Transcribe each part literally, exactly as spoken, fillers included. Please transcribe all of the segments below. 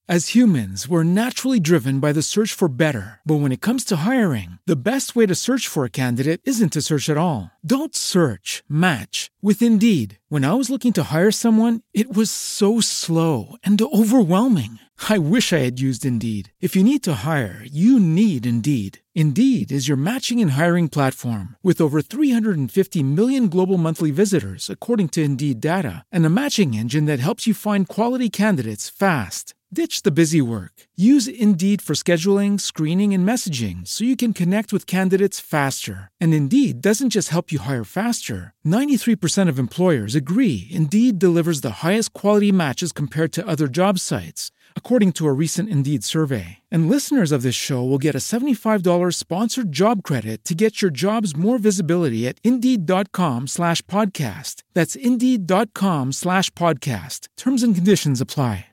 As humans, we're naturally driven by the search for better. But when it comes to hiring, the best way to search for a candidate isn't to search at all. Don't search, match with Indeed. When I was looking to hire someone, it was so slow and overwhelming. I wish I had used Indeed. If you need to hire, you need Indeed. Indeed is your matching and hiring platform with over three hundred fifty million global monthly visitors, according to Indeed data, and a matching engine that helps you find quality candidates fast. Ditch the busy work. Use Indeed for scheduling, screening, and messaging so you can connect with candidates faster. And Indeed doesn't just help you hire faster. ninety-three percent of employers agree Indeed delivers the highest quality matches compared to other job sites, according to a recent Indeed survey. And listeners of this show will get a seventy-five dollars sponsored job credit to get your jobs more visibility at Indeed.com slash podcast. That's Indeed.com slash podcast. Terms and conditions apply.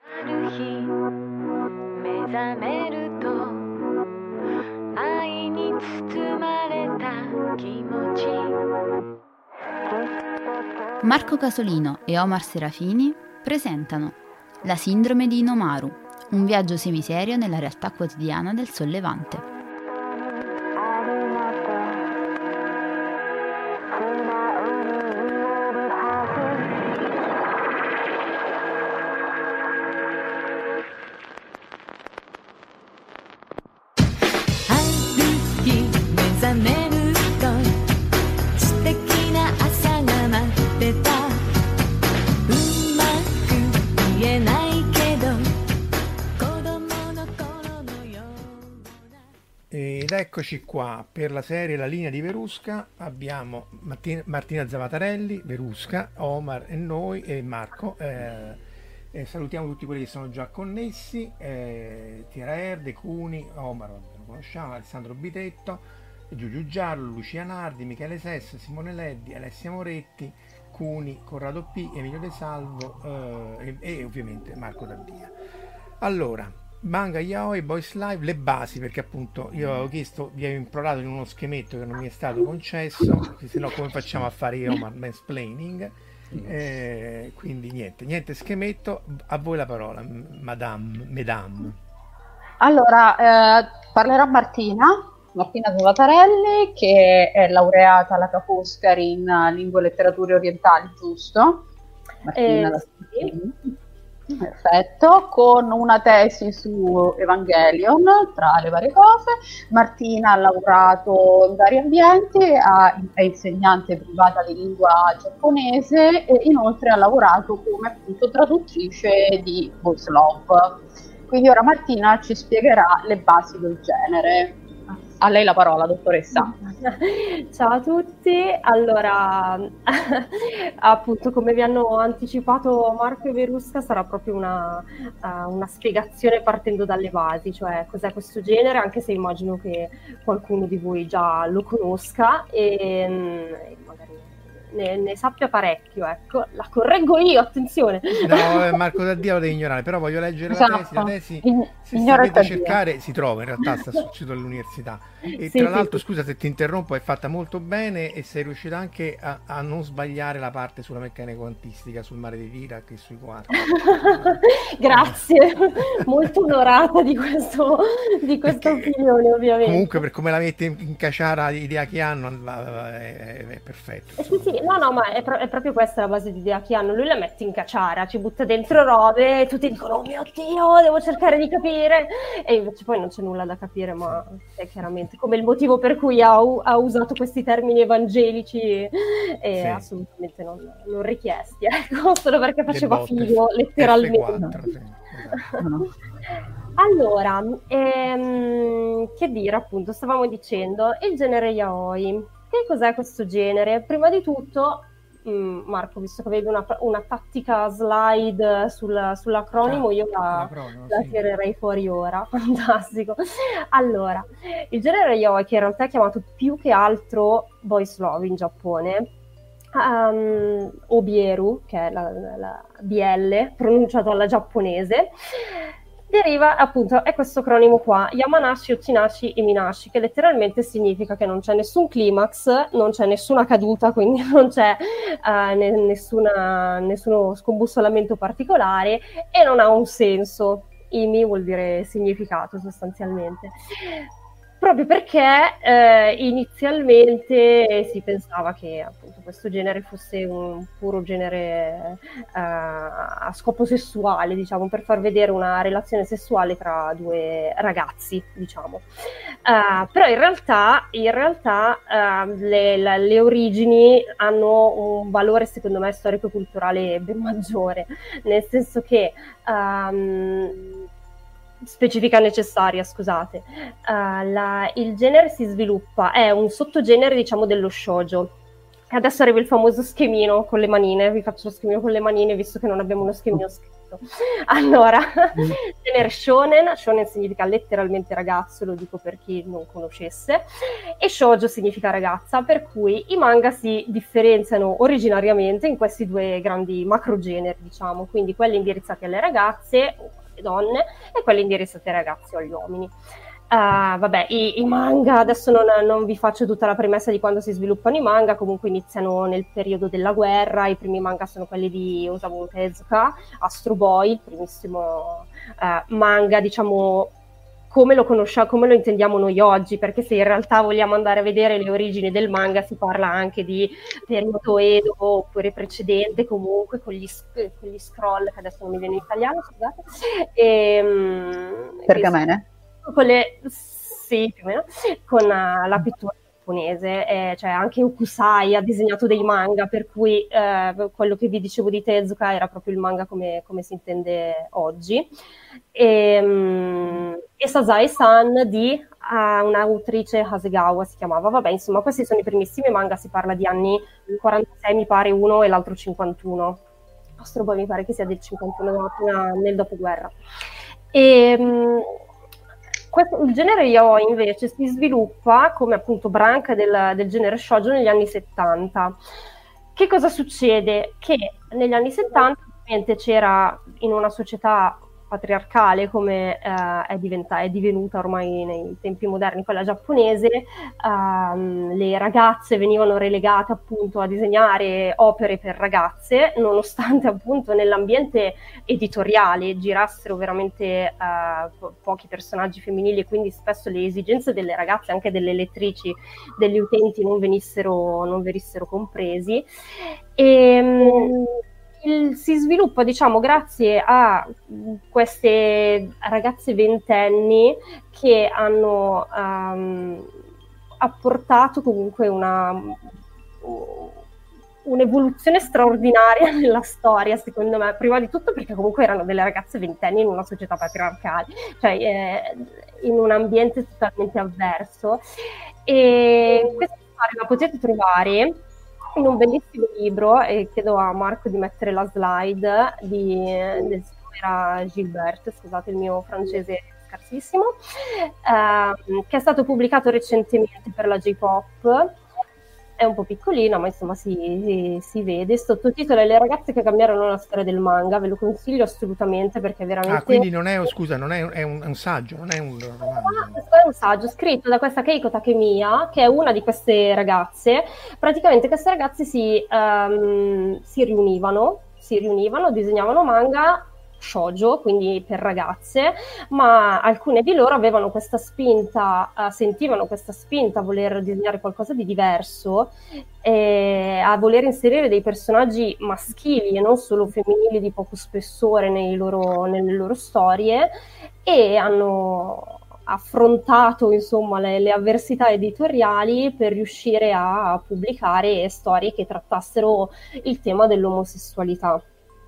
Marco Casolino e Omar Serafini presentano La sindrome di Inomaru, un viaggio semiserio nella realtà quotidiana del sollevante. Ed eccoci qua per la serie La linea di Verusca. Abbiamo Martina, Martina Zavatarelli, Verusca, Omar e noi e Marco. Eh, eh, salutiamo tutti quelli che sono già connessi. Eh, Tiera Erde, Cuni, Omar, lo conosciamo, Alessandro Bitetto, Giugiu Giallo, Lucia Nardi, Michele Sessa, Simone Leddi, Alessia Moretti, Cuni, Corrado P, Emilio De Salvo eh, e, e ovviamente Marco Dabia. Allora, manga, yaoi, boys live, le basi, perché appunto io avevo chiesto, vi avevo implorato in uno schemetto che non mi è stato concesso, se no come facciamo a fare io ma mansplaining, eh, quindi niente, niente schemetto, a voi la parola, madame, mesdames. Allora, eh, parlerà Martina, Martina Zavatarelli, che è laureata alla Ca' Foscari in lingue e letterature orientali, giusto? Martina, eh, la... sì. Perfetto, con una tesi su Evangelion tra le varie cose. Martina ha lavorato in vari ambienti, è insegnante privata di lingua giapponese e inoltre ha lavorato come appunto traduttrice di voice love. Quindi ora Martina ci spiegherà le basi del genere. A lei la parola, dottoressa. Ciao a tutti. Allora, appunto, come vi hanno anticipato Marco e Verusca, sarà proprio una, uh, una spiegazione partendo dalle basi, cioè cos'è questo genere, anche se immagino che qualcuno di voi già lo conosca e, e magari ne, ne sappia parecchio, ecco. La correggo io, attenzione. No, Marco Daddia lo devi ignorare, però voglio leggere esatto. la tesi, la tesi In, se sapete cercare si trova, in realtà sta sul sito dell'università. E sì, tra sì, l'altro, sì. scusa se ti interrompo, è fatta molto bene e sei riuscita anche a, a non sbagliare la parte sulla meccanica quantistica, sul mare di Dirac e sui quarti. Grazie, molto onorata di, questo, di questa Perché, opinione, ovviamente. Comunque, per come la mette in, in caciara l'idea che hanno, è, è perfetto. Eh sì, sì, no, no, ma è, pro- è proprio questa la base di idea che hanno. Lui la mette in caciara, ci butta dentro robe e tutti dicono: oh mio Dio, devo cercare di capire. E invece poi non c'è nulla da capire, ma è chiaramente come il motivo per cui ha, ha usato questi termini evangelici e Sì. assolutamente non, non richiesti, ecco, solo perché Le faceva botte, figo, letteralmente. F quattro, sì, esatto. Allora, ehm, che dire, appunto, stavamo dicendo, il genere yaoi. Che cos'è questo genere? Prima di tutto, mh, Marco, visto che avevi una, una tattica slide sul, sull'acronimo, Ah, io la, l'acronimo, la sì. tirerei fuori ora. Fantastico. Allora, il genere yaoi, che in realtà è chiamato più che altro boys love in Giappone, um, o bieru, che è la, la B L pronunciato alla giapponese, deriva appunto, è questo acronimo qua, Yamanashi, Ochinashi e Minashi, che letteralmente significa che non c'è nessun climax, non c'è nessuna caduta, quindi non c'è uh, ne- nessuna, nessuno scombussolamento particolare e non ha un senso. imi vuol dire significato sostanzialmente. Proprio perché eh, inizialmente si pensava che appunto questo genere fosse un puro genere eh, a scopo sessuale, diciamo, per far vedere una relazione sessuale tra due ragazzi, diciamo. Uh, però in realtà, in realtà uh, le, la, le origini hanno un valore, secondo me, storico-culturale ben maggiore, nel senso che um, specifica necessaria, scusate. Uh, la, il genere si sviluppa, è un sottogenere, diciamo, dello shoujo. Adesso arriva il famoso schemino con le manine, vi faccio lo schemino con le manine, visto che non abbiamo uno schemino scritto. Allora, mm. genere shonen, shonen significa letteralmente ragazzo, lo dico per chi non conoscesse, e shoujo significa ragazza, per cui i manga si differenziano originariamente in questi due grandi macrogeneri, diciamo, quindi quelli indirizzati alle ragazze, le donne, e quelli indirizzati ai ragazzi o agli uomini. Uh, vabbè, i, i manga, adesso non, non vi faccio tutta la premessa di quando si sviluppano i manga, comunque iniziano nel periodo della guerra. I primi manga sono quelli di Osamu Tezuka, Astro Boy, il primissimo uh, manga, diciamo, come lo conosciamo, come lo intendiamo noi oggi, perché se in realtà vogliamo andare a vedere le origini del manga si parla anche di periodo Edo oppure precedente, comunque con gli, con gli scroll, che adesso non mi viene in italiano, scusate, e, um, pergamene. Con le, sì, più o meno, con uh, la pittura giapponese, eh, cioè anche Okusai ha disegnato dei manga, per cui eh, quello che vi dicevo di Tezuka era proprio il manga come, come si intende oggi. E, um, e Sazae-san di uh, un'autrice Hasegawa si chiamava, vabbè, insomma, questi sono i primissimi manga, si parla di anni quarantasei, mi pare, uno e l'altro cinquantuno. Astro Boy mi pare che sia del cinquantuno, nel dopoguerra. E um, Questo, il genere yaoi invece si sviluppa come appunto branca del, del genere shoujo negli anni settanta. Che cosa succede? Che negli anni settanta ovviamente c'era, in una società patriarcale come eh, è, diventa, è divenuta ormai nei tempi moderni quella giapponese, ehm, le ragazze venivano relegate appunto a disegnare opere per ragazze, nonostante appunto nell'ambiente editoriale girassero veramente eh, po- pochi personaggi femminili, e quindi spesso le esigenze delle ragazze, anche delle lettrici, degli utenti non venissero, non venissero compresi. E, mm, Il, si sviluppa, diciamo, grazie a queste ragazze ventenni che hanno um, apportato comunque una, un'evoluzione straordinaria nella storia, secondo me, prima di tutto perché comunque erano delle ragazze ventenni in una società patriarcale, cioè eh, in un ambiente totalmente avverso. E questa storia la potete trovare in un bellissimo libro, e chiedo a Marco di mettere la slide, di, del signora Gilbert, scusate il mio francese scarsissimo, eh, che è stato pubblicato recentemente per la J-Pop. È un po' piccolino, ma insomma si, si, si vede. Sottotitolo Le ragazze che cambiarono la storia del manga, ve lo consiglio assolutamente perché è veramente... Ah, quindi non è, scusa, non è, è, un, è un saggio, non è un romanzo. Questo è un saggio scritto da questa Keiko Takemiya, che è una di queste ragazze. Praticamente queste ragazze si, um, si riunivano, si riunivano, disegnavano manga shoujo, quindi per ragazze, ma alcune di loro avevano questa spinta, uh, sentivano questa spinta a voler disegnare qualcosa di diverso, e a voler inserire dei personaggi maschili e non solo femminili di poco spessore nei loro, nelle loro storie, e hanno affrontato insomma le, le avversità editoriali per riuscire a pubblicare storie che trattassero il tema dell'omosessualità.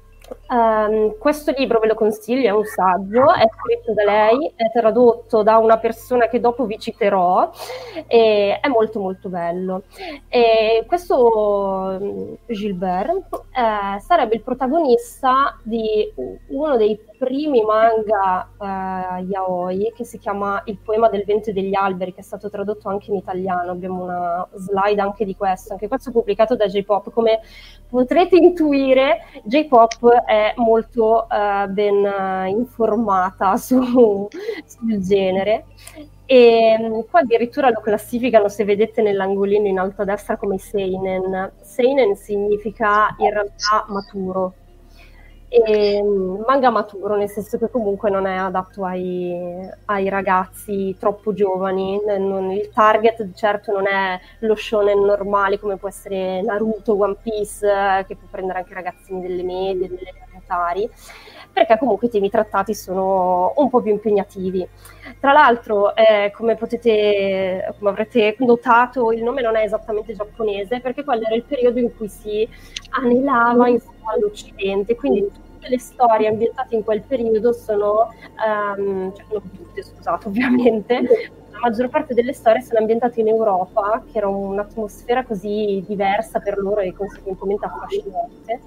Um, questo libro ve lo consiglio, è un saggio, è scritto da lei, è tradotto da una persona che dopo vi citerò, e è molto molto bello. E questo Gilbert eh, sarebbe il protagonista di uno dei primi manga eh, yaoi, che si chiama Il poema del vento e degli alberi, che è stato tradotto anche in italiano. Abbiamo una slide anche di questo, anche questo pubblicato da J-Pop. Come potrete intuire, J-Pop è molto uh, ben uh, informata su, sul genere, e um, qua addirittura lo classificano, se vedete nell'angolino in alto a destra, come seinen. Seinen significa in realtà maturo, e manga maturo, nel senso che comunque non è adatto ai, ai ragazzi troppo giovani. Non, il target certo non è lo shonen normale come può essere Naruto, One Piece, che può prendere anche ragazzini delle medie, delle elementari, perché comunque i temi trattati sono un po' più impegnativi. Tra l'altro, eh, come potete, come avrete notato, il nome non è esattamente giapponese, perché quello era il periodo in cui si anelava insomma all'Occidente, quindi tutte le storie ambientate in quel periodo sono, um, cioè non tutte, scusate, ovviamente, la maggior parte delle storie sono ambientate in Europa, che era un'atmosfera così diversa per loro e conseguentemente affascinante,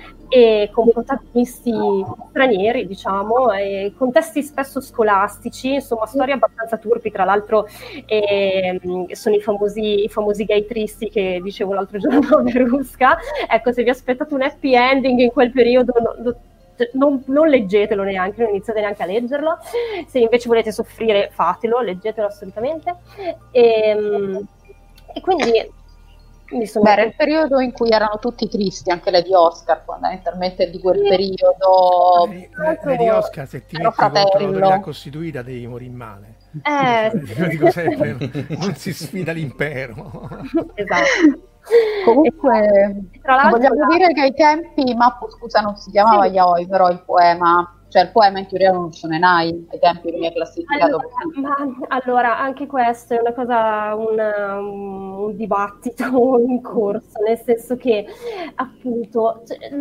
e con protagonisti stranieri, diciamo, e contesti spesso scolastici, insomma storie abbastanza turpi. Tra l'altro eh, sono i famosi, i famosi gay tristi che dicevo l'altro giorno a Verusca. Ecco, se vi aspettate un happy ending in quel periodo no, non, non leggetelo neanche, non iniziate neanche a leggerlo. Se invece volete soffrire, fatelo, leggetelo assolutamente. E, e quindi Beh, era il periodo in cui erano tutti tristi, anche Lady Oscar, fondamentalmente di quel periodo. Lady Oscar, se ti metti contro l'autorità costituita devi morire male. Eh, Lo dico sempre, non si sfida l'impero. Esatto. Comunque, tra l'altro, vogliamo dire che ai tempi, Mappo, scusa, non si chiamava sì. yaoi, però il poema, cioè il poema in teoria non shonenai, ai tempi veniva classificato allora, così. ma, allora, anche questo è una cosa, un, un, un dibattito in corso, nel senso che appunto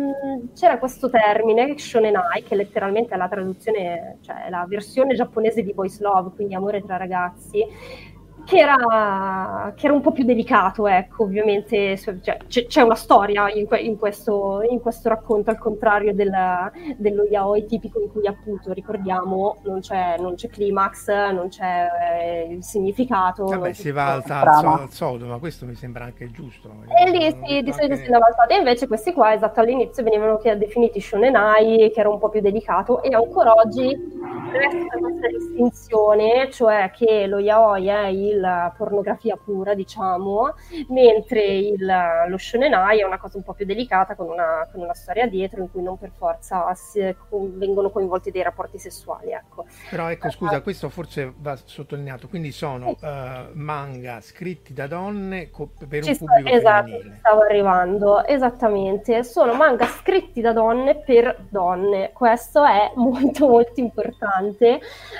c'era questo termine shonenai, che letteralmente è la traduzione, cioè la versione giapponese di boys love, quindi amore tra ragazzi, che era, che era un po' più delicato, ecco, ovviamente cioè, c'è, c'è una storia in, que, in, questo, in questo racconto, al contrario della, dello yaoi tipico in cui appunto, ricordiamo, non c'è, non c'è climax, non c'è eh, il significato. Vabbè, si va al, al, al sodo, ma questo mi sembra anche giusto. E lì sì, di solito si andava al sodo, e invece questi qua, esatto, all'inizio venivano definiti shonenai, che era un po' più delicato, e ancora oggi resta questa distinzione, cioè che lo yaoi è il la pornografia pura, diciamo, mentre il, lo shonenai è una cosa un po' più delicata, con una, con una storia dietro in cui non per forza si, vengono coinvolti dei rapporti sessuali, ecco. Però ecco, scusa, questo forse va sottolineato, quindi sono uh, manga scritti da donne co- per Ci un sta, pubblico esatto, femminile. Stavo arrivando, esattamente, sono manga scritti da donne per donne, questo è molto molto importante,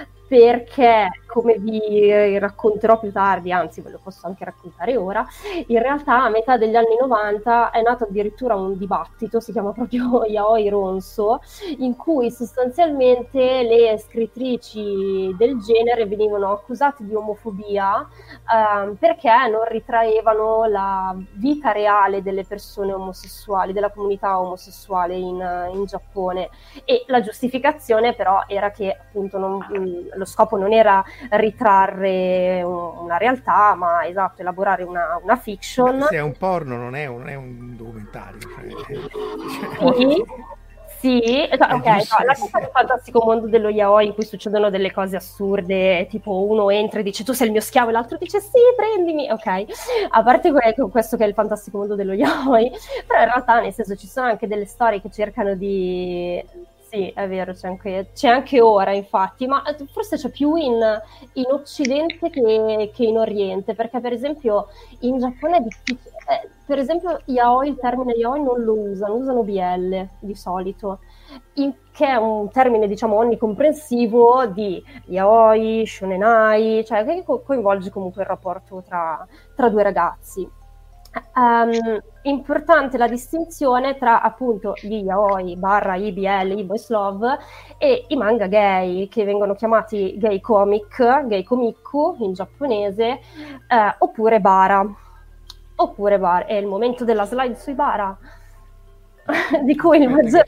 perché, come vi racconterò più tardi, anzi ve lo posso anche raccontare ora, in realtà a metà degli anni novanta è nato addirittura un dibattito, si chiama proprio yaoi ronso, in cui sostanzialmente le scrittrici del genere venivano accusate di omofobia eh, perché non ritraevano la vita reale delle persone omosessuali, della comunità omosessuale in, in Giappone, e la giustificazione però era che appunto non, lo scopo non era ritrarre una realtà, ma esatto, elaborare una, una fiction. Beh, se è un porno non è un, non è un documentario. Cioè, sì, sì, ok, no, la cosa del fantastico mondo dello yaoi in cui succedono delle cose assurde, tipo uno entra e dice tu sei il mio schiavo e l'altro dice sì, prendimi, ok, a parte questo che è il fantastico mondo dello yaoi, però in realtà nel senso ci sono anche delle storie che cercano di... Sì, è vero, c'è anche, c'è anche ora, infatti, ma forse c'è più in, in Occidente che, che in Oriente, perché per esempio in Giappone è difficile, eh, per esempio yaoi, il termine yaoi non lo usano, usano B L di solito, in, che è un termine diciamo onnicomprensivo di yaoi, shonenai, cioè che co- coinvolge comunque il rapporto tra, tra due ragazzi. Um, importante la distinzione tra appunto gli yaoi barra I B L, i boys love, e i manga gay, che vengono chiamati gay comic, gay komiku in giapponese, eh, oppure bara. Oppure bara. È il momento della slide sui bara. Di cui il maggior...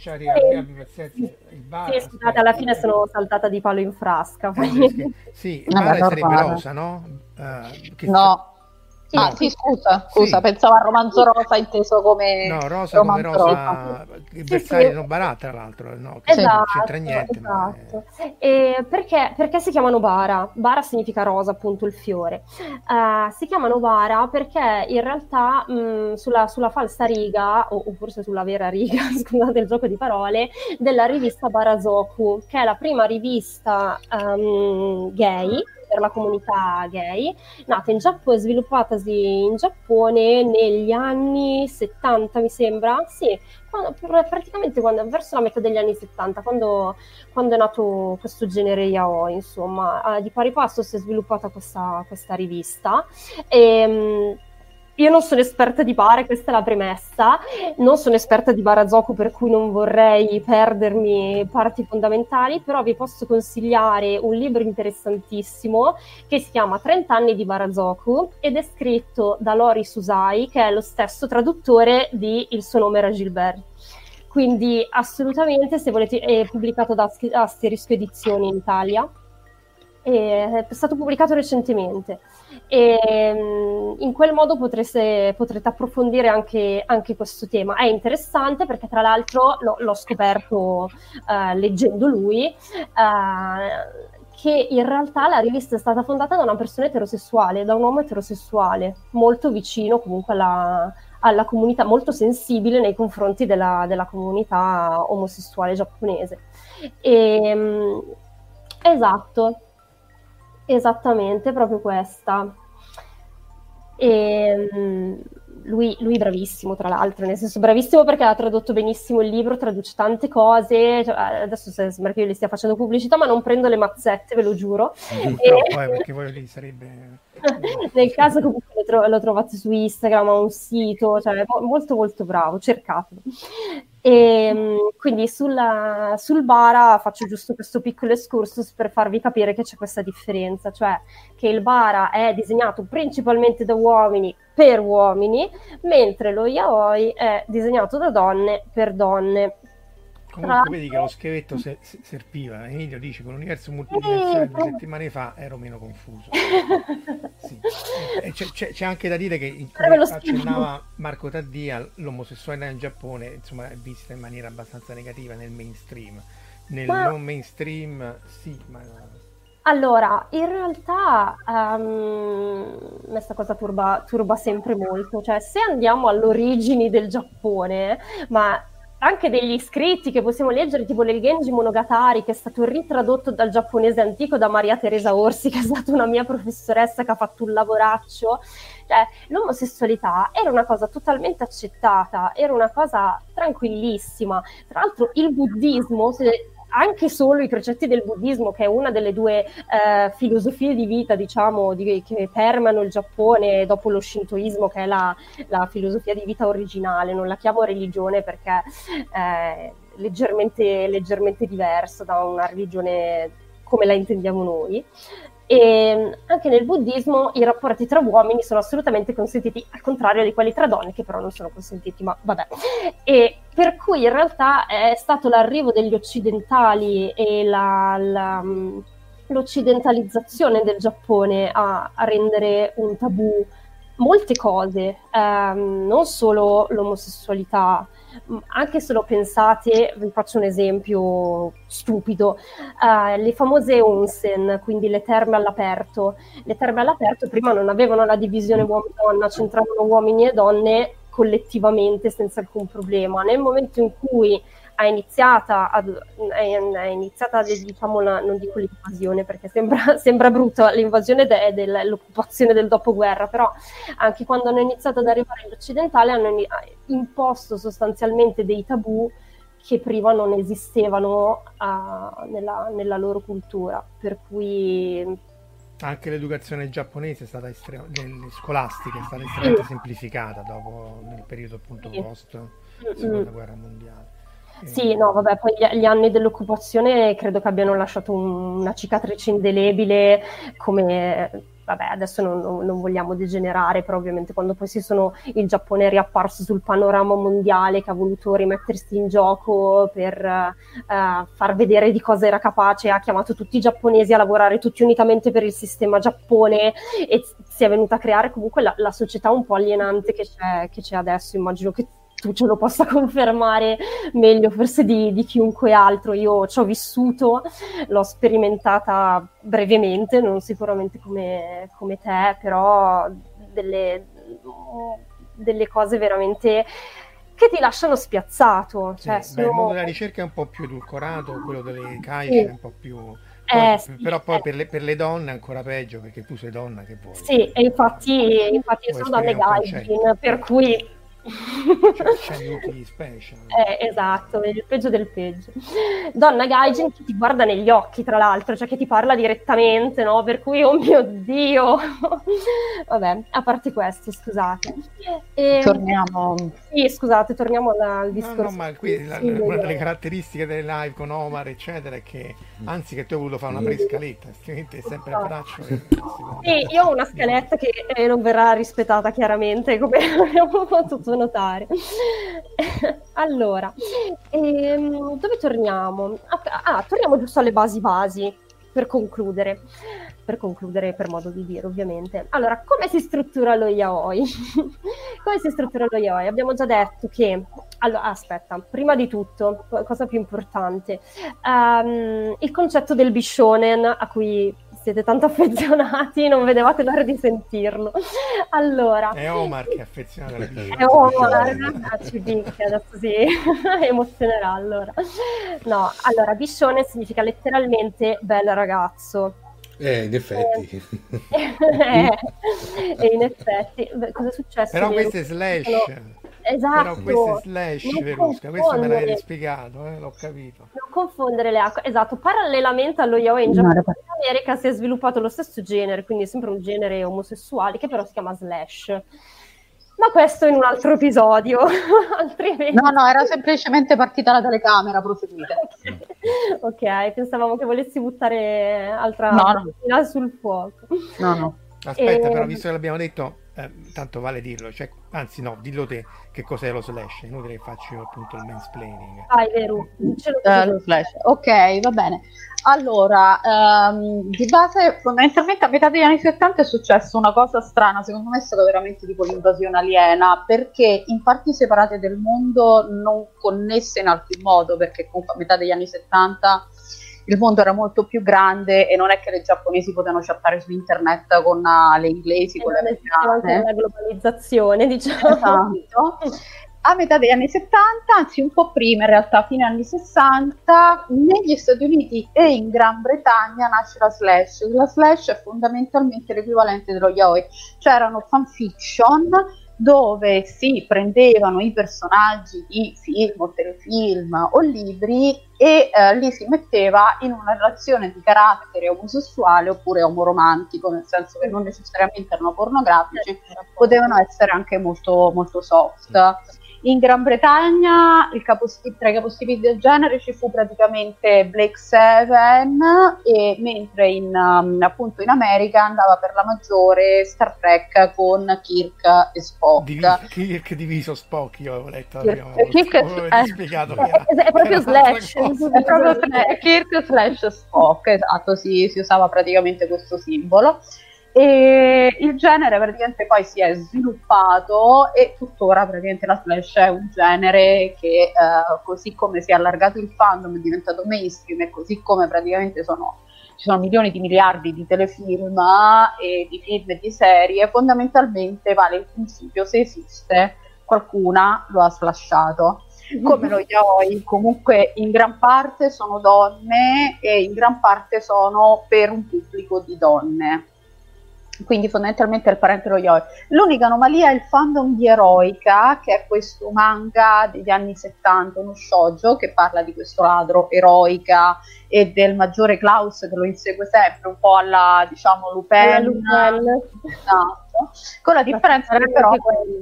Sì, scusate, alla fine sono saltata di palo in frasca. Sì, il bara sarebbe rosa, no? Uh, che no. Sì. Ah sì, scusa, scusa, Sì. pensavo al romanzo rosa inteso come No, rosa come romanzo rosa, il Sì, bersaglio sì. no Barà, tra l'altro, no, che Esatto, non c'entra niente, ma è- esatto. E perché, perché si chiamano bara? Bara significa rosa, appunto il fiore. Eh, si chiamano bara perché in realtà mh, sulla, sulla falsa riga, o, o forse sulla vera riga, scusate il gioco di parole, della rivista Barazoku, che è la prima rivista ehm, gay per la comunità gay, nata in Giappone, sviluppatasi in Giappone negli anni settanta, mi sembra. Sì, quando- pr- praticamente quando, verso la metà degli anni settanta, quando, quando è nato questo genere yaoi, insomma, eh, di pari passo si è sviluppata questa, questa rivista. E, mh, io non sono esperta di bara, questa è la premessa, non sono esperta di Barazoku, per cui non vorrei perdermi parti fondamentali, però vi posso consigliare un libro interessantissimo che si chiama trenta anni di Barazoku ed è scritto da Lori Susai, che è lo stesso traduttore di Il suo nome era Gilbert. Quindi assolutamente, se volete, è pubblicato da Ast- Asterisco Edizioni in Italia. E è stato pubblicato recentemente e mh, in quel modo potreste, potrete approfondire anche, anche questo tema. È interessante perché tra l'altro l'ho, l'ho scoperto eh, leggendo lui, eh, che in realtà la rivista è stata fondata da una persona eterosessuale, da un uomo eterosessuale, molto vicino comunque alla, alla comunità, molto sensibile nei confronti della, della comunità omosessuale giapponese. E, mh, esatto. Esattamente, proprio questa. E, mm, lui, lui bravissimo, tra l'altro, nel senso bravissimo perché ha tradotto benissimo il libro, traduce tante cose. Cioè, adesso se- sembra che io gli stia facendo pubblicità, ma non prendo le mazzette, ve lo giuro. purtroppo, E- eh, perché poi lì sarebbe... Nel caso comunque lo, tro- lo trovate su Instagram, ha un sito, cioè è mo- molto molto bravo, cercatelo. E, mh, quindi sulla- sul bara faccio giusto questo piccolo excursus per farvi capire che c'è questa differenza, cioè che il bara è disegnato principalmente da uomini per uomini, mentre lo yaoi è disegnato da donne per donne. Tra Comunque vedi che lo l'altro, scheletro se- se- serviva. Emilio dice con l'universo sì, multidimensionale due però- settimane fa ero meno confuso. Sì. E c'è, c'è- c'è anche da dire che, in- Però ve come lo spiego. accennava Marco Taddia, l'omosessualità in Giappone insomma, è vista in maniera abbastanza negativa nel mainstream. Nel Ma non mainstream, sì, ma allora, in realtà ehm, questa cosa turba, turba sempre molto, cioè se andiamo all'origini del Giappone, ma anche degli scritti che possiamo leggere, tipo del Genji Monogatari, che è stato ritradotto dal giapponese antico da Maria Teresa Orsi, che è stata una mia professoressa che ha fatto un lavoraccio, cioè l'omosessualità era una cosa totalmente accettata, era una cosa tranquillissima. Tra l'altro il buddismo, se anche solo i precetti del buddismo, che è una delle due eh, filosofie di vita, diciamo, di, che permeano il Giappone dopo lo shintoismo, che è la, la filosofia di vita originale, non la chiamo religione perché è leggermente, leggermente diverso da una religione come la intendiamo noi. E anche nel buddismo i rapporti tra uomini sono assolutamente consentiti, al contrario di quelli tra donne che però non sono consentiti, ma vabbè. E per cui in realtà è stato l'arrivo degli occidentali e la, la, l'occidentalizzazione del Giappone a, a rendere un tabù molte cose, ehm, non solo l'omosessualità. Anche se lo pensate, vi faccio un esempio stupido, uh, le famose onsen, quindi le terme all'aperto. Le terme all'aperto prima non avevano la divisione uomo-donna, c'entravano uomini e donne collettivamente senza alcun problema. Nel momento in cui è iniziata, ad, è, è iniziata diciamo, la, non dico l'invasione perché sembra, sembra brutto, l'invasione de, dell'occupazione del dopoguerra, però anche quando hanno iniziato ad arrivare gli occidentali hanno imposto sostanzialmente dei tabù che prima non esistevano uh, nella, nella loro cultura, per cui... Anche l'educazione giapponese è stata estrema, scolastica è stata estremamente sì. semplificata dopo, nel periodo appunto sì. post seconda guerra mondiale. Sì, no, vabbè, poi gli, gli anni dell'occupazione credo che abbiano lasciato un, una cicatrice indelebile come vabbè, adesso non, non, non vogliamo degenerare, però ovviamente quando poi si sono, il Giappone è riapparso sul panorama mondiale, che ha voluto rimettersi in gioco per uh, far vedere di cosa era capace, ha chiamato tutti i giapponesi a lavorare tutti unitamente per il sistema Giappone, e si è venuta a creare comunque la, la società un po' alienante che c'è, che c'è adesso. Immagino che tu ce lo possa confermare meglio forse di, di chiunque altro. Io ci ho vissuto, l'ho sperimentata brevemente, non sicuramente come, come te, però delle, delle cose veramente che ti lasciano spiazzato. Cioè, Sì, sono... beh, il mondo della ricerca è un po' più edulcorato, quello delle caiche Sì. è un po' più... Eh, Poi, sì, però poi eh. per le, per le donne è ancora peggio, perché tu sei donna, che vuoi? Sì, e infatti, infatti io Vuoi sono donne esprimere un concetto. gaijin, per cui... Cioè, c'è tutti special. Eh, esatto, è il peggio del peggio. Donna gaijin che ti guarda negli occhi, tra l'altro, cioè che ti parla direttamente, no? Per cui, oh mio Dio! Vabbè, a parte questo, scusate. E... Torniamo. Sì, scusate, torniamo al, al No, discorso. no, ma qui la- Sì, una delle caratteristiche delle live con Omar, eccetera, è che anzi che tu hai voluto fare una prescaletta, altrimenti è sempre il braccio. che- Sì, io ho una scaletta che eh, non verrà rispettata chiaramente, come abbiamo potuto notare. Allora, ehm, dove torniamo? Ah, ah, torniamo giusto alle basi basi, per concludere. Per concludere, per modo di dire, ovviamente. Allora, come si struttura lo yaoi? Come si struttura lo yaoi? Abbiamo già detto che... Allora, aspetta, prima di tutto, cosa più importante, um, il concetto del bishonen, a cui siete tanto affezionati, non vedevate l'ora di sentirlo. Allora... È Omar che è affezionato alla piscina. È Omar, ah, ci dica, adesso si emozionerà allora. No, allora, bishonen significa letteralmente bel ragazzo. Eh, in effetti. Eh, e in effetti, beh, cosa è successo? Però Vero? questo è slash. Sono- Esatto. Però questo è slash, Non Verusca, questo me l'avete confondere- spiegato, eh, l'ho capito. Non confondere le acque, esatto, parallelamente allo yaoi in Giappone e in America si è sviluppato lo stesso genere, quindi è sempre un genere omosessuale che però si chiama slash. Ma questo in un altro episodio, altrimenti... No, no, era semplicemente partita la telecamera, proseguite. Ok, pensavamo che volessi buttare altra No, no. benzina sul fuoco. No, no. Aspetta, E- però, visto che l'abbiamo detto, eh, tanto vale dirlo, cioè, anzi no, dillo te che cos'è lo slash, è inutile che faccio io appunto il mansplaining. Vai, Veru, dicelo tu. Eh, lo slash. Ok, va bene. Allora, ehm, di base, fondamentalmente a metà degli anni settanta è successa una cosa strana, secondo me è stata veramente tipo l'invasione aliena, perché in parti separate del mondo, non connesse in alcun modo, perché comunque a metà degli anni settanta il mondo era molto più grande e non è che le giapponesi potevano chattare su internet con uh, le inglesi, E con le non esisteva ancora americane. la globalizzazione, diciamo. Esatto. A metà degli anni settanta, anzi un po' prima, in realtà fine anni sessanta, negli Stati Uniti e in Gran Bretagna nasce la slash. La slash è fondamentalmente l'equivalente dello yaoi, cioè erano fanfiction dove si prendevano i personaggi di film o telefilm o libri e eh, li si metteva in una relazione di carattere omosessuale oppure omoromantico, nel senso che non necessariamente erano pornografici, potevano essere anche molto, molto soft. In Gran Bretagna il capostip- tra i capostipiti del genere ci fu praticamente Blake Seven, e mentre in, um, appunto in America andava per la maggiore Star Trek con Kirk e Spock. Divi- Kirk diviso Spock, io avevo letto la Kirk- prima volta, Kirk- come avete eh. spiegato che È, era- è proprio era un'altra slash. cosa. È proprio sla- Kirk slash Spock, esatto, si, si usava praticamente questo simbolo. E il genere praticamente poi si è sviluppato e tuttora praticamente la slash è un genere che eh, così come si è allargato il fandom è diventato mainstream, e così come praticamente sono, ci sono milioni di miliardi di telefilm e di film e di serie, fondamentalmente vale il principio: se esiste qualcuna lo ha slashato. Come lo yaoi, comunque in gran parte sono donne e in gran parte sono per un pubblico di donne, quindi fondamentalmente è il parente dello yaoi. L'unica anomalia è il fandom di Eroica, che è questo manga degli anni settanta, uno shoujo che parla di questo ladro Eroica e del maggiore Klaus che lo insegue sempre, un po' alla, diciamo, Lupin, Alla Lupin. esatto, con la differenza che però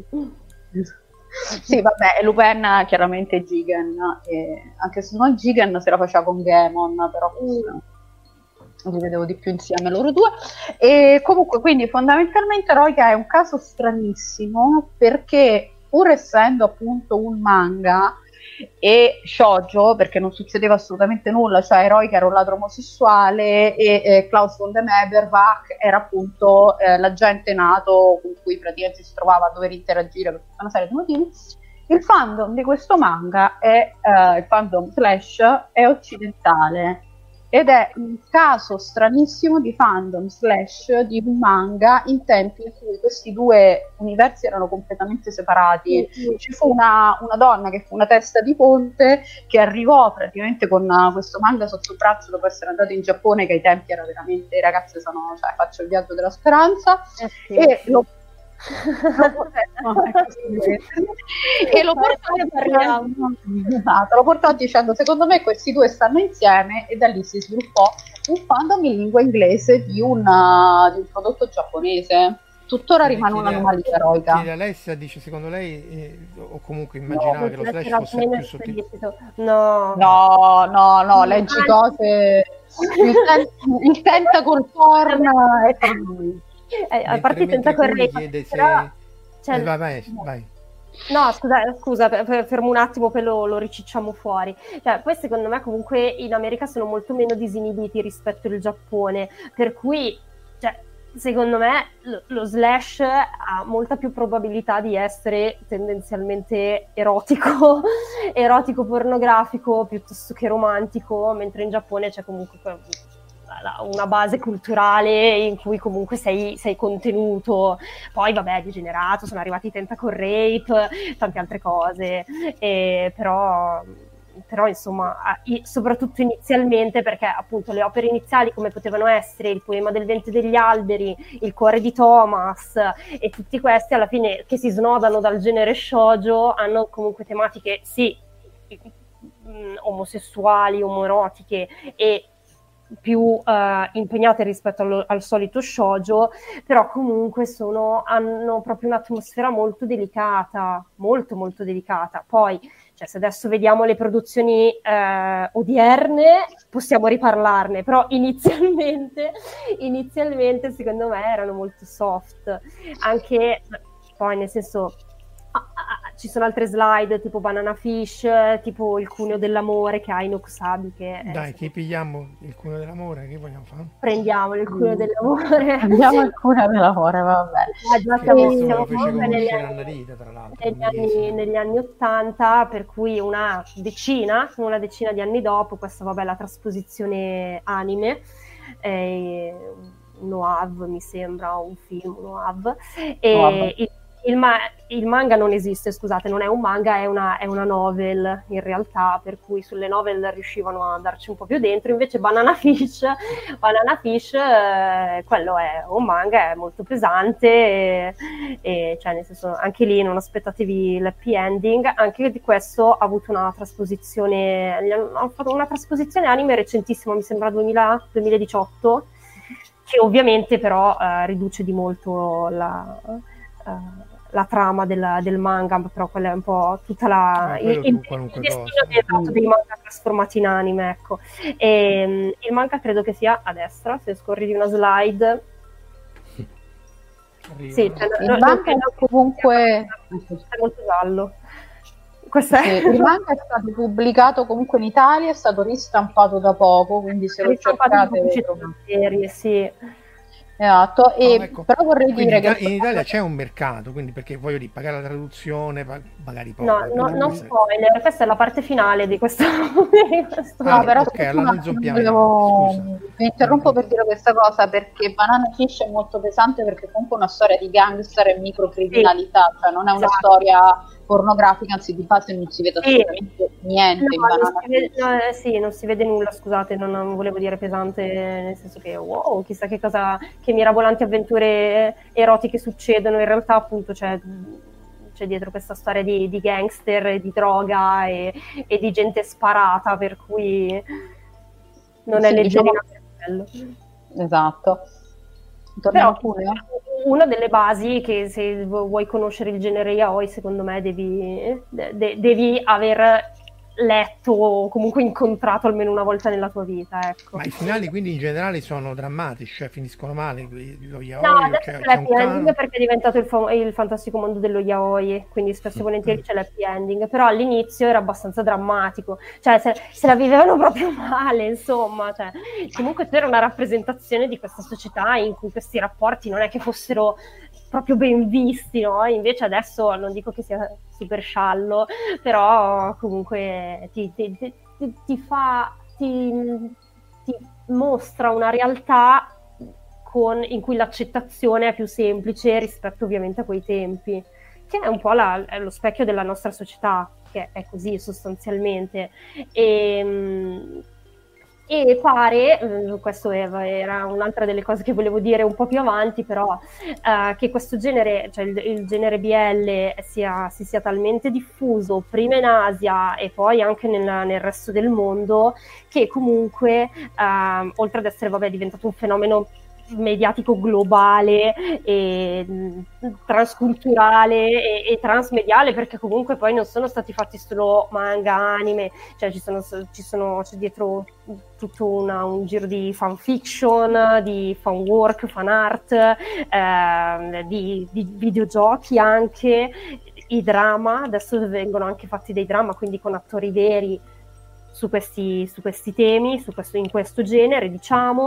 sì, vabbè, Lupin chiaramente è Jigen, e anche se non Jigen se la faceva con Gemon, però li vedevo di più insieme loro due. E comunque, quindi fondamentalmente Eroica è un caso stranissimo, perché pur essendo appunto un manga e shoujo, perché non succedeva assolutamente nulla, cioè Eroica era un ladro omosessuale e eh, Klaus von dem Eberbach era appunto eh, l'agente nato con cui praticamente si trovava a dover interagire per tutta una serie di motivi. Il fandom di questo manga è eh, il fandom slash è occidentale, ed è un caso stranissimo di fandom slash di un manga in tempi in cui questi due universi erano completamente separati. Mm-hmm. Ci fu una, una donna che fu una testa di ponte, che arrivò praticamente con uh, questo manga sotto il braccio dopo essere andato in Giappone, che ai tempi era veramente, ragazze, sono, cioè, faccio il viaggio della speranza, eh sì, e sì. lo lo, no, e lo portò, esatto, lo portò dicendo: secondo me questi due stanno insieme, e da lì si sviluppò un fandom in lingua inglese di, una, di un prodotto giapponese. Tuttora rimane un'anomalia Eroica. Alessia dice: secondo lei, eh, o comunque immaginava no, che lo slash fosse più sottile? No, no, no, no, leggi cose, il, ten- il tentacle porn è per lui. Eh, a parte senza correre, però... cioè... vai, vai, vai. No, scusa, scusa, fermo un attimo, poi lo, lo ricicciamo fuori. Cioè, poi secondo me comunque in America sono molto meno disinibiti rispetto al Giappone, per cui, cioè, secondo me lo, lo slash ha molta più probabilità di essere tendenzialmente erotico, erotico pornografico piuttosto che romantico, mentre in Giappone c'è comunque una base culturale in cui comunque sei, sei contenuto. Poi vabbè, degenerato, sono arrivati i tentacle rape, tante altre cose, e però, però insomma, soprattutto inizialmente, perché appunto le opere iniziali come potevano essere il poema del vento degli alberi, il cuore di Thomas e tutti questi alla fine che si snodano dal genere shoujo hanno comunque tematiche sì omosessuali, omoerotiche e più uh, impegnate rispetto al, al solito shoujo, però comunque sono, hanno proprio un'atmosfera molto delicata, molto molto delicata. Poi, cioè, se adesso vediamo le produzioni uh, odierne, possiamo riparlarne, però inizialmente, inizialmente secondo me erano molto soft, anche poi nel senso... Ah, ah, ci sono altre slide tipo Banana Fish, tipo il cuneo dell'amore che ha Inokusabi, che è... Dai, che pigliamo il cuneo dell'amore, che vogliamo fare? Prendiamo il cuneo mm. dell'amore. Prendiamo il cuneo dell'amore, va bene. Ah, già siamo, e... siamo lo fece conoscere Anna Rita, tra l'altro. Negli anni, negli anni ottanta, per cui una decina, una decina di anni dopo, questa vabbè la trasposizione anime, eh, Noav mi sembra, un film Noav, e oh, il Il, ma- il manga non esiste, scusate, non è un manga, è una, è una novel in realtà, per cui sulle novel riuscivano a darci un po' più dentro. Invece Banana Fish, Banana Fish eh, quello è un manga, è molto pesante e, e cioè nel senso anche lì non aspettatevi l'happy ending. Anche di questo ha avuto una trasposizione, ha fatto una trasposizione anime recentissima, mi sembra duemila, duemiladiciotto, che ovviamente però eh, riduce di molto la... Uh, la trama del, del manga, però quella è un po' tutta la eh, il, il, il destino esatto, dei manga trasformati in anime, ecco. E, um, il manga credo che sia a destra, se scorri di una slide. Sì, cioè, il no, manga è comunque è molto giallo. Questo sì, è... Il manga è stato pubblicato comunque in Italia, è stato ristampato da poco, quindi se lo cercate serie, sì. Esatto, e oh, ecco. Però vorrei quindi dire in, che in Italia c'è un mercato, quindi perché voglio dire, pagare la traduzione, magari poco. No, no, non spoiler, questa è la parte finale di questo. di questo ah, no, però ok, allora non zompiamo. Volevo... Mi interrompo per dire questa cosa, perché Banana Fish è molto pesante, perché comunque è una storia di gangster e microcriminalità, sì. Cioè non è una esatto. storia pornografica, anzi di base non si vede assolutamente sì. niente no, in Banana non si vede, no, eh, sì, non si vede nulla, scusate, non, non volevo dire pesante, nel senso che wow, chissà che cosa, che mirabolanti avventure erotiche succedono, in realtà appunto c'è, c'è dietro questa storia di, di gangster, di droga e, e di gente sparata, per cui non sì, è leggero diciamo... Esatto. Torniamo pure. Una delle basi che se vuoi conoscere il genere yaoi, secondo me devi, de- devi aver letto o comunque incontrato almeno una volta nella tua vita, ecco. Ma i finali quindi in generale sono drammatici, cioè finiscono male, lo yaoi, No, adesso cioè, c'è c'è l'happy un ending cano. perché è diventato il, fa- il fantastico mondo dello yaoi, quindi spesso e volentieri c'è l'happy ending, però all'inizio era abbastanza drammatico, cioè se, se la vivevano proprio male, insomma, cioè, comunque c'era una rappresentazione di questa società in cui questi rapporti non è che fossero proprio ben visti, no? Invece adesso non dico che sia super sciallo, però comunque ti, ti, ti, ti, ti fa, ti, ti mostra una realtà con, in cui l'accettazione è più semplice rispetto ovviamente a quei tempi, che è un po' la, è lo specchio della nostra società, che è così sostanzialmente. E, e pare, eh, questo era un'altra delle cose che volevo dire un po' più avanti, però eh, che questo genere, cioè il, il genere B L sia, si sia talmente diffuso prima in Asia e poi anche nel, nel resto del mondo, che comunque eh, oltre ad essere vabbè, diventato un fenomeno mediatico globale e mh, transculturale e, e transmediale, perché comunque poi non sono stati fatti solo manga, anime, cioè ci sono, ci sono c'è dietro tutto una, un giro di fanfiction, di fan work, fan art, eh, di, di videogiochi anche, i drama, adesso vengono anche fatti dei drama, quindi con attori veri su questi, su questi temi, su questo, in questo genere, diciamo,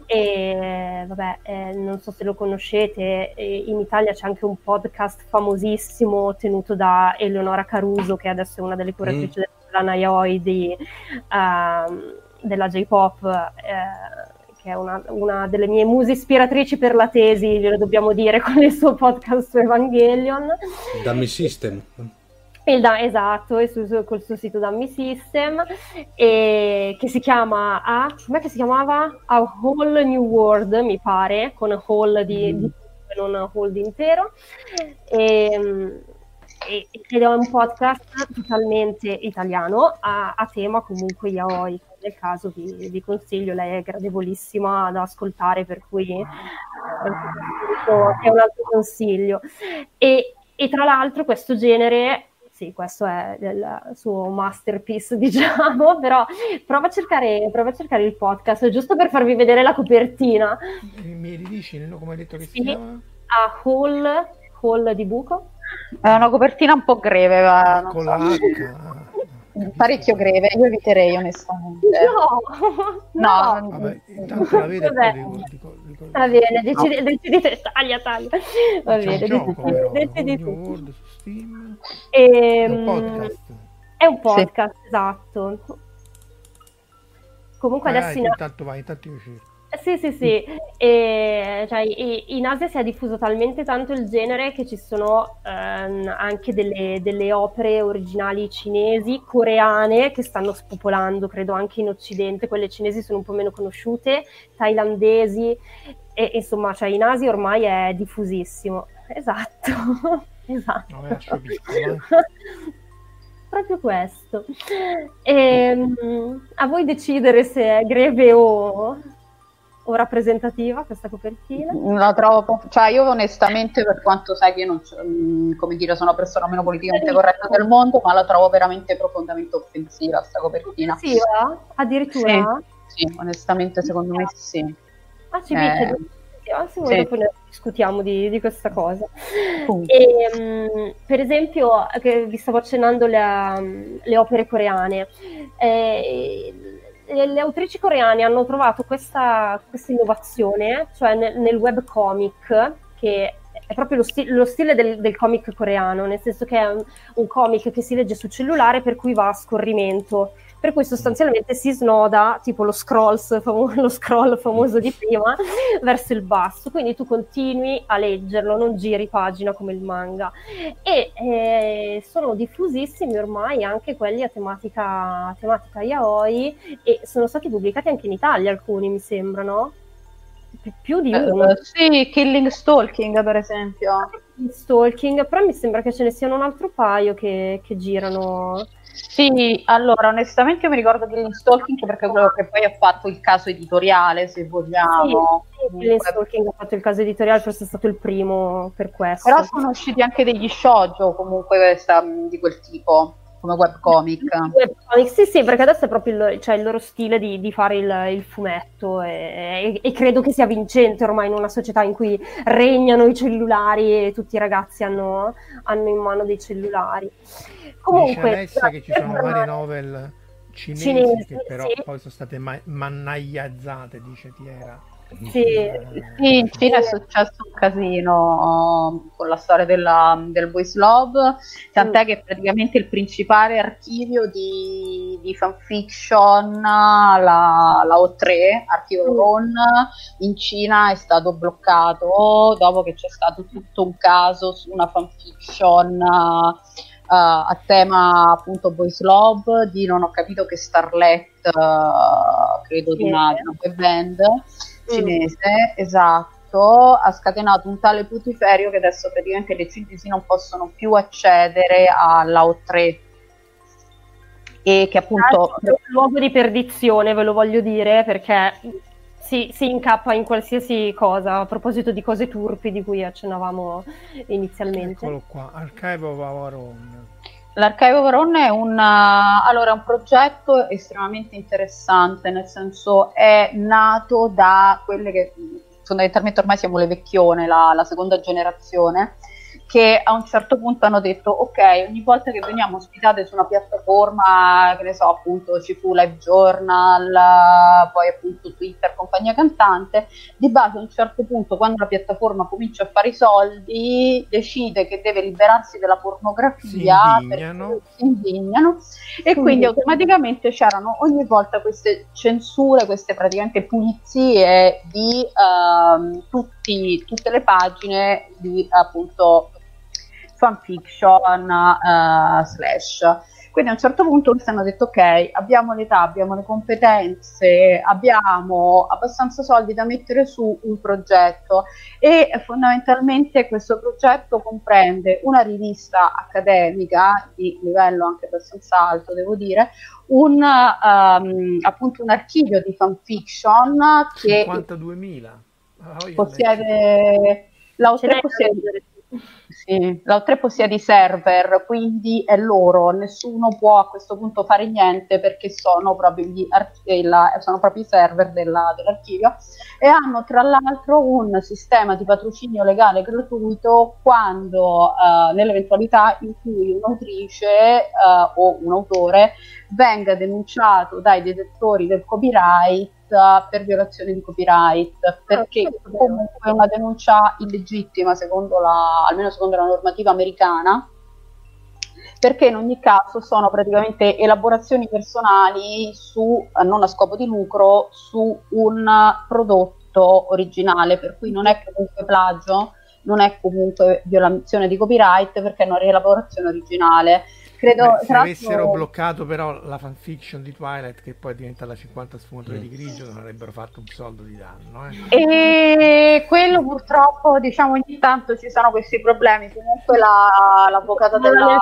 e vabbè, eh, non so se lo conoscete, eh, in Italia c'è anche un podcast famosissimo tenuto da Eleonora Caruso, che adesso è una delle curatrici mm. della Nayoi di, uh, della J-pop, eh, che è una, una delle mie muse ispiratrici per la tesi, glielo dobbiamo dire, con il suo podcast su Evangelion. Dummy System. Il da, esatto, e su, su, col suo sito Dummy System, e che si chiama a, com'è che si chiamava? A Whole New World, mi pare, con whole di, mm. di non whole intero, e, e, ed è un podcast totalmente italiano a, a tema comunque yaoi. Nel caso vi, vi consiglio, lei è gradevolissima da ascoltare, per cui è un altro consiglio. E, e tra l'altro questo genere, sì, questo è il suo masterpiece, diciamo, però prova a cercare, prova a cercare il podcast, giusto per farvi vedere la copertina. Mi ridici, come hai detto che sì, si chiama? A Hall, Hall di buco. È una copertina un po' greve, va, non con so. la H. Parecchio greve, io eviterei onestamente. No, no. no. Vabbè, intanto la vede e poi dico, dico, dico, va bene, decidi, no. decidi te, taglia, taglia. Va C'è bene, un gioco, però, decidi tu. World su Steam. E, è un podcast. È un podcast, sì. Esatto. Comunque vai, adesso vai, in... intanto vai, intanto io cerco. Sì, sì, sì, e, cioè, in Asia si è diffuso talmente tanto il genere che ci sono ehm, anche delle, delle opere originali cinesi, coreane, che stanno spopolando, credo anche in Occidente. Quelle cinesi sono un po' meno conosciute, thailandesi, e insomma, cioè, in Asia ormai è diffusissimo. Esatto, esatto. No, è piccolo, Proprio questo. E, a voi decidere se è greve o... o rappresentativa questa copertina? La trovo, cioè io onestamente, per quanto sai che io non come dire, sono la persona meno politicamente corretta del mondo, ma la trovo veramente profondamente offensiva questa copertina. Offensiva? Addirittura? Sì, sì, onestamente secondo me sì. Ah, ci eh, dice, se vuoi sì. dopo ne discutiamo di, di questa cosa. E, um, per esempio, che vi stavo accennando le, le opere coreane, eh, le autrici coreane hanno trovato questa, questa innovazione, cioè nel, nel webcomic, che è proprio lo, sti- lo stile del, del comic coreano, nel senso che è un, un comic che si legge sul cellulare, per cui va a scorrimento, per cui sostanzialmente si snoda, tipo lo, scrolls, famo- lo scroll famoso di prima, verso il basso, quindi tu continui a leggerlo, non giri pagina come il manga. E eh, sono diffusissimi ormai anche quelli a tematica, a tematica yaoi, e sono stati pubblicati anche in Italia alcuni, mi sembrano. Pi- più di uno. Uh, sì, Killing Stalking per esempio. Stalking, però mi sembra che ce ne siano un altro paio che, che girano. Sì, allora onestamente io mi ricordo Killing Stalking perché è quello che poi ha fatto il caso editoriale, se vogliamo. Sì, sì, Killing Stalking ha fatto il caso editoriale, forse è stato il primo per questo. Però sono usciti anche degli shoujo comunque questa, di quel tipo. come webcomic. Webcomic, sì, sì, perché adesso è proprio il, cioè, il loro stile di, di fare il, il fumetto e, e, e credo che sia vincente ormai in una società in cui regnano i cellulari e tutti i ragazzi hanno, hanno in mano dei cellulari. Comunque, dice Alessia che ci sono varie novel cinesi, cinesi, che però sì. poi sono state ma- mannagliazzate, dice Tiera. Sì. Sì, in Cina è successo un casino um, con la storia della, del boys love, tant'è Mm. che praticamente il principale archivio di, di fanfiction, la, la O tre, Archivio Mm. Ron, in Cina è stato bloccato dopo che c'è stato tutto un caso su una fanfiction uh, uh, a tema appunto boys love di non ho capito che Starlet, uh, credo di una, di una web band cinese, esatto, ha scatenato un tale putiferio che adesso praticamente le cinesi non possono più accedere alla O tre e che appunto È un luogo di perdizione, ve lo voglio dire, perché si, si incappa in qualsiasi cosa, a proposito di cose turpi di cui accennavamo inizialmente. Eccolo qua, Archive of Our Own. l'Archive of Ron è un, uh, allora, un progetto estremamente interessante, nel senso è nato da quelle che fondamentalmente ormai siamo le vecchione, la, la seconda generazione, che a un certo punto hanno detto ok, ogni volta che veniamo ospitate su una piattaforma, che ne so, appunto ci fu Live Journal, poi appunto Twitter, compagnia cantante, di base a un certo punto quando la piattaforma comincia a fare i soldi decide che deve liberarsi della pornografia, Si indignano. perché si indignano e quindi automaticamente c'erano ogni volta queste censure, queste praticamente pulizie di ehm, tutti, tutte le pagine di appunto fanfiction uh, slash. Quindi a un certo punto questi hanno detto ok, abbiamo l'età, abbiamo le competenze, abbiamo abbastanza soldi da mettere su un progetto e fondamentalmente questo progetto comprende una rivista accademica di livello anche abbastanza alto, devo dire, un um, appunto un archivio di fanfiction che cinquantaduemila. Oh, possiede la O tre possiede Sì, la O tre possiede i server, quindi è loro, nessuno può a questo punto fare niente perché sono proprio, gli archi- la, sono proprio i server della, dell'archivio e hanno tra l'altro un sistema di patrocinio legale gratuito quando uh, nell'eventualità in cui un'autrice uh, o un autore venga denunciato dai detettori del copyright per violazione di copyright, perché comunque è una denuncia illegittima secondo la, almeno secondo la normativa americana, perché in ogni caso sono praticamente elaborazioni personali su, non a scopo di lucro, su un prodotto originale, per cui non è comunque plagio, non è comunque violazione di copyright perché è una rielaborazione originale. Credo, Beh, se avessero bloccato però la fanfiction di Twilight, che poi è diventata cinquanta sfumature mm. di grigio, non avrebbero fatto un soldo di danno. Eh. E quello purtroppo, diciamo, ogni tanto ci sono questi problemi. Comunque la, l'avvocata, della,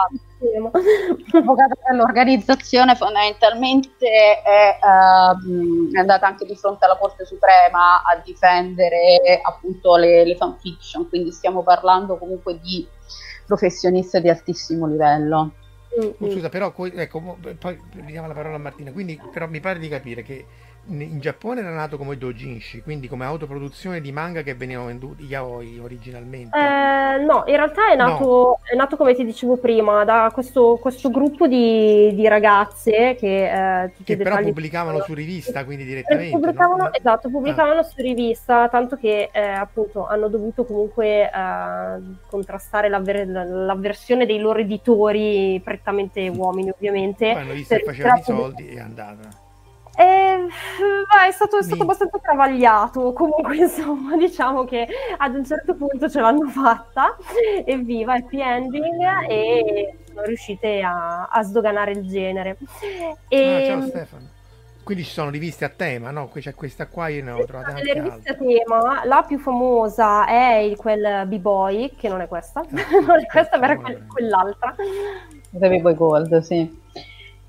l'avvocata dell'organizzazione fondamentalmente è, uh, è andata anche di fronte alla Corte Suprema a difendere appunto le, le fanfiction, quindi stiamo parlando comunque di professioniste di altissimo livello. Oh, scusa, però ecco, poi diamo la parola a Martina. Quindi, però mi pare di capire che in Giappone era nato come doujinshi, quindi come autoproduzione di manga che venivano venduti yaoi originalmente. Eh, no, in realtà è nato, no. è nato come ti dicevo prima, da questo, questo gruppo di, di ragazze che, eh, che però pubblicavano sono... su rivista, quindi direttamente. Pubblicavano, no? Esatto, pubblicavano ah. su rivista, tanto che eh, appunto hanno dovuto comunque eh, contrastare l'avver- l'avversione dei loro editori, prettamente uomini ovviamente. Poi hanno visto che facevano i soldi e è andata. Eh, beh, è stato, è stato abbastanza travagliato, comunque insomma diciamo che ad un certo punto ce l'hanno fatta, evviva, happy ending, e sono riuscite a, a sdoganare il genere. E... Ah, ciao Stefano. Quindi ci sono riviste a tema, no? Qui c'è questa qua, io ne ho trovate anche altre. Le riviste a tema, la più famosa è il, quel B-Boy, che non è questa, ah, non è questa, però è quell'altra. The B-Boy Gold, sì.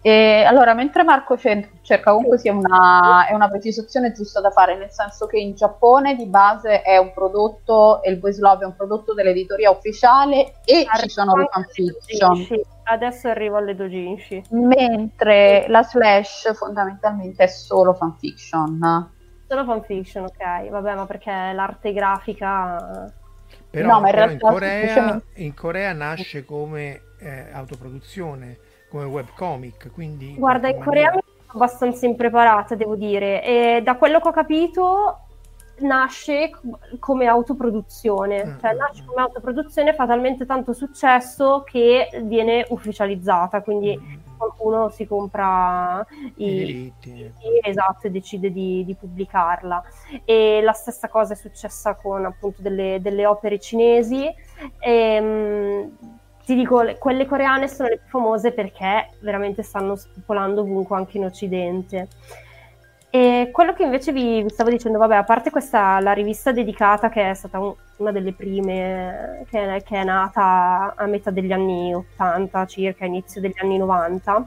E allora, mentre Marco cer- cerca, comunque sia una, è una precisazione giusta da fare, nel senso che in Giappone di base è un prodotto, e il Boys Love è un prodotto dell'editoria ufficiale e ci sono le fanfiction. Sì, adesso arrivo alle doujinshi. Mentre la Slash fondamentalmente è solo fanfiction. Solo fanfiction, ok, vabbè, ma perché l'arte grafica... Però, No, ma in però in, realtà Corea, semplicemente- in Corea nasce come eh, autoproduzione, come webcomic, quindi... Guarda, in qualche Corea maniera- mi sono abbastanza impreparata, devo dire, e da quello che ho capito nasce c- come autoproduzione, Mm, cioè mm, nasce mm. come autoproduzione, fa talmente tanto successo che viene ufficializzata, quindi Mm, qualcuno si compra i i... diritti. Sì, esatto, e decide di, di pubblicarla. E la stessa cosa è successa con appunto delle, delle opere cinesi. Ehm, ti dico, le- quelle coreane sono le più famose perché veramente stanno spopolando ovunque, anche in Occidente. E quello che invece vi, vi stavo dicendo, vabbè, a parte questa, la rivista dedicata che è stata un- una delle prime, che, che è nata a metà degli anni ottanta, circa, inizio degli anni novanta.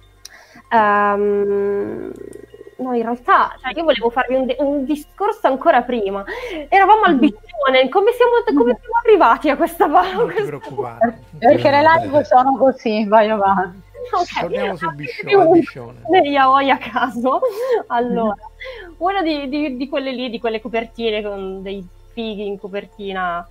Ehm, no, in realtà, cioè, io volevo farvi un, de- un discorso ancora prima. Eravamo al bicchione, come siamo, come siamo arrivati a questa Non parte? ti preoccupare. Perché le live Vabbè. sono così, vai avanti. Ok. Torniamo sul biscione, Più al biscione. degli yaoi a caso. Allora, una di, di- di quelle lì, di quelle copertine con dei fighi in copertina.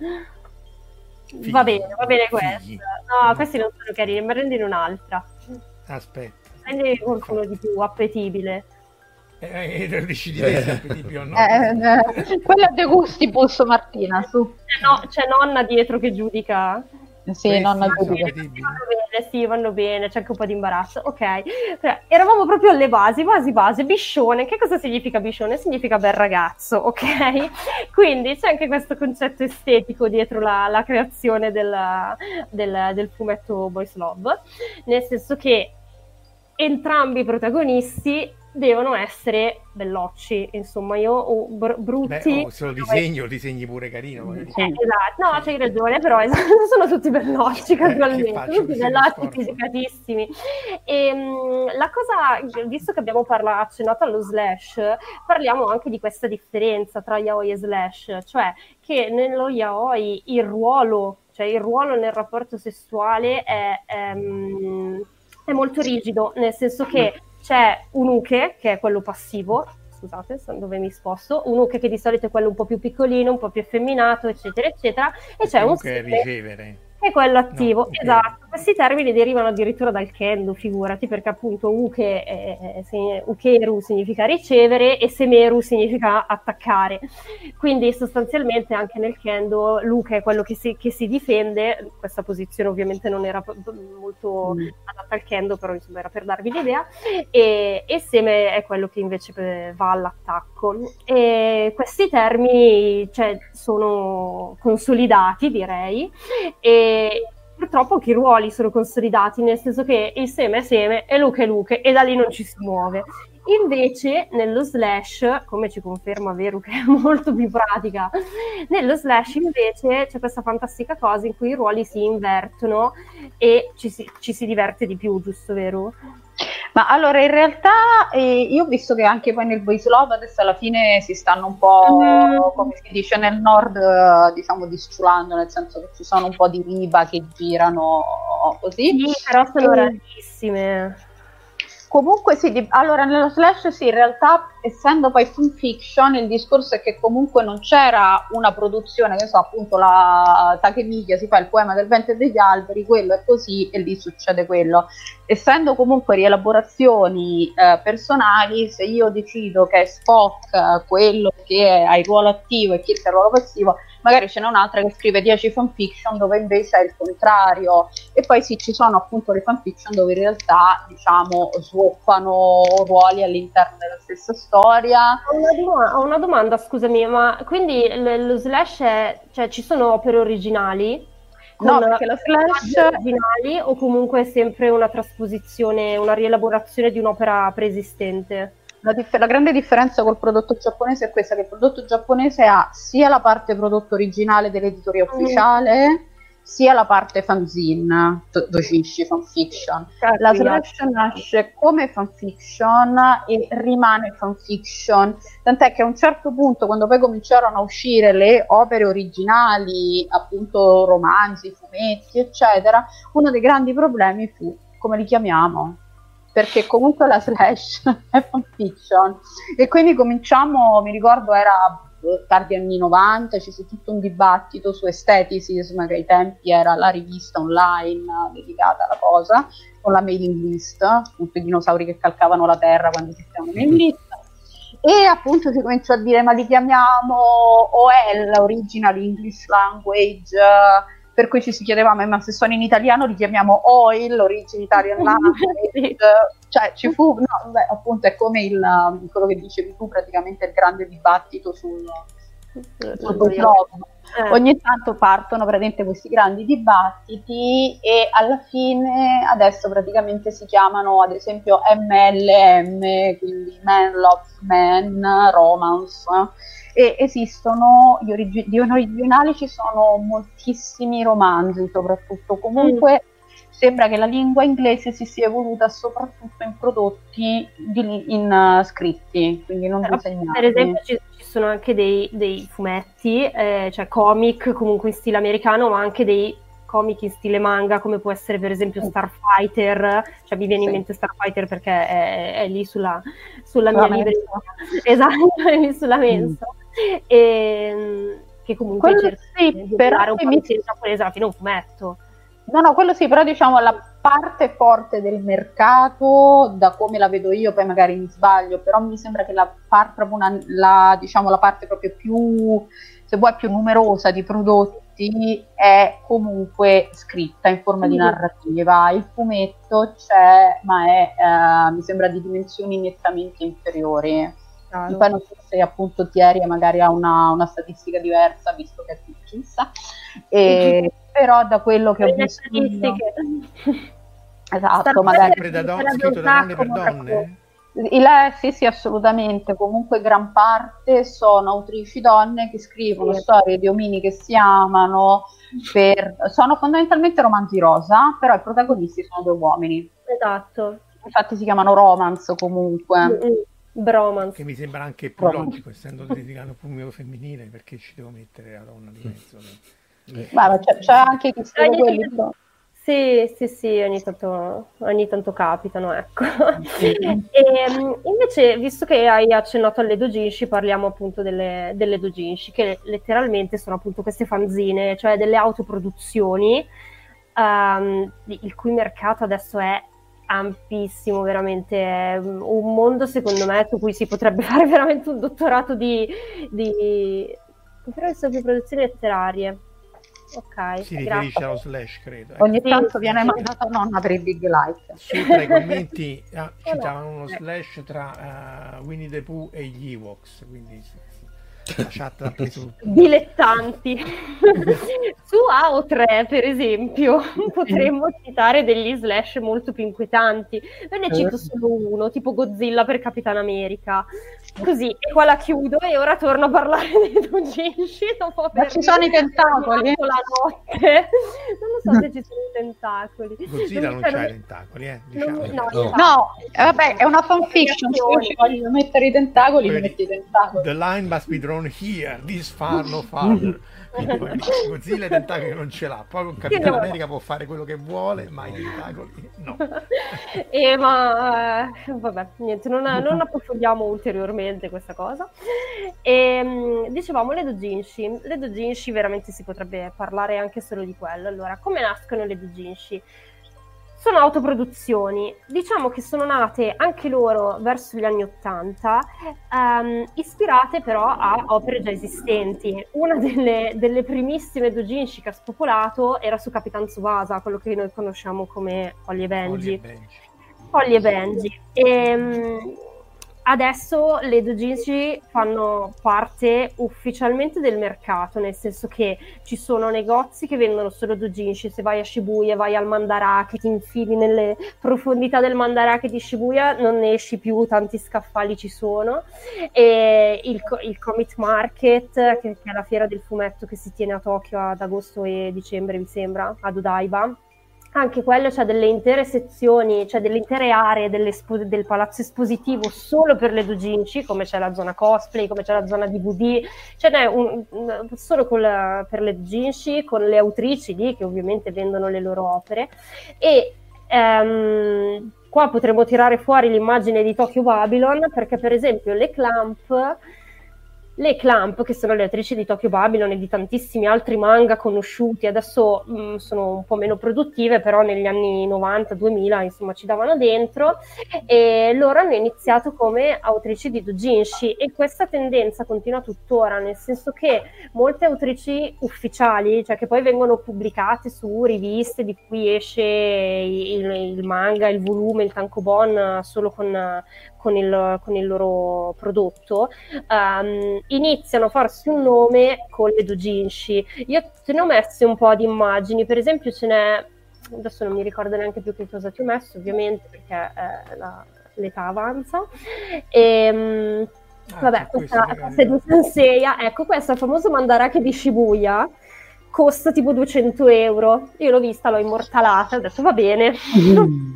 Fighi. Va bene, va bene Fighi. questa. No, questi non sono carini, ma prendine un'altra. Aspetta. Prendi qualcuno di più appetibile. Eh, eh, decidi te se è appetibile o no. Eh, eh, quella de gustibus, Martina, su. C'è, no, c'è nonna dietro che giudica. Sì, Questi nonna sono giudica. appetibili. Vanno bene, sì, vanno bene, c'è anche un po' di imbarazzo. Ok, Però, eravamo proprio alle basi, basi, base. Biscione, che cosa significa biscione? Significa bel ragazzo, ok? Quindi c'è anche questo concetto estetico dietro la, la creazione della- del, del fumetto Boys Love, nel senso che entrambi i protagonisti devono essere bellocci, insomma, io o br- brutti. Beh, oh, se lo disegni, lo disegni pure carino. voglio dire. Sì. Eh, esatto, no, c'hai ragione, però esatto, sono tutti bellocci Eh, che casualmente, faccio, tutti così mi bellocci, scordo. fisicatissimi. E, mh, la cosa, visto che abbiamo parlato, accennato allo slash, parliamo anche di questa differenza tra yaoi e slash, cioè che nello yaoi il ruolo, cioè il ruolo nel rapporto sessuale è, ehm, è molto rigido, nel senso che c'è un uke, che è quello passivo, scusate, so dove mi sposto, un uke che di solito è quello un po' più piccolino, un po' più effeminato, eccetera, eccetera, e c'è un Comunque seme, ricevere. che è quello attivo. No, ok. Esatto, questi termini derivano addirittura dal kendo, figurati, perché appunto uke, è- è- se- ukeru significa ricevere e semeru significa attaccare. Quindi sostanzialmente anche nel kendo l'uke è quello che si, che si difende, questa posizione ovviamente non era p- p- molto Mm. adatta al kendo, però insomma era per darvi l'idea, e, e seme è quello che invece eh, va all'attacco. E questi termini, cioè, sono consolidati, direi, e purtroppo anche i ruoli sono consolidati, nel senso che il seme è seme e Luke è Luke e da lì non ci si muove. Invece nello slash, come ci conferma Veru che è molto più pratica, nello slash invece c'è questa fantastica cosa in cui i ruoli si invertono e ci si, ci si diverte di più, giusto Veru? Ma allora in realtà eh, io ho visto che anche poi nel Boys Love adesso alla fine si stanno un po', Mm. come si dice nel nord, eh, diciamo disciulando, nel senso che ci sono un po' di riba che girano così. Sì, però sono E- rarissime. Comunque sì, di- allora nello slash sì, in realtà essendo poi fanfiction il discorso è che comunque non c'era una produzione, che ne so, appunto la Takemiya si fa il poema del vento e degli alberi, quello è così e lì succede quello. Essendo comunque rielaborazioni eh, personali, se io decido che è Spock eh, quello che ha il ruolo attivo e Kirk ha il ruolo passivo, magari ce n'è un'altra che scrive dieci fanfiction dove invece è il contrario. E poi sì, ci sono appunto le fanfiction dove in realtà, diciamo, swappano ruoli all'interno della stessa storia. Ho una, doma- ho una domanda, scusami, ma quindi l- lo slash è, cioè ci sono opere originali? No, con perché lo personaggi slash- originali o comunque è sempre una trasposizione, una rielaborazione di un'opera preesistente? La, dif- la grande differenza col prodotto giapponese è questa, che il prodotto giapponese ha sia la parte prodotto originale dell'editoria ufficiale, sia la parte fanzine, do- doujinshi, fanfiction. La slash nasce come fanfiction e rimane fanfiction, tant'è che a un certo punto, quando poi cominciarono a uscire le opere originali, appunto romanzi, fumetti, eccetera, uno dei grandi problemi fu come li chiamiamo, perché comunque la slash è fanfiction, e quindi cominciamo, mi ricordo era tardi anni novanta, ci fu tutto un dibattito su Aestheticism, che ai tempi era la rivista online dedicata alla cosa, con la mailing list, appunto i dinosauri che calcavano la terra quando esisteva una mailing list, e appunto si cominciò a dire ma li chiamiamo O L, Original English Language, per cui ci si chiedeva ma se sono in italiano li chiamiamo Oil, Origin Italian Language, cioè ci fu, no, beh, appunto è come il, quello che dicevi tu, praticamente il grande dibattito sul, sul blog. Eh. Ogni tanto partono praticamente questi grandi dibattiti e alla fine adesso praticamente si chiamano ad esempio M L M, quindi Man Loves Man, Romance, e esistono gli origi- di originali, ci sono moltissimi romanzi soprattutto, comunque mm. sembra che la lingua inglese si sia evoluta soprattutto in prodotti di, in uh, scritti, quindi non Però, disegnati. per esempio ci, ci sono anche dei, dei fumetti, eh, cioè comic comunque in stile americano, ma anche dei comic in stile manga, come può essere per esempio Starfighter, cioè mi viene in mente Starfighter perché è, è lì sulla, sulla mia libreria, esatto, è lì sulla mensa, mm. e che comunque quello cerca sì, di però un po' mi... di giapponese alla fine un fumetto. No, no, quello sì, però diciamo la parte forte del mercato, da come la vedo io, poi magari mi sbaglio, però mi sembra che la parte, proprio una, la, diciamo, la parte proprio più, se vuoi, più numerosa di prodotti è comunque scritta in forma mm. di narrativa. Il fumetto c'è, ma è, eh, mi sembra, di dimensioni nettamente inferiori. Claro. Poi non so se appunto Thierry magari ha una, una statistica diversa, visto che è più chissà, e, mm-hmm. però da quello che ho visto io, esatto, magari sempre da don- scritto da donne per donne? Il, sì, sì, assolutamente. Comunque gran parte sono autrici donne che scrivono sì. storie di omini che si amano, per, sono fondamentalmente romanzi rosa, però i protagonisti sono due uomini. Esatto. Infatti si chiamano romance comunque. Mm-hmm. Bromance. Che mi sembra anche più Bromance. Logico, essendo dedicato al pubblico femminile, perché ci devo mettere la donna di mezzo. Eh. Ma c'è, c'è anche chi scrive quelli. Sì, sì, sì, ogni tanto, ogni tanto capitano, ecco. E, invece, visto che hai accennato alle doujinshi, parliamo appunto delle, delle doujinshi, che letteralmente sono appunto queste fanzine, cioè delle autoproduzioni, um, il cui mercato adesso è ampissimo, veramente è un mondo secondo me su cui si potrebbe fare veramente un dottorato di, di... però sono più produzioni letterarie. Ok, si riferisce allo slash, credo. Ecco. Ogni tanto viene mandato nonna per i big like. Su tra i commenti ah, citavano uno slash tra uh, Winnie the Pooh e gli Ewoks, quindi la chat ha preso dilettanti. Su A O tre per esempio potremmo citare degli slash molto più inquietanti, ve ne cito solo uno, tipo Godzilla per Capitan America, così, e qua la chiudo e ora torno a parlare dei doujinshi dopo aver ma ci sono i tentacoli la notte. Non lo so se ci sono i tentacoli. Godzilla non, non c'ha i tentacoli, eh, diciamo. non, no, no. no, vabbè, è una fanfiction, se io ci voglio mettere i tentacoli mi metti i tentacoli. The line must be drawn here, this far no farther. Godzilla i tentacoli non ce l'ha, poi con Capitan America può fare quello che vuole, ma i tentacoli no. E ma eh, vabbè, niente, non, non approfondiamo ulteriormente questa cosa. E dicevamo le doujinshi, le doujinshi veramente si potrebbe parlare anche solo di quello. Allora, come nascono le doujinshi? Sono autoproduzioni, diciamo che sono nate anche loro verso gli anni Ottanta, um, ispirate però a opere già esistenti. Una delle, delle primissime doujinshi che ha spopolato era su Capitan Tsubasa, quello che noi conosciamo come Holly e Benji. Holly e Benji. E, um, adesso le doujinshi fanno parte ufficialmente del mercato, nel senso che ci sono negozi che vendono solo doujinshi. Se vai a Shibuya, vai al Mandarake, ti infili nelle profondità del Mandarake di Shibuya, non ne esci più, tanti scaffali ci sono. E il, il Comic Market, che, che è la fiera del fumetto che si tiene a Tokyo ad agosto e dicembre, mi sembra, ad Odaiba, anche quello c'è delle intere sezioni, c'è delle intere aree del palazzo espositivo solo per le doujinshi, come c'è la zona cosplay, come c'è la zona D V D, ce n'è un, un, solo la, per le doujinshi, con le autrici lì che ovviamente vendono le loro opere. E ehm, qua potremmo tirare fuori l'immagine di Tokyo Babylon, perché per esempio le Clamp Le Clamp, che sono le autrici di Tokyo Babylon e di tantissimi altri manga conosciuti, adesso mh, sono un po' meno produttive, però negli anni novanta duemila insomma ci davano dentro, e loro hanno iniziato come autrici di doujinshi, e questa tendenza continua tuttora, nel senso che molte autrici ufficiali, cioè che poi vengono pubblicate su riviste di cui esce il, il manga, il volume, il tankobon solo con Con il, con il loro prodotto, um, iniziano a farsi un nome con le doujinshi. Io te ne ho messe un po' di immagini, per esempio ce n'è, adesso non mi ricordo neanche più che cosa ti ho messo, ovviamente perché eh, la, l'età avanza, e, um, ah, vabbè, questa, questa è di Senseiya, ecco, questo è il famoso Mandarake di Shibuya, costa tipo duecento euro, io l'ho vista, l'ho immortalata, ho detto va bene. Mm.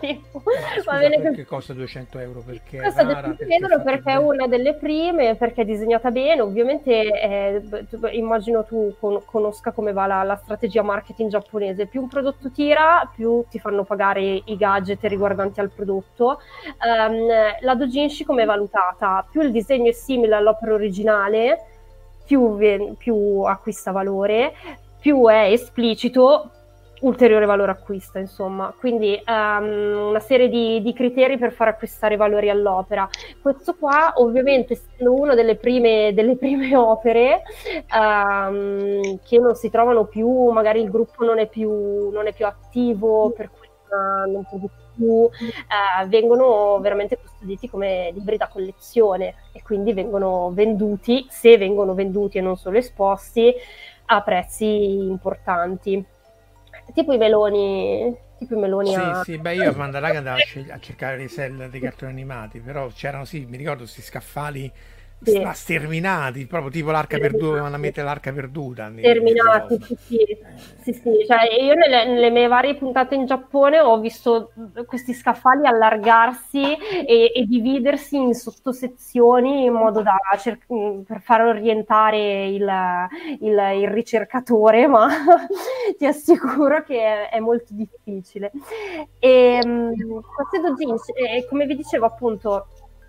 Va bene, perché costa duecento euro? Perché costa duecento euro perché è una delle prime, perché è disegnata bene, ovviamente eh, immagino tu con, conosca come va la, la strategia marketing giapponese: più un prodotto tira, più ti fanno pagare i gadget riguardanti al prodotto. Um, la doujinshi come è valutata? Più il disegno è simile all'opera originale, più, più acquista valore, più è esplicito, ulteriore valore acquista, insomma. Quindi um, una serie di, di criteri per far acquistare valori all'opera. Questo qua, ovviamente, essendo una delle prime, delle prime opere um, che non si trovano più, magari il gruppo non è più, non è più attivo, per cui uh, non produce più, uh, vengono veramente custoditi come libri da collezione, e quindi vengono venduti, se vengono venduti e non solo esposti, a prezzi importanti. Tipo i meloni, tipo i meloni sì, a... sì, beh, io a Mandaraga andavo a, a cercare le sell dei cartoni animati, però c'erano, sì, mi ricordo questi scaffali sì. sterminati, proprio tipo l'arca perduta, vanno a mettere l'arca perduta. Sterminati, sì, sì, sì, sì. Cioè, io nelle, nelle mie varie puntate in Giappone ho visto questi scaffali allargarsi e, e dividersi in sottosezioni in modo da cer- per far orientare il, il, il ricercatore, ma ti assicuro che è, è molto difficile. E um, queste doujinshi, e come vi dicevo appunto,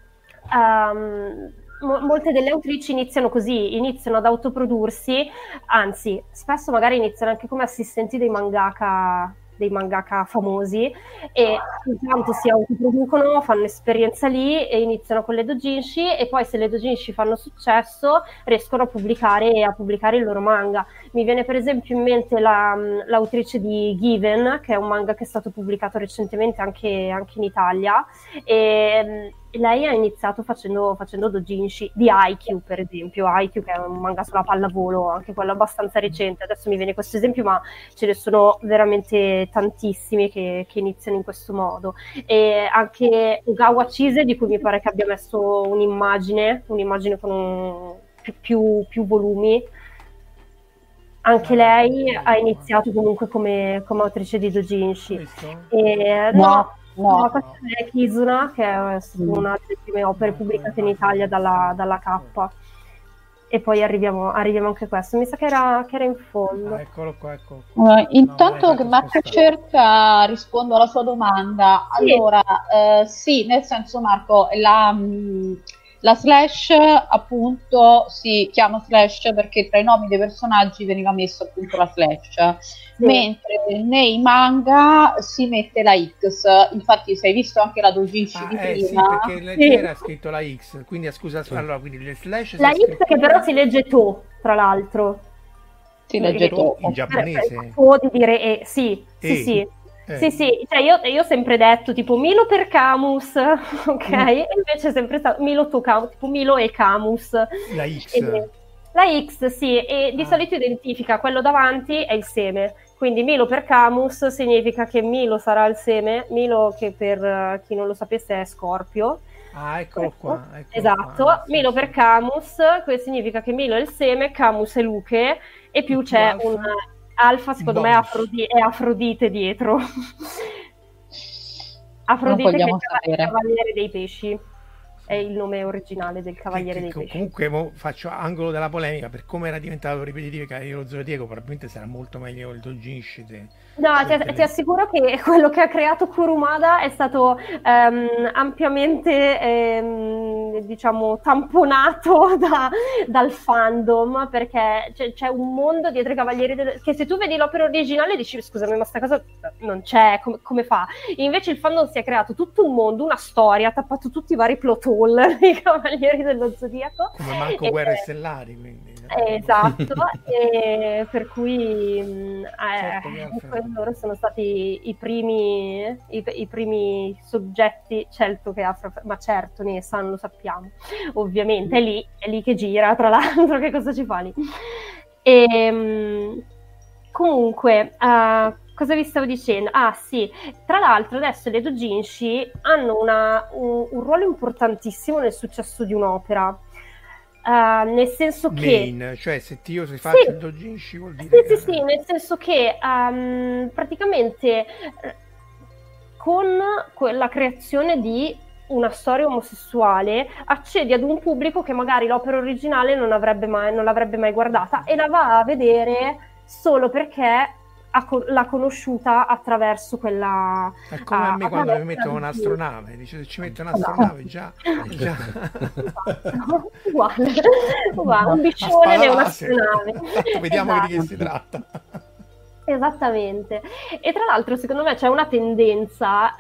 um, molte delle autrici iniziano così, iniziano ad autoprodursi, anzi, spesso magari iniziano anche come assistenti dei mangaka, dei mangaka famosi, e intanto si autoproducono, fanno esperienza lì e iniziano con le doujinshi, e poi se le doujinshi fanno successo riescono a pubblicare, a pubblicare il loro manga. Mi viene per esempio in mente la, l'autrice di Given, che è un manga che è stato pubblicato recentemente anche, anche in Italia, e lei ha iniziato facendo, facendo doujinshi di Haikyuu, per esempio. Haikyuu, che è un manga sulla pallavolo, anche quello abbastanza recente. Adesso mi viene questo esempio, ma ce ne sono veramente tantissimi che, che iniziano in questo modo. E anche Ogawa Chise, di cui mi pare che abbia messo un'immagine, un'immagine con un, più, più, più volumi. Anche lei ha iniziato comunque come, come autrice di doujinshi. E, no. no. No, no, questa è Kizuna, che è una delle prime opere pubblicate in Italia dalla, dalla K. E poi arriviamo, arriviamo anche a questo. Mi sa che era, che era in fondo. Ah, eccolo qua, ecco. Uh, intanto no, che Marco cerca, rispondo alla sua domanda. Sì. Allora, uh, sì, nel senso, Marco, la... Mh, La slash appunto si chiama slash perché tra i nomi dei personaggi veniva messo appunto la slash, sì. Mentre nei manga si mette la X. Infatti se hai visto anche la doujinshi ah, di eh, prima, sì, perché leggera ha scritto la X, quindi scusa, allora quindi le slash la X scritto... che però si legge to, tra l'altro si legge to in giapponese, to di dire e, sì, e. sì, sì. Eh. Sì, sì, cioè io, io ho sempre detto tipo Milo per Camus, ok? Mm. E invece è sempre stato Milo to Camus, tipo Milo e Camus. La X. E, la X, sì, e di Ah. solito identifica quello davanti è il seme. Quindi Milo per Camus significa che Milo sarà il seme, Milo che per uh, chi non lo sapesse è Scorpio. Ah, eccolo qua. Eccolo Esatto, qua. Milo Sì, per sì. Camus, questo significa che Milo è il seme, Camus è Luche e più E c'è Alfa? un Alfa, secondo me è, Bonus. Afrodi- è Afrodite dietro. Afrodite che è il vogliamo cava- sapere. cavaliere dei pesci, è il nome originale del cavaliere Che- dei che- pesci. comunque mo faccio angolo della polemica, per come era diventato ripetitivo il Cavaliere dello Zodiaco, probabilmente sarà molto meglio il Dojinshi de- No, ti, delle- ti assicuro che quello che ha creato Kurumada è stato ehm, ampiamente, ehm, diciamo, tamponato da- dal fandom, perché c'è, c'è un mondo dietro i Cavalieri del... che se tu vedi l'opera originale dici, scusami, ma sta cosa non c'è, com- come fa? Invece il fandom si è creato tutto un mondo, una storia, ha tappato tutti i vari plot hole dei Cavalieri dello Zodiaco. come manco E- Guerre Stellari, quindi. eh, esatto, e per cui mh, Certo che eh, Alfred- loro sono stati i primi, i, i primi soggetti, certo che Afro, ma certo Nesan lo sappiamo, ovviamente è lì, è lì che gira, tra l'altro, che cosa ci fa lì? E, mh, comunque, eh, cosa vi stavo dicendo? Ah sì, tra l'altro adesso le doujinshi hanno una- un, un ruolo importantissimo nel successo di un'opera. Uh, nel senso che Main, cioè se io si faccio Sì. il Dojinshi vuol dire sì, sì, sì, nel senso che um, praticamente eh, con quella creazione di una storia omosessuale accedi ad un pubblico che magari l'opera originale non avrebbe mai, non l'avrebbe mai guardata e la va a vedere solo perché ha co- l'ha conosciuta attraverso quella... è come ah, a me quando mi attraverso mettono la- un'astronave, dice se ci mette Esatto. un'astronave già, già... Esatto. uguale, uguale, un a biccione spada e una laser. nave. Esatto, vediamo di che Esatto. si tratta. Esattamente, e tra l'altro secondo me c'è una tendenza,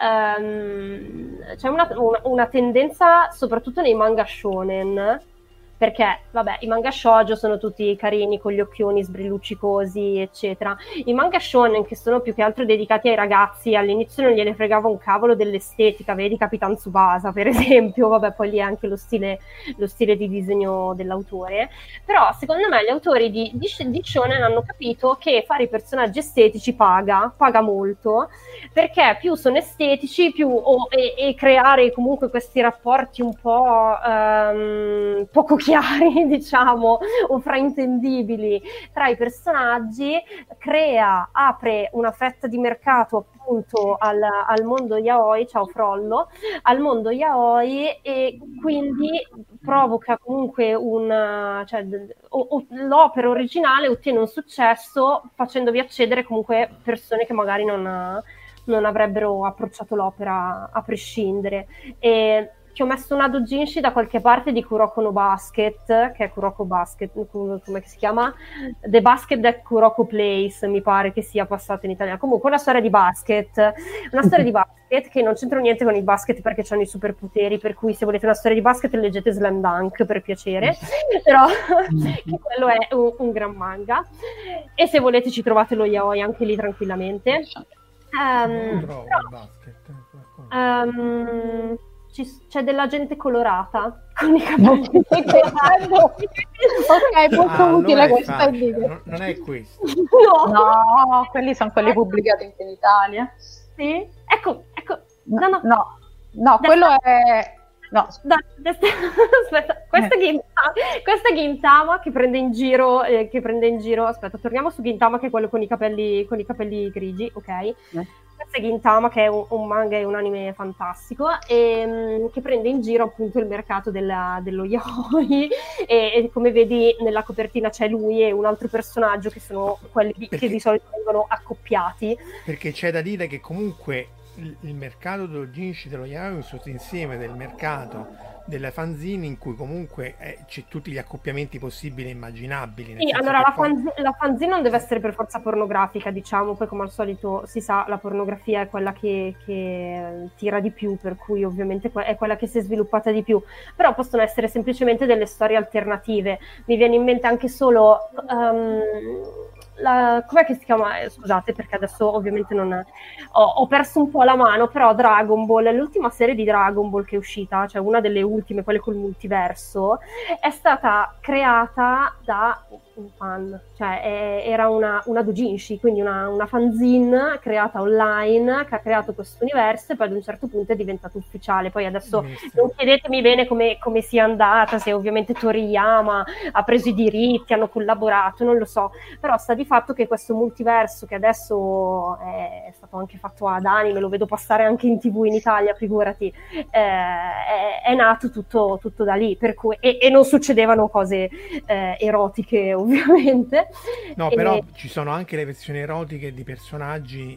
ehm, c'è una, una, una tendenza soprattutto nei manga shonen, perché vabbè i manga shoujo sono tutti carini con gli occhioni sbrilluccicosi eccetera, i manga shonen che sono più che altro dedicati ai ragazzi all'inizio non gliene fregava un cavolo dell'estetica, vedi Capitan Tsubasa per esempio, vabbè poi lì è anche lo stile, lo stile di disegno dell'autore, però secondo me gli autori di, di, di shonen hanno capito che fare i personaggi estetici paga, paga molto, perché più sono estetici più, o, e, e creare comunque questi rapporti un po' ehm, poco chiari, diciamo, o fraintendibili tra i personaggi, crea, apre una fetta di mercato appunto al, al mondo yaoi, ciao Frollo, al mondo yaoi e quindi provoca comunque un, cioè, o, o, l'opera originale ottiene un successo facendovi accedere comunque persone che magari non, non avrebbero approcciato l'opera a prescindere. E ci ho messo una doujinshi da qualche parte di Kuroko no Basket, che è Kuroko Basket, come si chiama? The Basket That Kuroko Plays, mi pare che sia passato in italiano. Comunque una storia di basket, una storia di basket che non c'entra niente con il basket perché hanno i superpoteri, per cui se volete una storia di basket leggete Slam Dunk per piacere, però che quello è un, un gran manga. E se volete ci trovate lo yaoi anche lì tranquillamente. Non Um, lo trovo però, il basket. qualcuno. um, ci- c'è della gente colorata con i capelli colorati. Ok, molto Ah, utile allora è questa facile, idea. non, non è questo. No. No, quelli sono quelli pubblicati in Italia. Sì? Ecco, ecco. No, no. no, no, quello è... No, Da- da- aspetta, questa, Eh. Gintama, questa Gintama che prende in giro, eh, che prende in giro, aspetta, torniamo su Gintama che è quello con i capelli, con i capelli grigi, ok? Eh. Questa è Gintama che è un, un manga e un anime fantastico e mm, che prende in giro appunto il mercato della- dello yaoi e, e come vedi nella copertina c'è lui e un altro personaggio che sono quelli di- Perché- che di solito vengono accoppiati. Perché c'è da dire che comunque il, il mercato dello Ginshi dello yaoi è un sottoinsieme del mercato delle fanzine in cui comunque eh, c'è tutti gli accoppiamenti possibili e immaginabili. nel Sì, senso allora che la, poi- fanzi- la fanzine non deve essere per forza pornografica, diciamo, poi come al solito si sa, la pornografia è quella che, che tira di più, per cui ovviamente que- è quella che si è sviluppata di più, però possono essere semplicemente delle storie alternative. Mi viene in mente anche solo, um, la, com'è che si chiama? Eh, scusate, perché adesso ovviamente non ho, ho perso un po' la mano, però Dragon Ball, l'ultima serie di Dragon Ball che è uscita, cioè una delle ultime, quelle col multiverso, è stata creata da un fan, cioè è, era una, una doujinshi, quindi una, una fanzine creata online che ha creato questo universo e poi ad un certo punto è diventato ufficiale. Poi adesso non chiedetemi bene come, come sia andata, se ovviamente Toriyama ha preso i diritti, hanno collaborato, non lo so, però sta di fatto che questo multiverso che adesso è stato anche fatto ad anime, lo vedo passare anche in tv in Italia, figurati, eh, è, è nato tutto, tutto da lì, per cui, e, e non succedevano cose eh, erotiche ovviamente. No, e... però ci sono anche le versioni erotiche di personaggi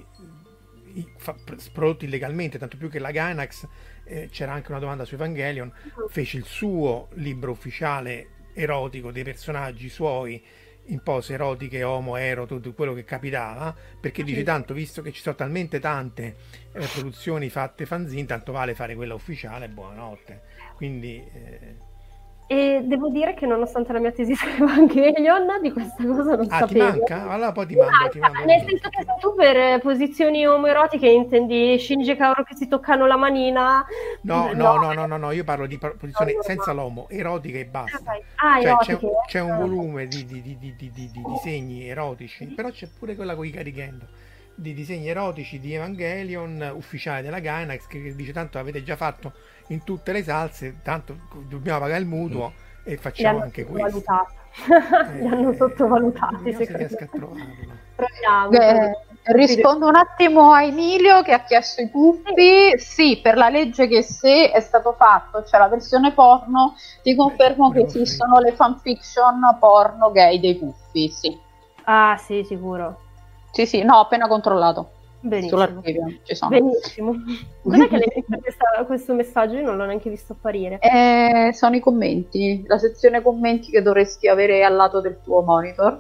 fa- prodotti illegalmente, tanto più che la Gainax, eh, c'era anche una domanda su Evangelion, fece il suo libro ufficiale erotico dei personaggi suoi in pose erotiche, omo, ero, tutto quello che capitava, perché dice tanto, visto che ci sono talmente tante eh, produzioni fatte fanzine, tanto vale fare quella ufficiale, buonanotte. Quindi eh... E devo dire che nonostante la mia tesi su Evangelion, di questa cosa non ah, sapevo. Ti manca? Allora poi ti Mi mando, manca, ti mando nel senso che se tu per posizioni omoerotiche intendi Shinji e Kaoru che si toccano la manina. No, no, no, no, no, no, io parlo di posizioni no, senza l'omo, erotica e basta. Ah, cioè erotiche. c'è, c'è un volume di, di, di, di, di, di, di disegni erotici, però c'è pure quella con i Karigendo, di disegni erotici di Evangelion ufficiale della Gainax, che dice tanto avete già fatto in tutte le salse, tanto dobbiamo pagare il mutuo mm. e facciamo anche questo. eh, Li hanno sottovalutati. Se riesco a trovarlo. Proviamo. Eh, rispondo un attimo a Emilio che ha chiesto i puffi. Sì, per la legge che se è stato fatto, c'è cioè la versione porno, ti confermo Beh, che esistono le fanfiction porno gay dei puffi, sì. Ah, sì, sicuro. Sì, sì, no, ho appena controllato. Benissimo. Ci sono. Benissimo. Cos'è che l'hai visto questo messaggio? Io non l'ho neanche visto apparire. Eh, sono i commenti, la sezione commenti che dovresti avere al lato del tuo monitor.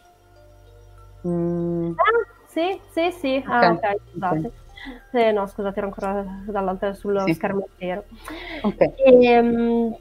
Mm. Ah, sì, sì, sì. Ah, ok, okay scusate. Okay. Eh, no, scusate, ero ancora dall'altra sullo sì. schermo intero. Ok. E, um,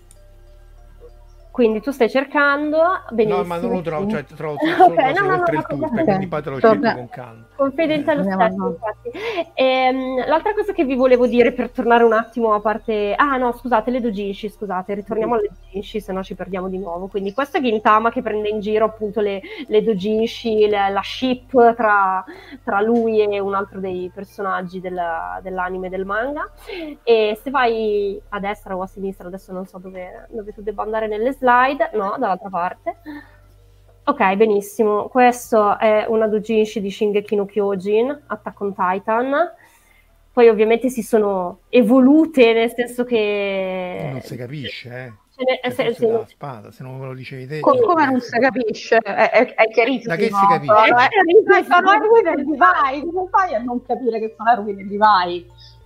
quindi tu stai cercando, benissimo. No, ma non lo trovo, cioè trovo solo okay, no, no, oltre no, il turpe, okay. Quindi poi te lo cerco con calma. Confida in te lo stesso, infatti. E, l'altra cosa che vi volevo dire per tornare un attimo a parte... Ah no, scusate, le doujinshi, scusate, ritorniamo alle doujinshi, se no ci perdiamo di nuovo. Quindi questo è Gintama che prende in giro appunto le, le doujinshi, la, la ship tra, tra lui e un altro dei personaggi della, dell'anime e del manga. E se vai a destra o a sinistra, adesso non so dove, dove tu debba andare nelle slide, no, dall'altra parte. Ok, benissimo. Questo è una doujinshi di Shingeki no Kyojin, Attack on Titan. Poi ovviamente si sono evolute, nel senso che... Non si capisce, eh. Ne... Cioè, se, se, la spada, se non me lo dicevi te... Come, come non si capisce? È, è, è chiarissimo. Da che si capisce? Sono, è, sono eroi del Divai. Come fai a non capire che sono eroi del Divai?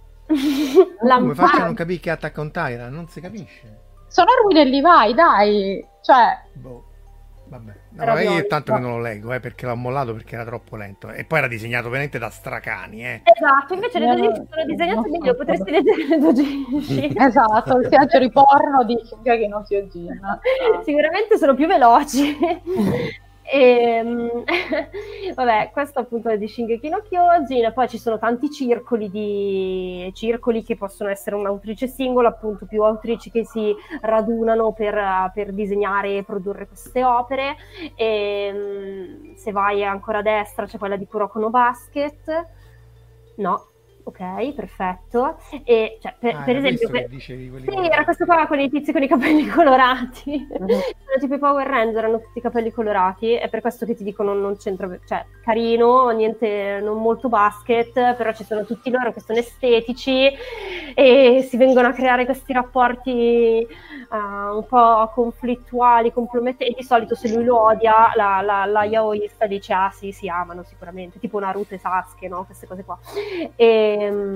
Come faccio a non capire che è Attack on Titan? Non si capisce. Sono eroi del Divai, dai. Cioè... Boh. Vabbè, no, ma io tanto che non lo leggo, eh, perché l'ho mollato perché era troppo lento e poi era disegnato veramente da stracani, eh. Esatto, invece le doujinshi sono disegnate meglio, so, potresti leggere le doujinshi. Esatto, il viaggio di porno di Shingeki no Kyojin. Sicuramente sono più veloci. E, vabbè, questo appunto è di Shingeki no Kyojin. Poi ci sono tanti circoli di circoli che possono essere un'autrice singola, appunto più autrici che si radunano per, per disegnare e produrre queste opere. E, se vai ancora a destra c'è quella di Kuroko no Basket. No, ok, perfetto. E cioè, per, ah, per esempio, per... dicevi, sì, colorati. Era questo qua con i tizi con i capelli colorati. Uh-huh. Sono tipo i Power Ranger, hanno tutti i capelli colorati. È per questo che ti dico non, non c'entra, cioè carino, niente, non molto basket, però ci sono tutti loro che sono estetici e si vengono a creare questi rapporti uh, un po' conflittuali, compromettenti. E di solito se lui lo odia, la, la, la yaoista dice ah sì, si amano sicuramente, tipo Naruto e Sasuke, no? Queste cose qua. E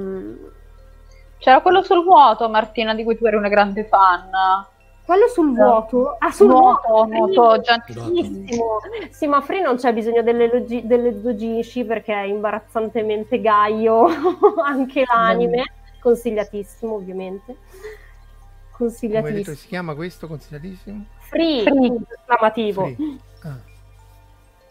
c'era quello sul vuoto, Martina, di cui tu eri una grande fan. Quello sul vuoto? Ah, sul vuoto, vuoto, gentilissimo. Sì, ma Free non c'è bisogno delle, logi- delle doujinshi perché è imbarazzantemente gaio anche l'anime. Mm. Consigliatissimo, ovviamente. Consigliatissimo. Come hai detto, si chiama questo? Consigliatissimo? Free, Free. Esclamativo. Free. Ah.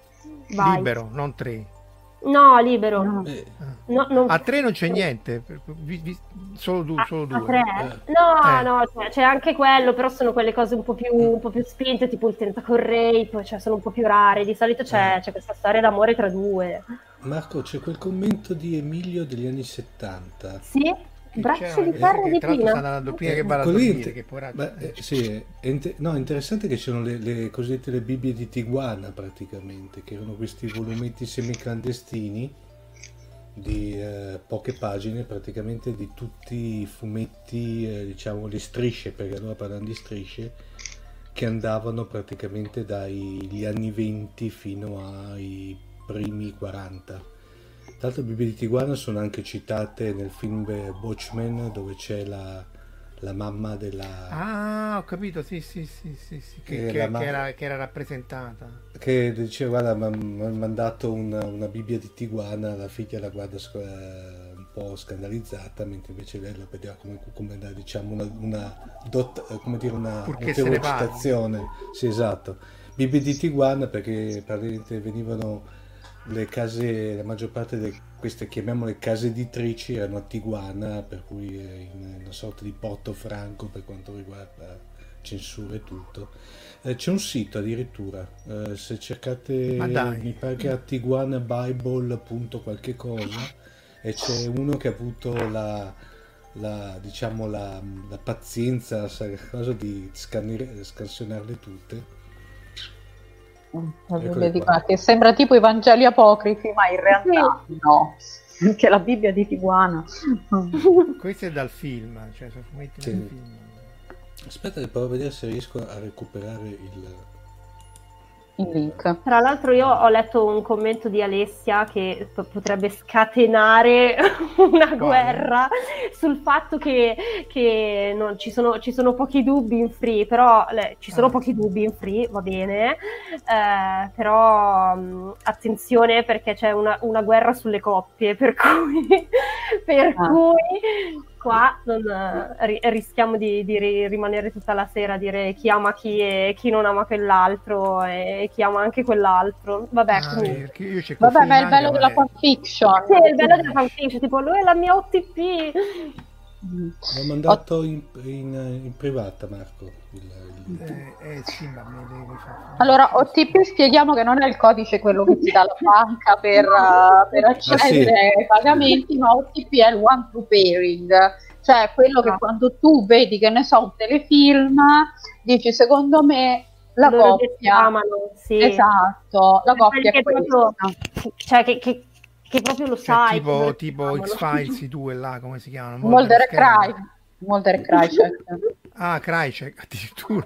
Vai. Libero, non tre. No, libero. No. Eh, No, non... A tre non c'è niente, vi- vi- solo, du- A, solo a due. tre? Eh. No, Eh. no, cioè, c'è anche quello, però sono quelle cose un po' più, un po' più spinte, tipo il Tentacle Rape, cioè sono un po' più rare. Di solito c'è, Eh. c'è questa storia d'amore tra due. Marco, c'è quel commento di Emilio degli anni settanta. Sì? Che Braccio c'era di una- ferro che di tra l'altro sta Pina. andando prima che Eh, vada a quello dormire, inter- che poveraccio. beh, eh, sì, è inter- no, è interessante che ci sono le, le cosiddette le Bibbie di Tiguana praticamente, che erano questi volumetti semiclandestini di eh, poche pagine praticamente di tutti i fumetti, eh, diciamo le strisce, perché allora parlano di strisce, che andavano praticamente dagli anni venti fino ai primi quaranta. Tra l'altro le Bibbie di Tiguana sono anche citate nel film Watchmen, dove c'è la, la mamma della... Ah, ho capito, sì, sì, sì, sì, sì, che, Che che- la che ma- era, che era rappresentata. che diceva guarda mi ha mandato una, una Bibbia di Tiguana, la figlia la guarda sc- eh, un po' scandalizzata, mentre invece lei lo vedeva come, come una, diciamo una, una dot, eh, come dire una Purché se ne notevole parli. citazione. Sì, esatto, Bibbia di Tiguana, perché praticamente venivano le case, la maggior parte di queste chiamiamole case editrici erano a Tiguana, per cui è in una sorta di porto franco per quanto riguarda censura e tutto. Eh, c'è un sito addirittura, eh, se cercate, Ma dai. mi pare che a tiguanabible punto qualche cosa, e c'è uno che ha avuto la, la diciamo la, la pazienza, sai, cosa di scanner- scansionarle tutte. La Eccole Bibbia di qua. Tiguana, che sembra tipo i Vangeli apocrifi, ma in realtà no, anche la Bibbia di Tiguana. Questo è dal film, cioè sono fumetti Sì. dal film. Aspetta che provo a vedere se riesco a recuperare il... Il link. Tra l'altro io ho letto un commento di Alessia che p- potrebbe scatenare una guerra sul fatto che, che non, ci, sono, ci sono pochi dubbi in Free, però le- ci sono Ah. pochi dubbi in Free, va bene, eh, però mh, attenzione perché c'è una, una guerra sulle coppie, per cui, per Ah. cui qua non, eh, ri- rischiamo di, di ri- rimanere tutta la sera a dire chi ama chi e chi non ama quell'altro e chi ama anche quell'altro. Vabbè, Ah, comunque. perché io cerco Vabbè, film ma è il manga, bello ma della è- fanfiction. Sì, il bello della fanfiction, tipo lui è la mia O T P. Mm. L'ho mandato in, in, in privata, Marco. Il, il... Eh, eh, sì, ma me le- le fa- Allora, O T P spieghiamo che non è il codice quello che ti dà la banca per, uh, per accedere ai pagamenti, ma O T P è il one to pairing, cioè quello che Ah. quando tu vedi, che ne so, un telefilm, dici secondo me la Loro che si coppia, amano, sì. esatto, la coppia è Perché proprio- questa. Cioè, che, che, che proprio lo Cioè, sai. tipo, come si tipo chiamano. X-Files, i due là, come si chiamano? Mulder e Scully. Cry, Mulder e Cry, cioè. Ah, Krycek, addirittura.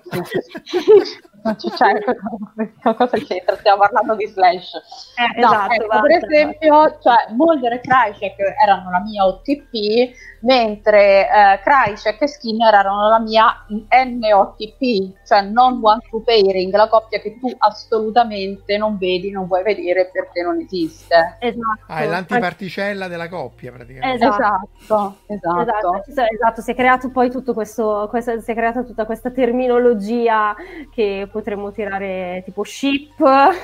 Non c'è, cioè, cosa c'entra? Stiamo parlando di Slash. Eh, No, esatto, ecco, basta. per esempio, cioè, Mulder e Krycek erano la mia O T P, mentre eh, Krycek e Skinner erano la mia N O T P, cioè non one to pairing, la coppia che tu assolutamente non vedi, non vuoi vedere perché non esiste. Esatto. Ah, è l'antiparticella della coppia, praticamente. Esatto. Esatto, esatto. Esatto, sì, esatto, si è creato poi tutto questo, questa, si è creata tutta questa terminologia che potremmo tirare tipo ship,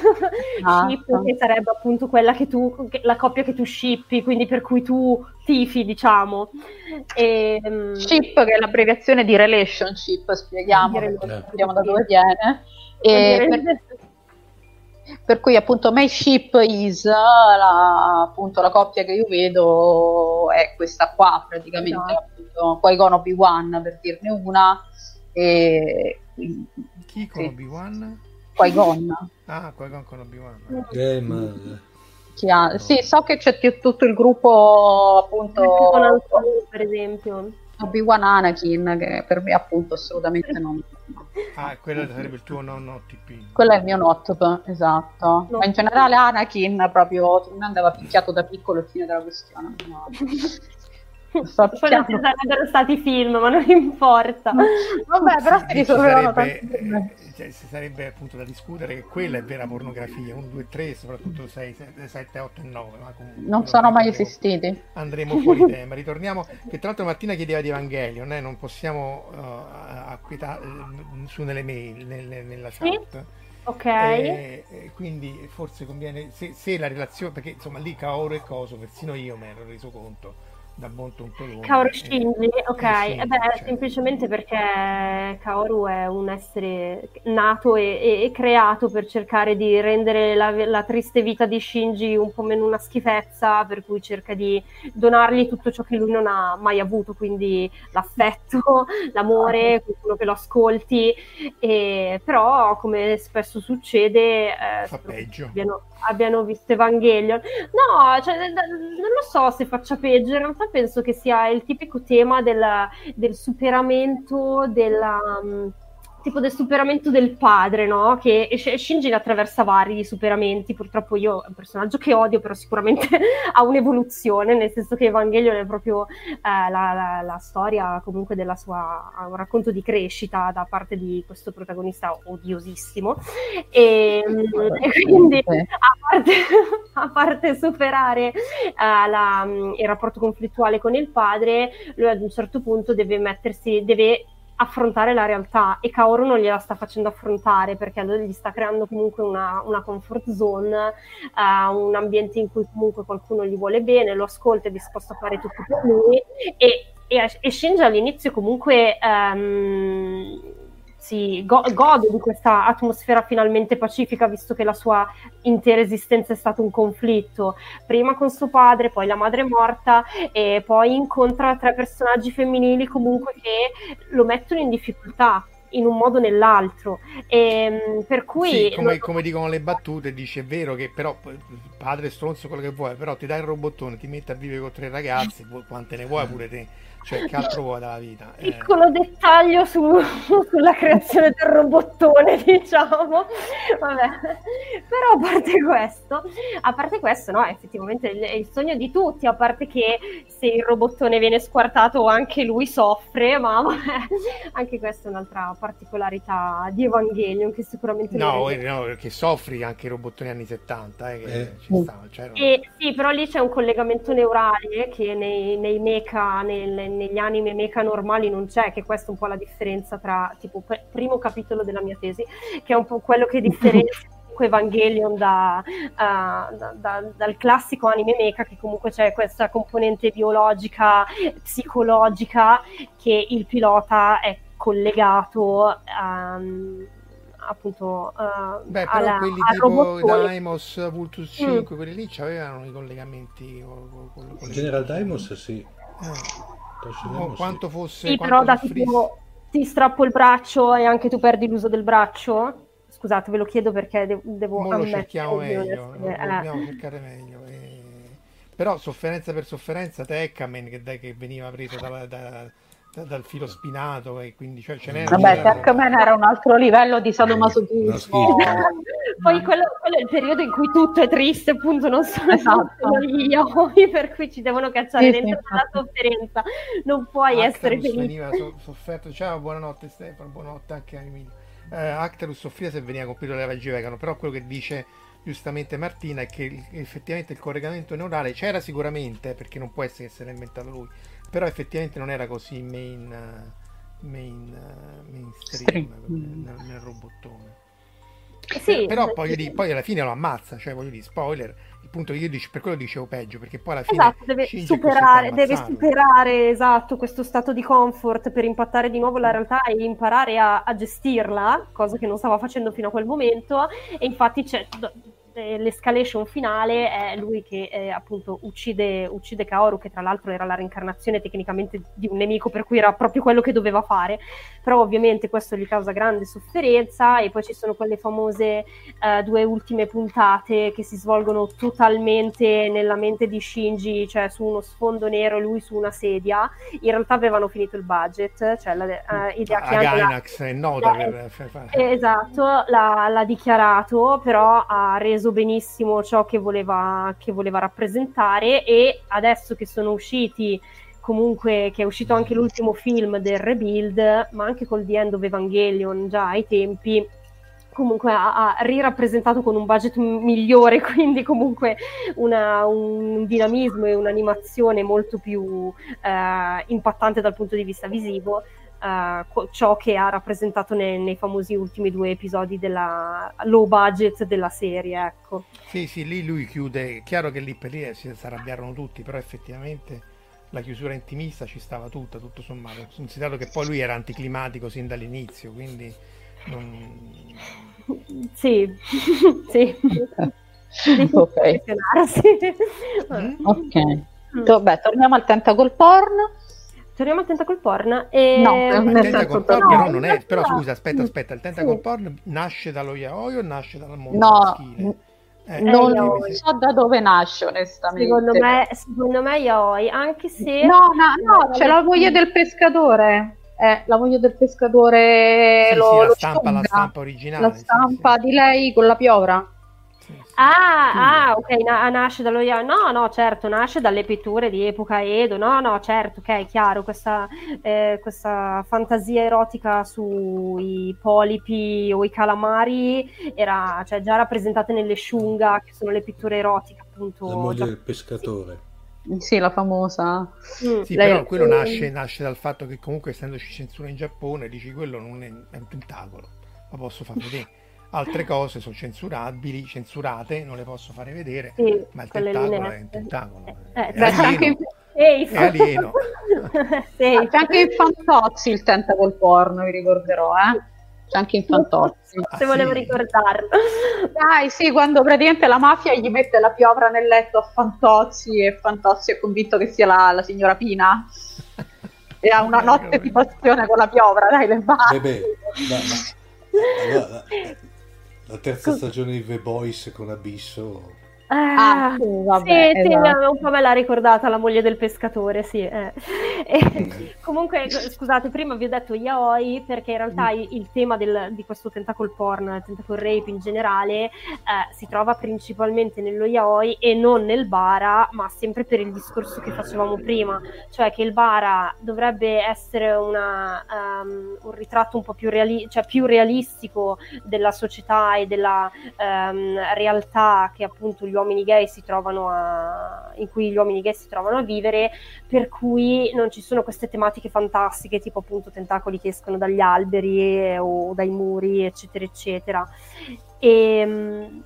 ship che sarebbe appunto quella che tu, che- la coppia che tu shippi, quindi per cui tu tifi, diciamo. E, mm, Ship, che è l'abbreviazione di relationship, spieghiamo, Di perché relationship, sappiamo da sì. dove viene. vuol E dire- per, per cui appunto my ship is la, appunto la coppia che io vedo è questa qua praticamente, Esatto. appunto Qui-Gon Obi-Wan, per dirne una, e quindi, Chi con sì. Obi-Wan? Qui-Gon. Ah, qua con, con Obi-Wan. Eh, ma... Chi ha- sì, so che c'è t- tutto il gruppo appunto con Han Solo, per esempio. Obi-Wan Anakin, che per me appunto assolutamente non. Ah, quello sarebbe il tuo nonno O T P. Quello è il mio notp, esatto. No. Ma in generale Anakin proprio mi andava picchiato da piccolo, il fine della questione. No. Sto Poi picchiando. non sarebbero stati film, ma non importa. Vabbè, però si Sì, risolvevano sarebbe, tanti problemi. eh, cioè, si sarebbe appunto da discutere che quella è vera pornografia, uno, due, tre, soprattutto sei, sette, otto e nove. Ma comunque, Non quello sono mai andremo- esistiti. Andremo fuori tema. Ritorniamo, che tra l'altro Martina chiedeva di Evangelion, eh, non possiamo uh, acquitare su nelle mail, nelle- nella Sì. chat. Ok. E, e quindi forse conviene, se, se la relazione, perché insomma lì Kaoru e coso, persino io mi ero reso conto da buon tontolone. Kaoru e- Shinji, ok, e e Shinji, beh, cioè, semplicemente perché Kaoru è un essere nato e, e- e creato per cercare di rendere la, la triste vita di Shinji un po' meno una schifezza, per cui cerca di donargli tutto ciò che lui non ha mai avuto, quindi l'affetto, l'amore, qualcuno che lo ascolti, e, però come spesso succede, eh, fa spero che peggio. abbiano, abbiano visto Evangelion. No, cioè, d- d- non lo so se faccia peggio, in realtà penso che sia il tipico tema del, del superamento della... mh, tipo del superamento del padre, no? Che e Sh- Shinji ne attraversa vari di superamenti, purtroppo io è un personaggio che odio, però sicuramente ha un'evoluzione, nel senso che Evangelion è proprio eh, la, la- la storia comunque della sua, un racconto di crescita da parte di questo protagonista odiosissimo, e, e quindi a parte, a parte superare eh, la- il rapporto conflittuale con il padre, lui ad un certo punto deve mettersi, deve affrontare la realtà, e Kaoru non gliela sta facendo affrontare perché lui gli sta creando comunque una, una comfort zone, uh, un ambiente in cui comunque qualcuno gli vuole bene, lo ascolta, è disposto a fare tutto per lui, e, e, e Shinji all'inizio comunque um, si go- gode di questa atmosfera finalmente pacifica, visto che la sua intera esistenza è stato un conflitto, prima con suo padre, poi la madre è morta, e poi incontra tre personaggi femminili comunque che lo mettono in difficoltà in un modo o nell'altro, e, per cui Sì, come, lo... come dicono le battute, dice è vero che però padre stronzo quello che vuoi, però ti dai il robottone, ti metti a vivere con tre ragazzi, quante ne vuoi pure te, cioè che altro vuoi dalla vita? Eh. Piccolo dettaglio su, sulla creazione del robottone, diciamo. Vabbè. Però a parte questo, a parte questo, no, effettivamente è il sogno di tutti, a parte che se il robottone viene squartato anche lui soffre, ma vabbè, anche questa è un'altra particolarità di Evangelion che sicuramente No, rende... no, perché soffri anche i robottoni anni settanta, eh, che Eh. ci stavano, c'erano. E, sì, però lì c'è un collegamento neurale che nei, nei mecha, nel, negli anime mecha normali non c'è, che questa è un po' la differenza tra, tipo, pr- primo capitolo della mia tesi, che è un po' quello che differenzia Evangelion da, uh, da, da, dal classico anime mecha, che comunque c'è questa componente biologica, psicologica, che il pilota è collegato um, appunto uh, Beh, però alla, quelli al tipo robottone. Daimos, Vultus cinque, quelli lì c'avevano i collegamenti con, con, con le General istituzioni. Daimos sì. Eh. Toshinomos, Oh, sì. quanto fosse, Sì, quanto però da soffrissi. tipo ti strappo il braccio e anche tu perdi l'uso del braccio. Scusate, ve lo chiedo perché de- devo Mo lo ammettere cerchiamo di non meglio, lo essere- eh. dobbiamo cercare meglio. e- Però sofferenza per sofferenza, Tekkamen che, dai, che veniva preso dalla- da- da- dal filo spinato, e quindi cioè, ce n'era. Vabbè, c'era- Tekkamen era un altro livello di Uno sadomasochismo. schifo. Poi quello, quello è il periodo in cui tutto è triste, appunto, non sono Esatto. solo gli yaoi, per cui ci devono cacciare Sì, dentro sì, la infatti. sofferenza. Non puoi essere Actarus felice. veniva so- sofferto. Ciao, buonanotte Stefano, buonanotte anche a Emilio. Eh, Actarus soffriva se veniva colpito dalle raggi vegano, però quello che dice giustamente Martina è che il- effettivamente il collegamento neurale c'era sicuramente, perché non può essere che se l'ha inventato lui, però effettivamente non era così main, eh, main, eh, mainstream Stream. nel, nel robottone. Sì, Però poi, di- poi alla fine lo ammazza, cioè voglio dire, spoiler, il punto che io dico, per quello dicevo peggio, perché poi alla fine esatto, deve Shinji è costretto a superare, deve ammazzarlo. superare esatto, questo stato di comfort per impattare di nuovo la realtà e imparare a, a gestirla, cosa che non stava facendo fino a quel momento, e infatti c'è eh, l'escalation finale è lui che eh, appunto uccide, uccide Kaoru, che tra l'altro era la reincarnazione tecnicamente di un nemico, per cui era proprio quello che doveva fare, però ovviamente questo gli causa grande sofferenza, e poi ci sono quelle famose eh, due ultime puntate che si svolgono totalmente nella mente di Shinji, cioè su uno sfondo nero e lui su una sedia. In realtà avevano finito il budget, cioè la, eh, idea che A anche la- Gainax è nota la- per per fare. eh, esatto, l'ha, l'ha dichiarato, però ha reso benissimo ciò che voleva, che voleva rappresentare, e adesso che sono usciti, comunque che è uscito anche l'ultimo film del Rebuild, ma anche col The End of Evangelion già ai tempi, comunque ha, ha rirappresentato con un budget m- migliore, quindi comunque una- un dinamismo e un'animazione molto più eh, impattante dal punto di vista visivo. uh, ciò che ha rappresentato nei, nei famosi ultimi due episodi della low budget della serie, ecco. Sì, sì, lì lui chiude, è chiaro che lì per lì si arrabbiarono tutti, però effettivamente la chiusura intimista ci stava tutta, tutto sommato, considerato che poi lui era anticlimatico sin dall'inizio, quindi non... Sì, sì. Ok. Mm. Ok. Vabbè, torniamo al tentacle porn. Torniamo al tentacle porn. E... No, il nel tentacle senso porn no, però non è, in però realtà- scusa, aspetta, aspetta, il tentacle Sì. porn nasce dallo yaoi o nasce dal mondo No, maschile? Eh, non yaoi. so da dove nasce onestamente. Secondo me, secondo me yaoi, anche se... No, no, no, c'è la moglie del pescatore. Eh, la moglie del pescatore Sì, lo, sì, la lo stampa, la sciunga. stampa originale. La sì, stampa sì. di lei con la piovra. Sì, sì. Ah, Chiude. ah, ok, na- nasce dallo yaoi. No, no, certo, nasce dalle pitture di epoca Edo. No, no, certo, ok, chiaro, questa, eh, questa fantasia erotica sui polipi o i calamari era, cioè, già rappresentata nelle shunga, che sono le pitture erotiche, appunto. La moglie già- del pescatore. Sì, la famosa. Mm. Sì, Lei- però quello nasce, nasce dal fatto che comunque essendoci censura in Giappone, dici quello non è, è un tentacolo, lo posso far vedere. Altre cose sono censurabili, censurate, non le posso fare vedere, Sì, ma il quelle tentacolo linee. è un tentacolo. Eh, è eh, Beh, c'è anche in, Safe. È alieno. Safe. c'è anche in Fantozzi il tentacle porn, vi ricorderò, eh? C'è anche in Fantozzi. Ah, Se volevo sì? ricordarlo. Dai, sì, quando praticamente la mafia gli mette la piovra nel letto a Fantozzi e Fantozzi è convinto che sia la, la signora Pina e ha una notte di passione con la piovra, dai, le va. Beh, beh, ma- ma- allora, la, la terza stagione di The Boys con Abisso. Ah, sì, vabbè, sì, sì, esatto. un po' me l'ha ricordata la moglie del pescatore, sì. eh. E, comunque, scusate, prima vi ho detto yaoi perché in realtà il, il tema del- di questo tentacle porn, tentacle rape in generale, eh, si trova principalmente nello yaoi e non nel bara, ma sempre per il discorso che facevamo prima, cioè che il bara dovrebbe essere una, um, un ritratto un po' più, reali- cioè più realistico della società e della um, realtà che appunto gli uomini gay si trovano a, in cui gli uomini gay si trovano a vivere, per cui non ci sono queste tematiche fantastiche tipo appunto tentacoli che escono dagli alberi eh, o dai muri eccetera eccetera. E mh,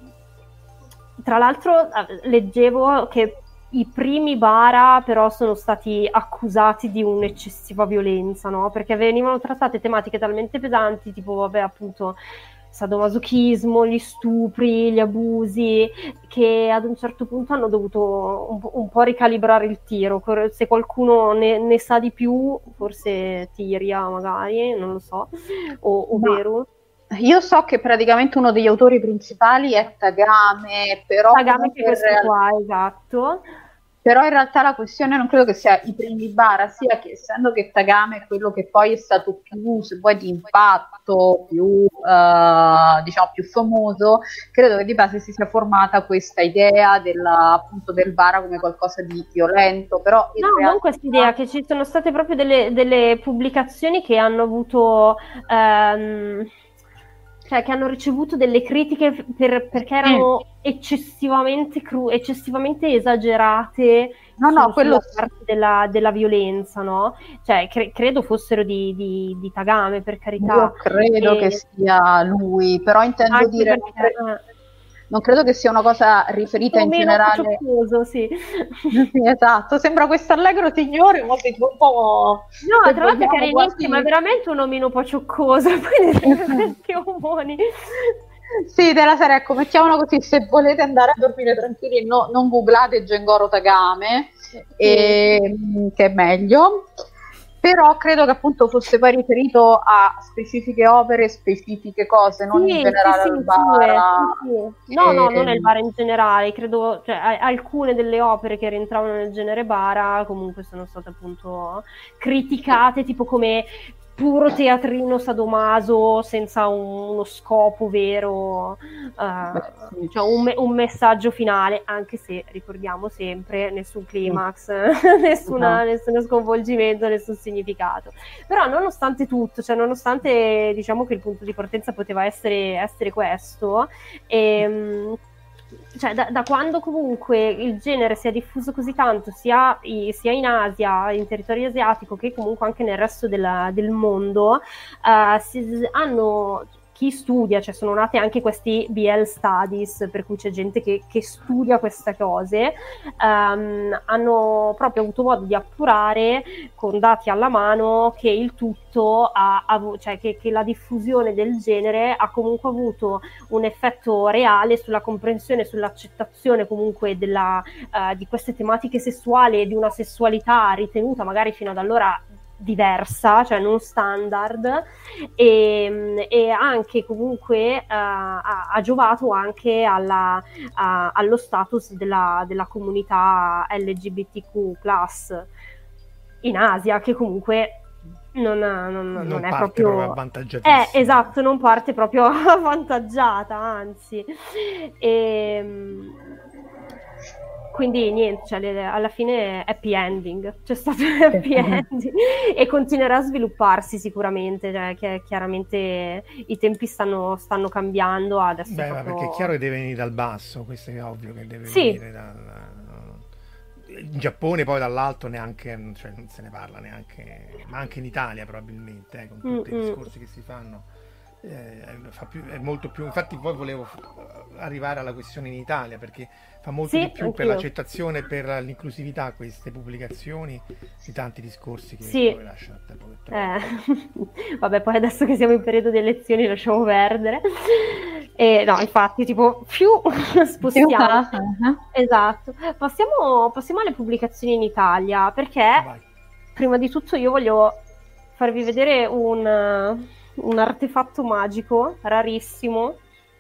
tra l'altro eh, leggevo che i primi bara però sono stati accusati di un'eccessiva violenza, no? Perché venivano trattate tematiche talmente pesanti, tipo vabbè appunto sadomasochismo, gli stupri, gli abusi, che ad un certo punto hanno dovuto un po', un po' ricalibrare il tiro. Se qualcuno ne, ne sa di più, forse Tiria magari, non lo so, o, o Ma- Vero. Io so che praticamente uno degli autori principali è Tagame, però, Tagame che comunque in questo real- qua, esatto. però in realtà la questione non credo che sia i primi bara, sia che essendo che Tagame è quello che poi è stato più, se vuoi, di impatto, più eh, diciamo più famoso, credo che di base si sia formata questa idea della, appunto del bara come qualcosa di violento, però in No, non realtà- questa idea, che ci sono state proprio delle, delle pubblicazioni che hanno avuto, ehm, cioè che hanno ricevuto delle critiche per- perché erano eccessivamente cru, eccessivamente esagerate No, no, su- quello sulla parte della, della violenza, no? Cioè, cre- credo fossero di, di, di Tagame, per carità. io credo E- che sia lui, però intendo anche dire, non, perché, cre- eh, non credo che sia una cosa riferita in un meno generale. cioccoso, sì. Sì, esatto, sembra questo allegro signore, un po'. No, se tra l'altro è vogliamo, carinissimo, quasi- è veramente un omino un po' cioccoso, poi dei che omoni. Sì, della serie, ecco, mettiamola così, se volete andare a dormire tranquilli, no- non googlate Gengoro Tagame, e- che è meglio, però credo che appunto fosse poi riferito a specifiche opere, specifiche cose, non in generale sì, al sì, bara. sì, sì. No, no, E- non è il bara in generale, credo, cioè, a- alcune delle opere che rientravano nel genere bara comunque sono state appunto criticate, tipo come puro teatrino sadomaso senza un- uno scopo vero, eh, cioè un, me- un messaggio finale, anche se ricordiamo sempre nessun climax, nessuna- No. nessuno sconvolgimento, nessun significato. Però nonostante tutto, cioè nonostante diciamo che il punto di partenza poteva essere, essere questo, ehm, cioè da, da quando comunque il genere si è diffuso così tanto sia, sia in Asia, in territorio asiatico, che comunque anche nel resto della, del mondo, uh, si, hanno chi studia, cioè sono nate anche questi B L studies, per cui c'è gente che, che studia queste cose, um, hanno proprio avuto modo di appurare con dati alla mano che il tutto ha, ha cioè che, che la diffusione del genere ha comunque avuto un effetto reale sulla comprensione, sull'accettazione comunque della, uh, di queste tematiche sessuali e di una sessualità ritenuta magari fino ad allora diversa, cioè non standard, e, e anche comunque uh, ha, ha giovato anche alla, a, allo status della, della comunità L G B T Q plus in Asia, che comunque non, non, non, non è proprio, proprio avvantaggiatissima. Eh, esatto, non parte proprio avvantaggiata, anzi. E, quindi niente, cioè, le, alla fine happy ending, c'è stato un happy ending e continuerà a svilupparsi sicuramente, cioè, che chiaramente i tempi stanno, stanno cambiando adesso. Beh, proprio... perché è chiaro che deve venire dal basso, questo è ovvio che deve sì. venire dal... In Giappone poi dall'alto neanche, cioè non se ne parla neanche, ma anche in Italia probabilmente, eh, con tutti Mm-mm. i discorsi che si fanno. Eh, fa più, è molto più, infatti poi volevo arrivare alla questione in Italia, perché fa molto sì, di più anch'io. per l'accettazione e per l'inclusività queste pubblicazioni di tanti discorsi che sì. poi lasciano il tempo che trova. Eh. Vabbè, poi adesso che siamo in periodo di elezioni lasciamo perdere. E, no, infatti, tipo, più spostiamo. Uh-huh. Esatto. Passiamo, passiamo alle pubblicazioni in Italia, perché Vai. Prima di tutto io voglio farvi vedere un... un artefatto magico rarissimo.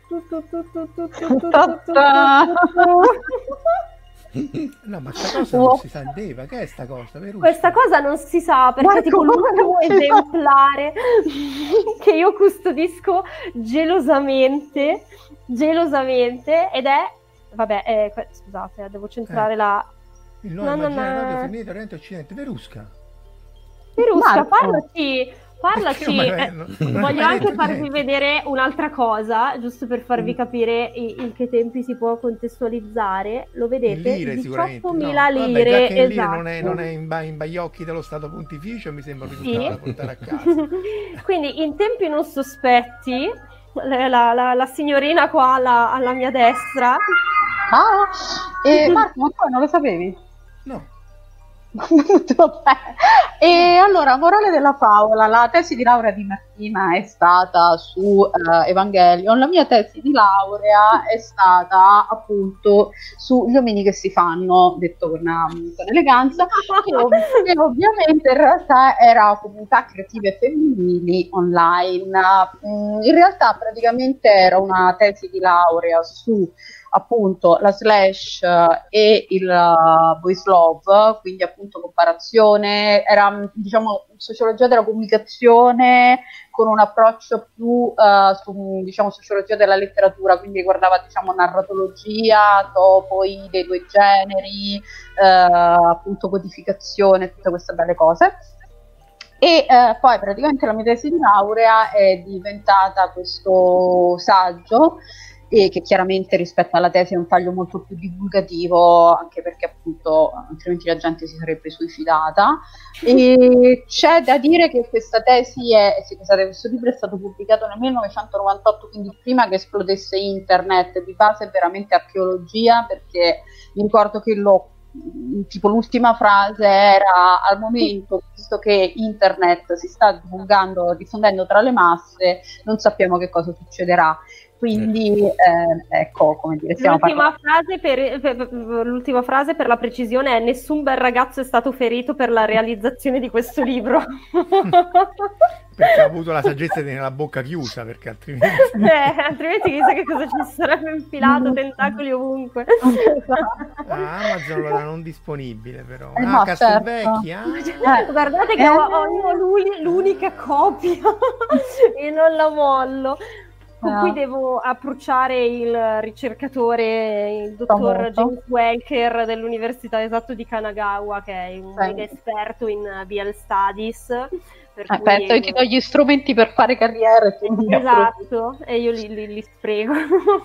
No, ma questa cosa non si sapeva. Che è sta cosa? Verusca? Questa cosa non si sa, perché è tipo l'ultimo esemplare che io custodisco gelosamente, gelosamente, ed è, vabbè, è, scusate, devo centrare eh. la... Il nome no, immaginario no, no. Finito Oriente Occidente. Verusca. Verusca, Marco. parlaci... Parlaci, eh, non, non voglio anche farvi niente. vedere un'altra cosa, giusto per farvi capire in che tempi si può contestualizzare. Lo vedete? In lire diciottomila no. lire, Vabbè, già che in esatto. lire non è, non è in, ba- in baiocchi dello Stato Pontificio, mi sembra un risultato da portare a casa. Quindi in tempi non sospetti, la, la, la, la signorina qua alla, alla mia destra. Ah, e Marco, ma tu non lo sapevi? No. E allora, morale della favola, la tesi di laurea di Martina è stata su uh, Evangelion, la mia tesi di laurea è stata appunto sugli omini che si fanno, detto con, una, con eleganza, che, ov- che ovviamente in realtà era comunità creative femminili online. Mm, in realtà praticamente era una tesi di laurea su appunto la slash uh, e il uh, boys love, quindi appunto comparazione, era diciamo sociologia della comunicazione con un approccio più uh, su diciamo sociologia della letteratura, quindi riguardava diciamo narratologia, topoi dei due generi, uh, appunto codificazione, tutte queste belle cose. E uh, poi praticamente la mia tesi di laurea è diventata questo saggio, e che chiaramente rispetto alla tesi è un taglio molto più divulgativo, anche perché appunto altrimenti la gente si sarebbe suicidata. E c'è da dire che questa tesi è, scusate, questo libro è stato pubblicato nel millenovecentonovantotto, quindi prima che esplodesse internet. Di base è veramente archeologia, perché mi ricordo che l'ho tipo l'ultima frase era: al momento, visto che internet si sta divulgando, diffondendo tra le masse, non sappiamo che cosa succederà. Quindi eh, ecco, come dire, stiamo l'ultima frase per, per, per, l'ultima frase per la precisione è: nessun bel ragazzo è stato ferito per la realizzazione di questo libro. Perché ha avuto la saggezza di tenere la bocca chiusa, perché altrimenti eh, altrimenti chissà che cosa ci sarebbe infilato, tentacoli ovunque. Ah, Amazon lo dà non disponibile però. Eh, ah, no, Castelvecchi, certo. ah. eh, guardate che eh. ho, ho l'unica copia e non la mollo. con cui devo approcciare il ricercatore, il dottor James Welker dell'Università esatto di Kanagawa, che è un Sì. mega esperto in B L Studies. Per Eh, cui penso, io ti do gli strumenti per fare carriera e tu mi esatto, e io li, li, li sprego.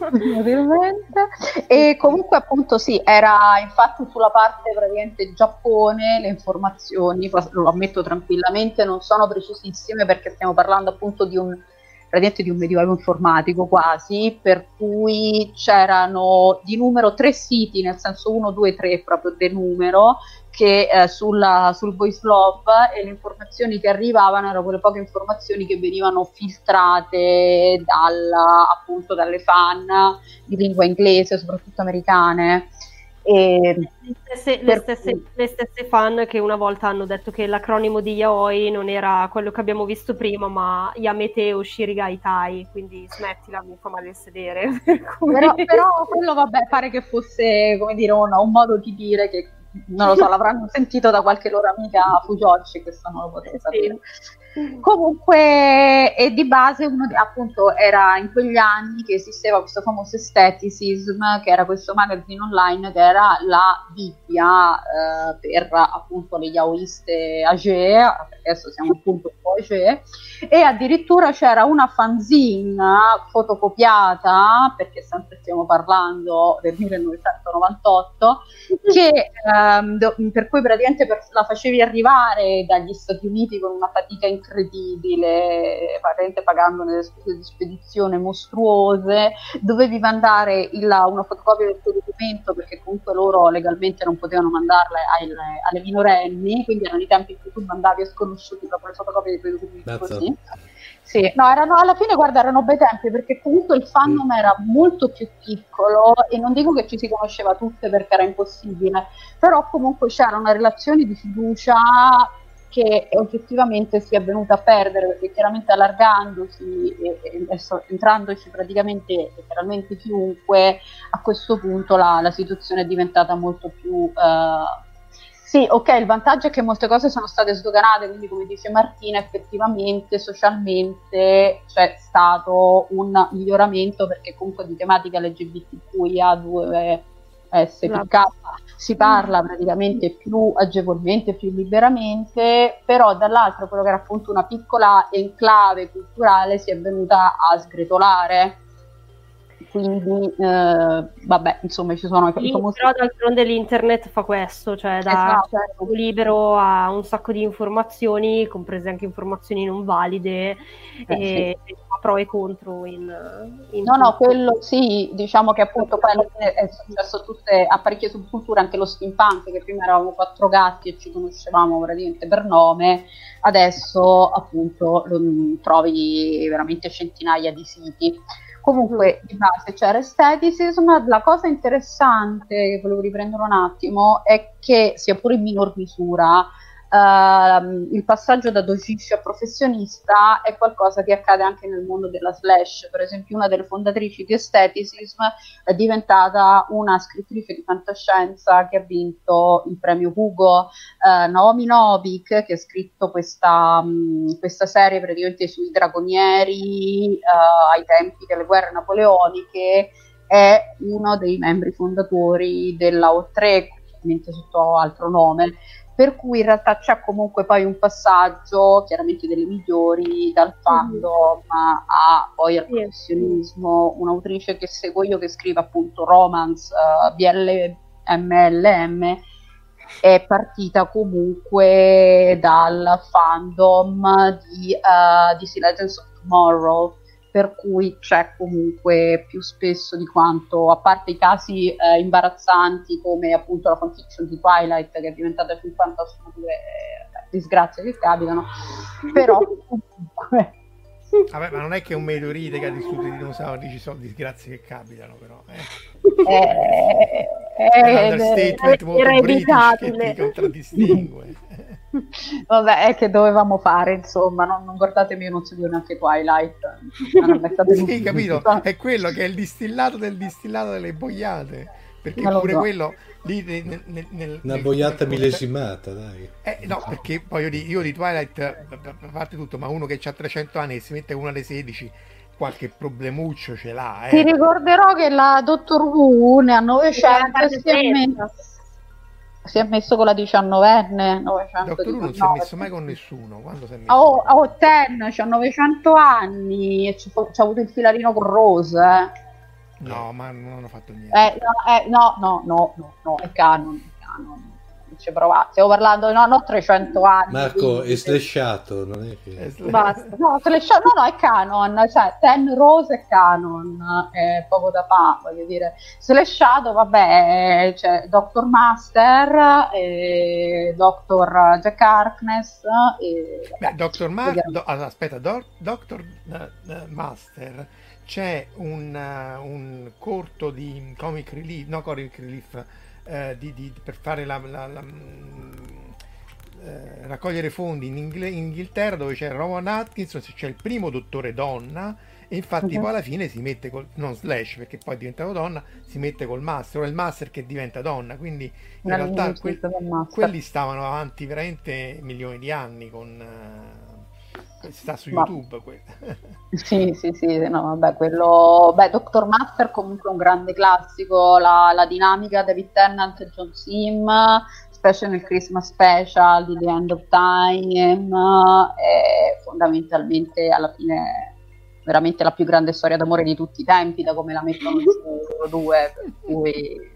Ovviamente. E comunque appunto sì, era infatti sulla parte praticamente Giappone, le informazioni, lo ammetto tranquillamente, non sono precisissime perché stiamo parlando appunto di un praticamente di un medioevo informatico quasi, per cui c'erano di numero tre siti, nel senso uno, due, tre proprio del numero, che eh, sulla, sul voice love, e le informazioni che arrivavano erano quelle poche informazioni che venivano filtrate dal, appunto dalle fan di lingua inglese, soprattutto americane. E le, stesse, le, stesse, le stesse fan che una volta hanno detto che l'acronimo di yaoi non era quello che abbiamo visto prima, ma Yamete Oshirigai Tai, quindi smettila, mi fa male il sedere. Però, però quello vabbè, pare che fosse, come dire, un, un modo di dire che non lo so, l'avranno sentito da qualche loro amica Fujocci, questo non lo potete sapere. Sì. Comunque, e di base uno di, appunto era in quegli anni che esisteva questo famoso Aestheticism, che era questo magazine online che era la Bibbia eh, per appunto le yaoiste age, perché adesso siamo appunto un po' age, e addirittura c'era una fanzine fotocopiata, perché sempre stiamo parlando del millenovecentonovantotto, che ehm, do, per cui praticamente per, la facevi arrivare dagli Stati Uniti con una fatica incredibile, praticamente pagando delle spese di spedizione mostruose, dovevi mandare il, una fotocopia del tuo documento perché comunque loro legalmente non potevano mandarle alle, alle minorenni, quindi erano i tempi in cui tu mandavi a sconosciuti proprio le fotocopie dei tuoi documenti. That's così. Sì, no, erano, alla fine guarda erano bei tempi perché comunque il fandom era molto più piccolo e non dico che ci si conosceva tutte perché era impossibile, però comunque c'era una relazione di fiducia che oggettivamente si è venuta a perdere perché chiaramente allargandosi e, e adesso, entrandoci praticamente letteralmente chiunque, a questo punto la, la situazione è diventata molto più uh, sì, ok, il vantaggio è che molte cose sono state sdoganate, quindi come dice Martina effettivamente socialmente c'è stato un miglioramento perché comunque di tematica L G B T Q I A due S P K si parla praticamente più agevolmente, più liberamente, però dall'altro quello che era appunto una piccola enclave culturale si è venuta a sgretolare. Quindi eh, vabbè, insomma ci sono sì, famosi... però d'altronde l'internet fa questo, cioè da esatto. libero a un sacco di informazioni, comprese anche informazioni non valide, eh, e sì. pro e contro in, in no no quello sì, diciamo che appunto poi è successo tutte a parecchie subculture, anche lo steampunk, che prima eravamo quattro gatti e ci conoscevamo praticamente per nome, adesso appunto lo, trovi veramente centinaia di siti. Comunque di base c'era Aestheticism. La cosa interessante che volevo riprendere un attimo è che, sia pure in minor misura, Uh, il passaggio da dojishi a professionista è qualcosa che accade anche nel mondo della slash. Per esempio una delle fondatrici di Aestheticism è diventata una scrittrice di fantascienza che ha vinto il premio Hugo, uh, Naomi Novik, che ha scritto questa, um, questa serie praticamente sui dragonieri uh, ai tempi delle guerre napoleoniche, è uno dei membri fondatori della O tre, ovviamente sotto altro nome, per cui in realtà c'è comunque poi un passaggio, chiaramente delle migliori, dal fandom a poi al professionismo. Un'autrice che seguo io, che scrive appunto romance uh, B L M L M, è partita comunque dal fandom di uh, D C Legends of Tomorrow, per cui c'è comunque più spesso di quanto, a parte i casi eh, imbarazzanti come appunto la fanfiction di Twilight che è diventata cinquanta sono due eh, disgrazie che capitano, però comunque vabbè, ma non è che un meteorite che ha distrutto i dinosauri ci sono disgrazie che capitano, però eh. eh, è un understatement molto british che ti contraddistingue. Vabbè, è che dovevamo fare, insomma, non, non guardatemi, io non seguo neanche Twilight. Sì, capito? È quello che è il distillato del distillato delle boiate, perché pure so. quello lì nel, nel, nel, una nel, boiata nel, millesimata, dai. Eh, no, perché poi io di, io di Twilight, a parte tutto, ma uno che ha trecento anni e si mette uno alle sedici, qualche problemuccio ce l'ha. Eh. Ti ricorderò che la Dottor Who ne ha novecento e si è messo, si è messo con la diciannovenne. Dottor Who non si è messo mai con nessuno. Quando si è messo? Oh, oh Ten, c'ha novecento anni e c'ha avuto il filarino con Rose. Eh. No, ma non hanno fatto niente. Eh, no, eh, no, no, no, no, no, è canon, è canon. Ci provate. Stiamo parlando, no, no, trecento anni. Marco, quindi... è slashato, non è che... È slash... Basta. No, slashato, no, no, è canon, cioè Ten Rose è canon, è poco da fa, voglio dire. Slashato, vabbè, c'è Doctor Master, e Doctor Jack Harkness, e... Beh, Doctor Master, do... allora, aspetta, Do... Doctor uh, uh, Master, c'è un, uh, un corto di comic relief, no, comic relief, Uh, di, di, per fare la, la, la uh, raccogliere fondi in, Ingle- in Inghilterra, dove c'è Rowan Atkinson, c'è il primo dottore donna, e infatti uh-huh. poi alla fine si mette col, non Slash perché poi è diventato donna, si mette col master, o è il master che diventa donna, quindi in non realtà que- quelli stavano avanti veramente milioni di anni con uh, sta su YouTube. Ma... sì, sì, sì, no, vabbè, quello... Beh, Doctor Master comunque è un grande classico, la, la dinamica David Tennant e John Sim, specie nel Christmas Special di The End of Time, è fondamentalmente alla fine veramente la più grande storia d'amore di tutti i tempi, da come la mettono giù loro due, per cui...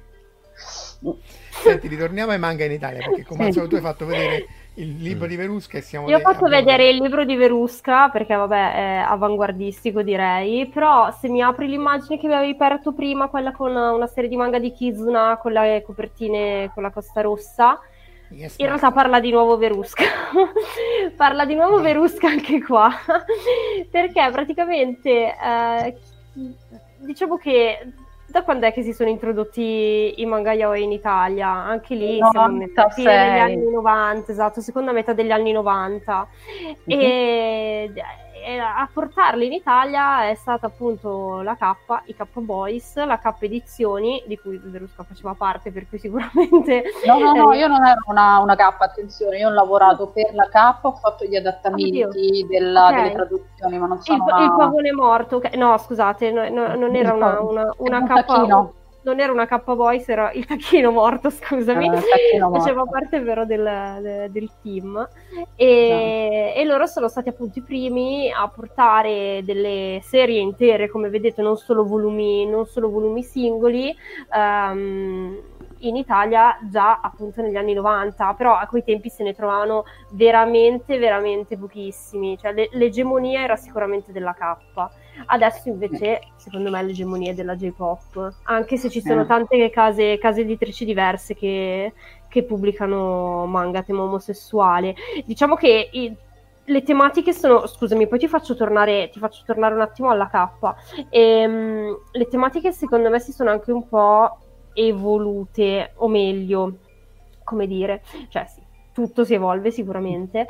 Senti, ritorniamo ai manga in Italia, perché come al solito tu hai fatto vedere il libro di Verusca e siamo... Io ho fatto vedere il libro di Verusca perché vabbè è avanguardistico, direi, però se mi apri l'immagine che mi avevi aperto prima, quella con una serie di manga di Kizuna con le copertine con la costa rossa, yes, in realtà parla di nuovo Verusca. Parla di nuovo Verusca anche qua, perché praticamente eh, diciamo che da quando è che si sono introdotti i manga yaoi in Italia? Anche lì siamo nella fine degli anni novanta, esatto, seconda metà degli anni novanta. Mm-hmm. E, e a portarli in Italia è stata appunto la K, i K Boys, la K Edizioni, di cui Verusca faceva parte, per cui sicuramente... No, no, no, io non ero una, una K, attenzione, io ho lavorato per la K, ho fatto gli adattamenti della, okay. delle traduzioni, ma non sono il, una... il pavone morto, okay. No, scusate, no, no, non era una, una, una K... Tacchino. Non era una K Boys, era il tacchino morto, scusami, eh, faceva parte però del, del, del team e, no. e loro sono stati appunto i primi a portare delle serie intere, come vedete, non solo volumi, non solo volumi singoli, um, in Italia già appunto negli anni novanta, però a quei tempi se ne trovavano veramente veramente pochissimi, cioè le, l'egemonia era sicuramente della K. Adesso invece secondo me l'egemonia è della J-pop, anche se ci sono tante case, case editrici diverse che, che pubblicano manga a tema omosessuale. Diciamo che i, le tematiche sono, scusami, poi ti faccio tornare, ti faccio tornare un attimo alla K. E, le tematiche secondo me si sono anche un po' evolute, o meglio, come dire, cioè sì, tutto si evolve sicuramente,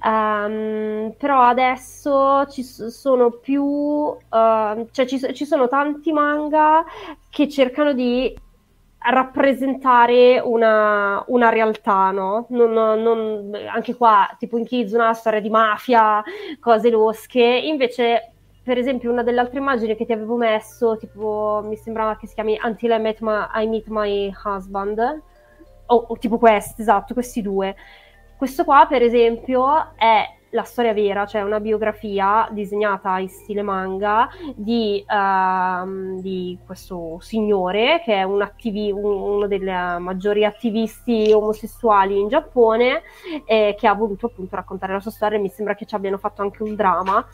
um, però adesso ci sono più, uh, cioè ci, ci sono tanti manga che cercano di rappresentare una, una realtà, no? Non, non, anche qua, tipo in Kizuna, storia di mafia, cose losche, invece... Per esempio, una delle altre immagini che ti avevo messo, tipo, mi sembrava che si chiami Until I Met My, I Meet My Husband, o, o tipo questi, esatto, questi due. Questo qua, per esempio, è la storia vera, cioè una biografia disegnata in stile manga di, uh, di questo signore che è un attivi- uno dei maggiori attivisti omosessuali in Giappone, eh, che ha voluto appunto raccontare la sua storia, e mi sembra che ci abbiano fatto anche un dramma,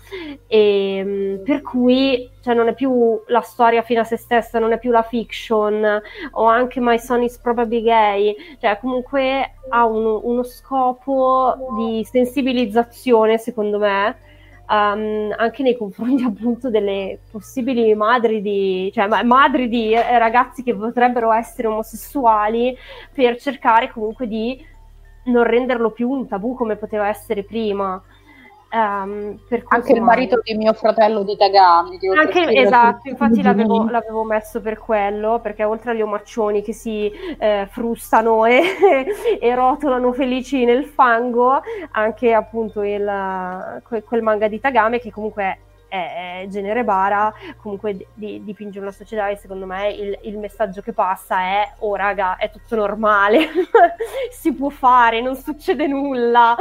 e, per cui cioè, non è più la storia fine a se stessa, non è più la fiction, o anche My Son is Probably Gay, cioè comunque ha uno, uno scopo di sensibilizzazione, secondo me, um, anche nei confronti appunto delle possibili madri di, cioè madri di ragazzi che potrebbero essere omosessuali, per cercare comunque di non renderlo più un tabù come poteva essere prima. Um, per anche il marito di mio fratello di Tagami, anche, esatto, infatti l'avevo, l'avevo messo per quello, perché oltre agli omaccioni che si eh, frustano e, e rotolano felici nel fango, anche appunto il, quel manga di Tagame, che comunque è, è genere bara, comunque di, dipinge una società e secondo me il, il messaggio che passa è oh raga, è tutto normale, si può fare, non succede nulla,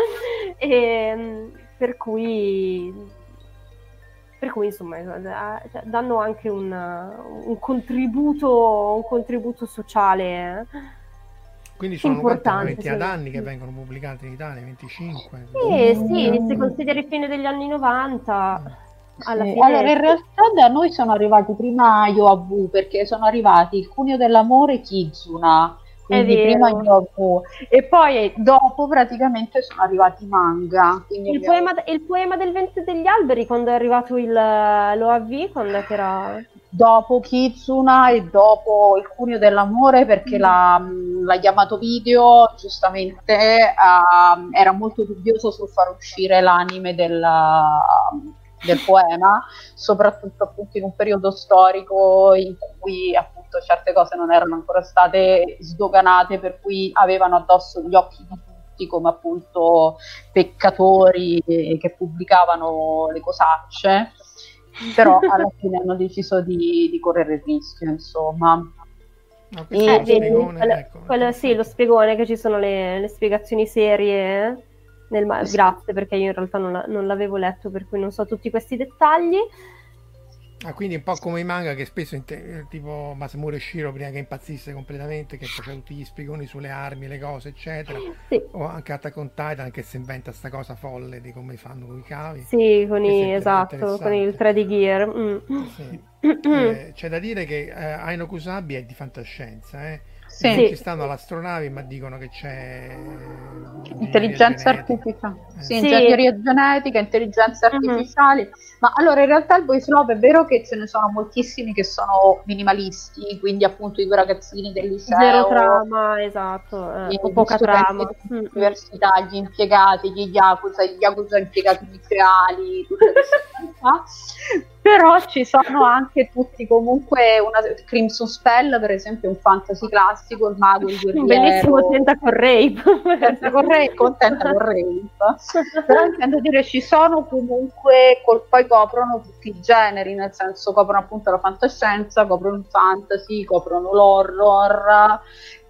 e, per cui per cui insomma danno anche un, un contributo un contributo sociale. Quindi sono importante, una ventina sì. d'anni che vengono pubblicati in Italia, venticinque. Sì, sì, se consideri fine degli anni novanta, alla Sì. fine... Allora, in realtà da noi sono arrivati prima Yoabu, perché sono arrivati Il Cuneo dell'Amore e Kizuna, quindi vero. prima Yoabu, e poi dopo praticamente sono arrivati i manga. Quindi Il abbiamo- poema, il poema del vento degli alberi, quando è arrivato il, l'O A V, quando è che era... dopo Kizuna e dopo Il Cuneo dell'Amore, perché la, la Yamato Video giustamente uh, era molto dubbioso sul far uscire l'anime del, del poema, soprattutto appunto in un periodo storico in cui appunto certe cose non erano ancora state sdoganate, per cui avevano addosso gli occhi di tutti come appunto peccatori che pubblicavano le cosacce. Però alla fine hanno deciso di, di correre il rischio, insomma. No, questo E- è Eh, lo vedi, spiegone, quello, ecco. quello- sì, lo spiegone, che ci sono le, le spiegazioni serie nel ma- Sì. grazie, perché io in realtà non, la- non l'avevo letto, per cui non so tutti questi dettagli. Ah, quindi un po' come i manga che spesso, inte- tipo Masamune Shiro prima che impazzisse completamente, che faceva tutti gli spiegoni sulle armi, le cose, eccetera. Sì, O anche Attack on Titan che si inventa sta cosa folle di come fanno con i cavi. sì, con Questo è i, inter- esatto, con il interessante. tre D Gear. Mm. Sì. Eh, c'è da dire che eh, Aino Kusabi è di fantascienza, eh. Sì. Non Sì. ci stanno astronavi, ma dicono che c'è ingegneria Intelligenza genetica. artificiale, Eh. sì, Sì. ingegneria genetica, intelligenze Mhm. artificiali. Ma allora in realtà il boys love è vero che ce ne sono moltissimi che sono minimalisti, quindi appunto i due ragazzini del liceo, Zero trama, esatto, eh, gli o poca studenti trama. Mm, mm. dell'università, gli impiegati, gli yakuza, gli yakuza impiegati nucleari, tutte queste cose qua. Però ci sono anche tutti comunque una Crimson Spell, per esempio, è un fantasy classico, il mago, il Un guerriero, bellissimo Tentacle Rape. Tentacle Rape, contenta con Rape. Però intendo dire ci sono comunque, col- poi coprono tutti i generi, nel senso coprono appunto la fantascienza, coprono il fantasy, coprono l'horror,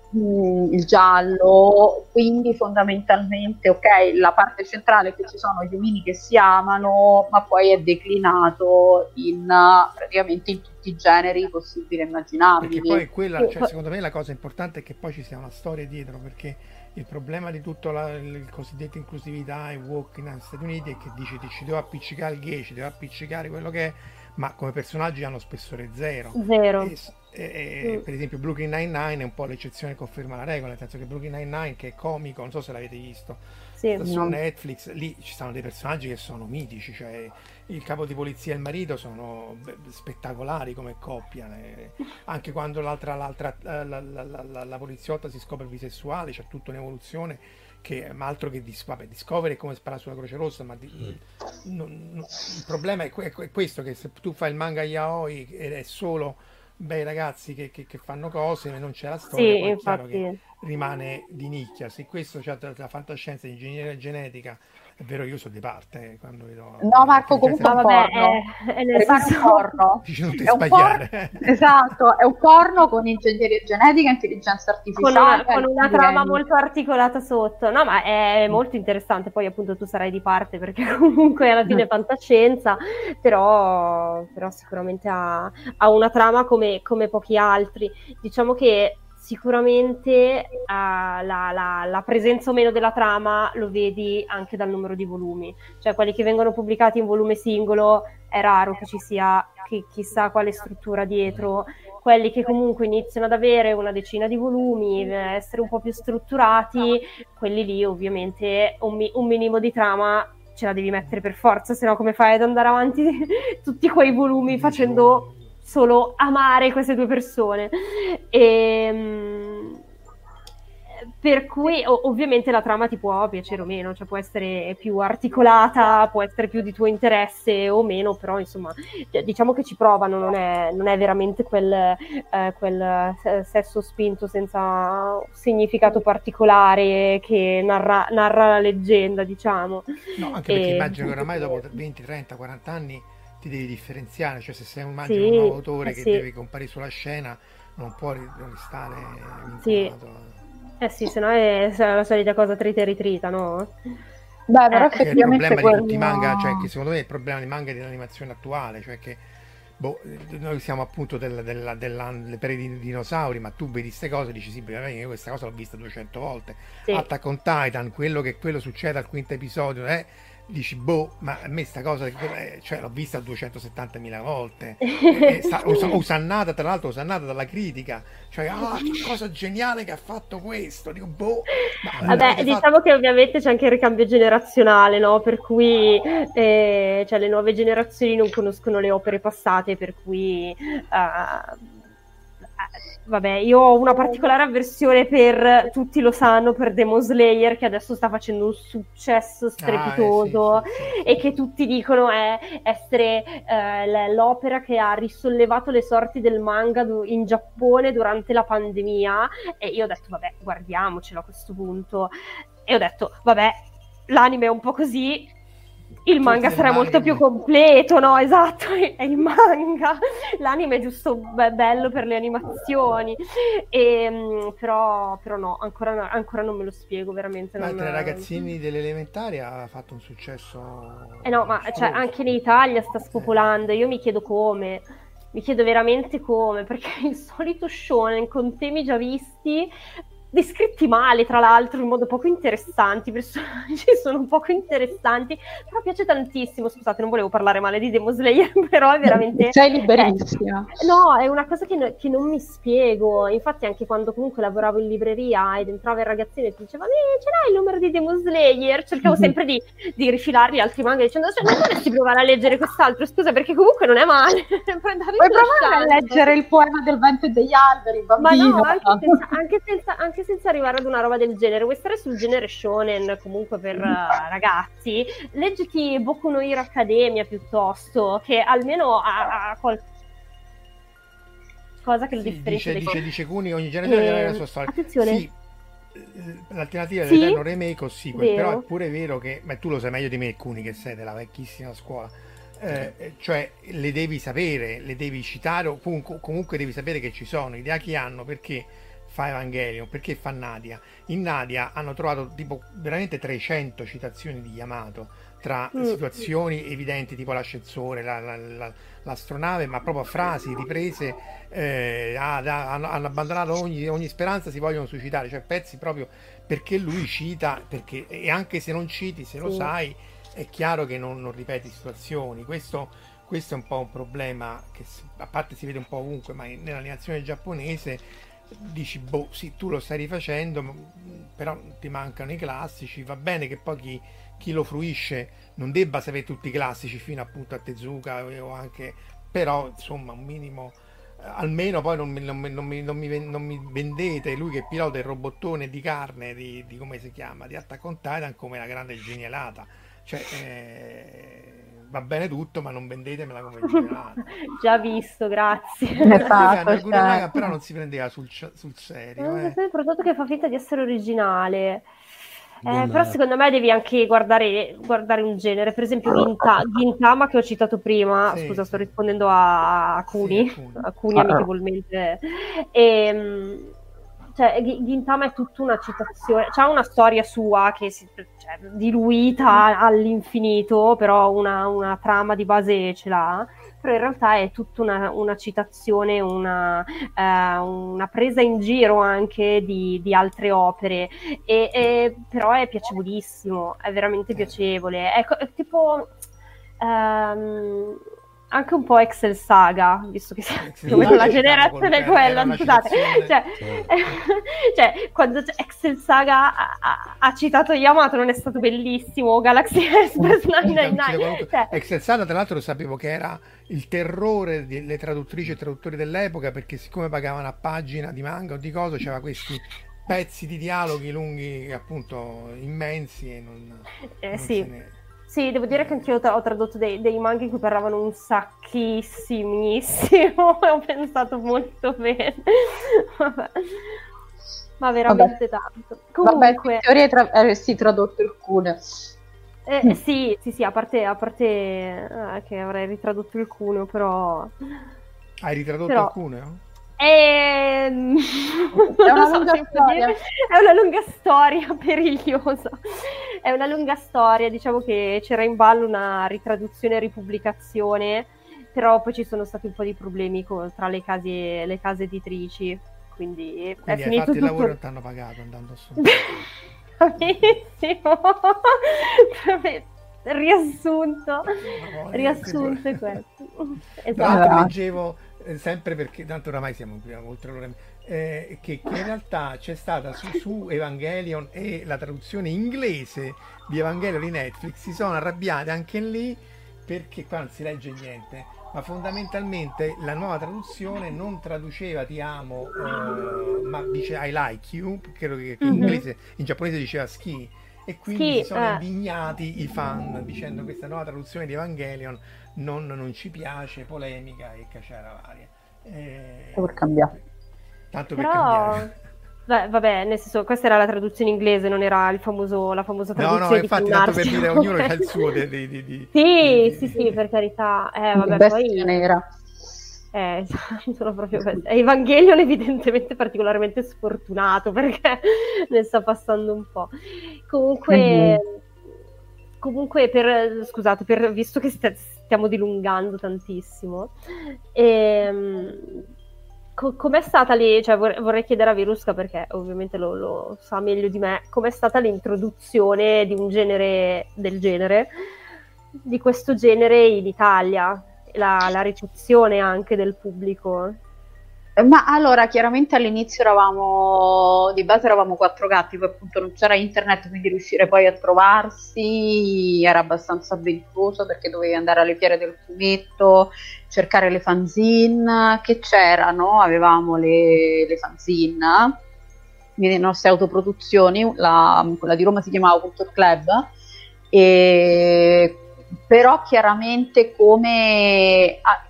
mh, il giallo, quindi fondamentalmente ok, la parte centrale è che ci sono gli omini che si amano, ma poi è declinato in uh, praticamente in tutti i generi possibili e immaginabili. Perché poi quella, Sì, cioè, poi- secondo me la cosa importante è che poi ci sia una storia dietro, perché il problema di tutto la, il cosiddetto inclusività e woke negli Stati Uniti è che dici ti ci devo appiccicare il gay, ci devo appiccicare quello che è, ma come personaggi hanno spessore zero. Zero. E, e- Mm. per esempio Brooklyn Nine-Nine è un po' l'eccezione che conferma la regola, nel senso che Brooklyn Nine-Nine, che è comico, non so se l'avete visto, Sì. sta su No. Netflix, lì ci stanno dei personaggi che sono mitici, cioè il capo di polizia e il marito sono beh, spettacolari come coppia, eh. Anche quando l'altra, l'altra eh, la, la- la- la- la poliziotta si scopre bisessuale, c'è tutta un'evoluzione che, ma altro che dis- vabbè, Discovery è come sparare sulla Croce Rossa, ma di- non- non- il problema è, que- è questo, che se tu fai il manga yaoi ed è solo bei ragazzi che, che- che fanno cose e non c'è la storia, Sì, poi è chiaro che infatti. rimane di nicchia. Se questo c'è la fantascienza di ingegneria genetica, è vero, io sono di parte eh, quando vedo No, Marco, comunque No, è un vabbè, porno. è, è nel Rimane un senso... porno. dici non ti È un sbagliare. porno, esatto, è un porno con ingegneria genetica, intelligenza Con artificiale, una, con una alcuni trama livelli. molto articolata sotto, no, ma è molto interessante. Poi, appunto, tu sarai di parte perché comunque alla fine è fantascienza, però, però sicuramente ha, ha una trama come, come pochi altri. Diciamo che sicuramente eh, la, la- la presenza o meno della trama lo vedi anche dal numero di volumi, cioè quelli che vengono pubblicati in volume singolo è raro che ci sia chi- chissà quale struttura dietro. Quelli che comunque iniziano ad avere una decina di volumi, eh, essere un po' più strutturati, quelli lì ovviamente un, mi- un minimo di trama ce la devi mettere per forza, se no come fai ad andare avanti tutti quei volumi facendo solo amare queste due persone? E, per cui o- ovviamente la trama ti può piacere o meno, cioè può essere più articolata, può essere più di tuo interesse o meno, però insomma d- diciamo che ci provano, non è, non è veramente quel, eh, quel eh, sesso spinto senza significato particolare che narra, narra la leggenda, diciamo. No, anche perché E- immagino che oramai dopo venti, trenta, quaranta anni ti devi differenziare, cioè se sei un, Sì, un nuovo autore eh che sì. deve comparire sulla scena non può ri- restare Sì. vincolato. Eh sì, se no è la solita cosa trita e ritrita, no? Beh, però Eh. Che è il effettivamente problema di tutti i quello... manga, cioè che secondo me è il problema dei manga dell'animazione attuale, cioè che boh, noi siamo appunto del, della, della, delle pere di dinosauri, ma tu vedi queste cose e dici sì, beh, io questa cosa l'ho vista duecento volte. Sì. Attack on Titan, quello che quello succede al quinto episodio, eh, dici boh, ma a me sta cosa, eh, cioè l'ho vista duecentosettantamila volte. E sta, us- usannata, tra l'altro usannata dalla critica, cioè ah, che cosa geniale che ha fatto questo, dico boh. Ma Vabbè, avete diciamo fatto- che ovviamente c'è anche il ricambio generazionale, no? Per cui eh, cioè, le nuove generazioni non conoscono le opere passate, per cui eh, vabbè, io ho una particolare avversione per, tutti lo sanno, per Demon Slayer, che adesso sta facendo un successo strepitoso. Ah, eh, sì, sì, sì, E sì. che tutti dicono è essere eh, l- l'opera che ha risollevato le sorti del manga du- in Giappone durante la pandemia, e io ho detto vabbè, guardiamocelo a questo punto, e ho detto vabbè, l'anime è un po' così, il manga del sarà manga molto più è- completo, no? Esatto, è il manga, l'anime è giusto be- bello per le animazioni, e, mh, però, però no, ancora, ancora non me lo spiego veramente. Ma non- tra i ragazzini delle elementari ha fatto un successo. Eh no, ma cioè, mostruoso. anche in Italia sta spopolando, io mi chiedo come, mi chiedo veramente come, perché il solito shonen con temi già visti, descritti male tra l'altro, in modo poco interessanti, i personaggi sono poco interessanti, però piace tantissimo. Scusate, non volevo parlare male di Demon Slayer, però è veramente... Sei liberissima. eh, no, è una cosa che, no- che non mi spiego. Infatti anche quando comunque lavoravo in libreria ed entrava il ragazzino e ti diceva eh, ce l'hai il numero di Demon Slayer? Cercavo sempre di, di rifilargli altri manga dicendo cioè, non dovresti provare a leggere quest'altro, scusa, perché comunque non è male. Puoi dargli Puoi una provare a chance. leggere il poema del vento e degli alberi, Ma bambino. no, anche senza, anche, senza, anche senza arrivare ad una roba del genere, vuoi stare sul genere shonen comunque per uh, ragazzi, leggiti Boku no Hero Academia piuttosto, che almeno ha, ha qualcosa che lo Sì, differenzia dice, dai- dice, dice Cuni, ogni generazione Eh, ha la sua storia. attenzione. Sì, eh, l'alternativa Sì, dell'eterno remake o sequel, vero. però è pure vero che, ma tu lo sai meglio di me, Cuni, che sei della vecchissima scuola, eh, eh, cioè le devi sapere, le devi citare, o comunque, comunque devi sapere che ci sono, idea che hanno, perché fa Evangelion, perché fa Nadia. In Nadia hanno trovato tipo veramente trecento citazioni di Yamato, tra Mm. situazioni evidenti tipo l'ascensore, la- la- la- l'astronave, ma proprio frasi riprese, eh, ah, da- hanno, hanno abbandonato ogni, ogni speranza, si vogliono suicidare, cioè pezzi proprio perché lui cita, perché, e anche se non citi, se lo Sì. sai, è chiaro che non, non ripeti situazioni. Questo, questo è un po' un problema che si- a parte si vede un po' ovunque, ma in- nell'animazione giapponese dici, boh, sì, tu lo stai rifacendo, ma- però ti mancano i classici. Va bene che poi chi, chi lo fruisce non debba sapere tutti i classici fino appunto a Tezuka o anche, però insomma un minimo, eh, almeno poi non mi, non mi- non mi- non mi ven- non mi vendete lui che pilota il robottone di carne di, di come si chiama, di Attack on Titan, come la grande genialata, cioè eh, va bene tutto, ma non vendetemela come genialata. Già visto, grazie. Esatto, Gurren Lagann certo. però non si prendeva sul, sul serio, È eh. un prodotto che fa finta di essere originale. Eh, Non- però secondo me devi anche guardare, guardare un genere, per esempio Ginta- Gintama che ho citato prima, Sì, scusa sì. sto rispondendo a, a Cuni, Sì, a Cuni. a Cuni Ah. amichevolmente, e, mh, cioè, Gi- Gintama è tutta una citazione, c'ha una storia sua che si, cioè, diluita all'infinito, però una, una trama di base ce l'ha, però in realtà è tutta una, una citazione, una, eh, una presa in giro anche di, di altre opere, e, e- però è piacevolissimo, è veramente piacevole, è, co- è tipo ehm, anche un po' Excel Saga, visto che siamo Excel più o meno Saga la ci stava generazione è col- era quella, una scusate, citazione- cioè, Certo. cioè, quando c'è Excel Saga ha, ha- ha citato Yamato, non è stato bellissimo, o Galaxy Express Sì, uccide nove nove nove, qualunque- cioè, Excel Saga, tra l'altro, sapevo che era il terrore delle traduttrici e traduttori dell'epoca, perché siccome pagavano a pagina di manga o di cosa, c'era questi pezzi di dialoghi lunghi, appunto immensi, e non, eh, non sì. se ne- Sì, devo dire che anch'io ho, tra- ho tradotto dei, dei manga in cui parlavano un sacchissimissimo e ho pensato molto bene. Vabbè. Ma veramente tanto. Vabbè, in Comunque, teoria tra- avresti tradotto alcune. Eh, sì, sì, sì, a parte, a parte eh, che avrei ritradotto il cuneo, però... Hai ritradotto Però- il cuneo? Ehm, È una non so lunga se storia. dire. È una lunga storia perigliosa. È una lunga storia, diciamo che c'era in ballo una ritraduzione e ripubblicazione, però poi ci sono stati un po' di problemi co- tra le case, le case editrici, quindi, Quindi è hai finito fatto il lavoro e tutto... non ti hanno pagato andando su. Bravissimo. Riassunto. No, Riassunto eh, è questo. Tra Esatto. l'altro Esatto. leggevo, eh, sempre perché tanto oramai siamo qui, oltre l'ora, eh, che, che in realtà c'è stata su, su Evangelion e la traduzione inglese di Evangelion di Netflix si sono arrabbiate anche lì perché qua non si legge niente, ma fondamentalmente la nuova traduzione non traduceva ti amo, eh, ma dice I like you, credo che, che in Mhm. inglese, in giapponese diceva ski. E quindi Sì, si sono eh. indignati i fan dicendo questa nuova traduzione di Evangelion non, non ci piace, polemica e cacciara varia. Eh, Per cambiare. Tanto per Però, cambiare. beh, vabbè, nel senso, questa era la traduzione inglese, non era il famoso, la famosa No, traduzione no, di infatti, tanto per Pennarsi. dire, ognuno ha il suo. Di, di, di, di, Sì, di- sì, di- sì, per carità. Eh, vabbè, Bestia poi... nera. Eh, sono proprio queste. Evangelion evidentemente particolarmente sfortunato perché ne sta passando un po'. Comunque, comunque per, scusate, per, visto che st- stiamo dilungando tantissimo, ehm, co- com'è stata lì, cioè vor- vorrei chiedere a Viruska perché ovviamente lo, lo sa meglio di me, com'è stata l'introduzione di un genere del genere, di questo genere in Italia? La, la ricezione anche del pubblico. Ma allora, chiaramente all'inizio eravamo, di base eravamo quattro gatti, poi appunto non c'era internet, quindi riuscire poi a trovarsi era abbastanza avventuroso perché dovevi andare alle fiere del fumetto, cercare le fanzine che c'erano, avevamo le, le fanzine, quindi le nostre autoproduzioni, la, quella di Roma si chiamava Culture Club, e però chiaramente come... ah,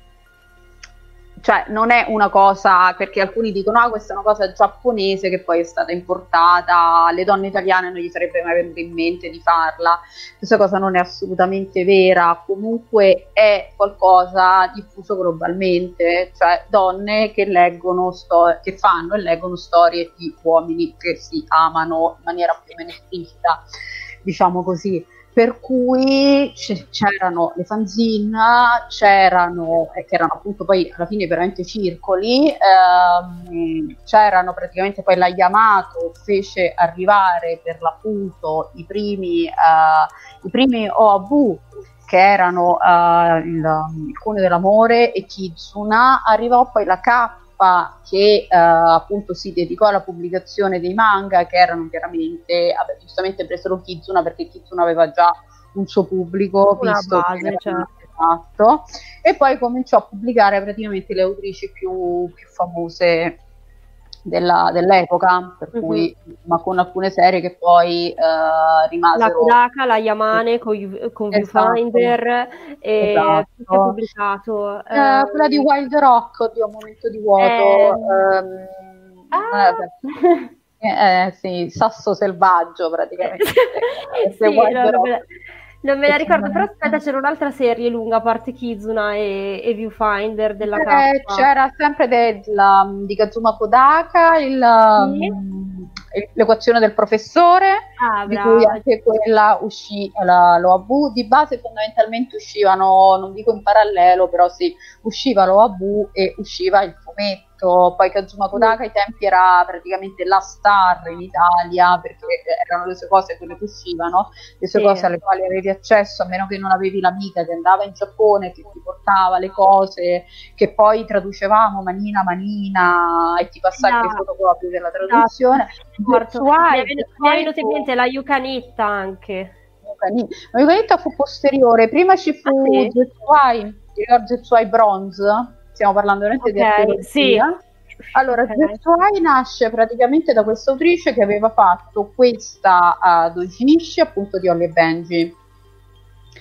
cioè non è una cosa, perché alcuni dicono ah questa è una cosa giapponese che poi è stata importata, alle donne italiane non gli sarebbe mai venuto in mente di farla, questa cosa non è assolutamente vera, comunque è qualcosa diffuso globalmente, cioè donne che leggono sto- che fanno e leggono storie di uomini che si amano in maniera più o meno esplicita, diciamo così. Per cui c- c'erano le fanzine, c'erano, eh, che erano appunto poi alla fine veramente circoli, ehm, c'erano praticamente poi la Yamato fece arrivare per l'appunto i primi, eh, i primi Oabu, che erano eh, il, il Cuneo dell'amore e Kizuna, arrivò poi la K che eh, appunto si dedicò alla pubblicazione dei manga che erano chiaramente, vabbè, giustamente presero Kizuna perché Kizuna aveva già un suo pubblico Una visto base, che era certo. fatto, e poi cominciò a pubblicare praticamente le autrici più, più famose della, dell'epoca, per cui Mhm. ma con alcune serie che poi eh, La rimasero Kodaka, la Yamane con, con Esatto. Viewfinder e Esatto. chi ha pubblicato? Eh, Ehm, quella di Wild Rock, oddio, un momento di vuoto. ehm, ehm, ah! eh, eh, sì, Sasso Selvaggio praticamente. Sì, Se Wild no, non me la, Rock. non me la E ricordo, però fondamentalmente- aspetta, c'era un'altra serie lunga, a parte Kizuna e, e Viewfinder della Eh, K. c'era sempre della, di Kazuma Kodaka il, Sì. um, il- l'equazione del professore, Ah, di brava. cui anche quella uscì, la, l'Oabu, di base fondamentalmente uscivano, non dico in parallelo, però sì, usciva l'Oabu e usciva il fumetto. Poi Kazuma Kodaka ai tempi era praticamente la star in Italia perché erano le sue cose quelle che uscivano, le sue Sì. cose alle quali avevi accesso, a meno che non avevi l'amica che andava in Giappone, che ti portava le cose che poi traducevamo manina a manina e ti passava No. i fotocopie della traduzione. Esatto. Jetsuai- Mi è venuto- mi è venuto in mente la Yukanitta anche. Ma Yukanita fu posteriore, prima ci fu Ah, sì? Jetsuai, ti ricordi Jetsuai Bronze? Stiamo parlando veramente di Ok, archeologia. Allora, Ok. Jetsuai nasce praticamente da questa autrice che aveva fatto questa uh, Dojinishi, appunto di Holly e Benji.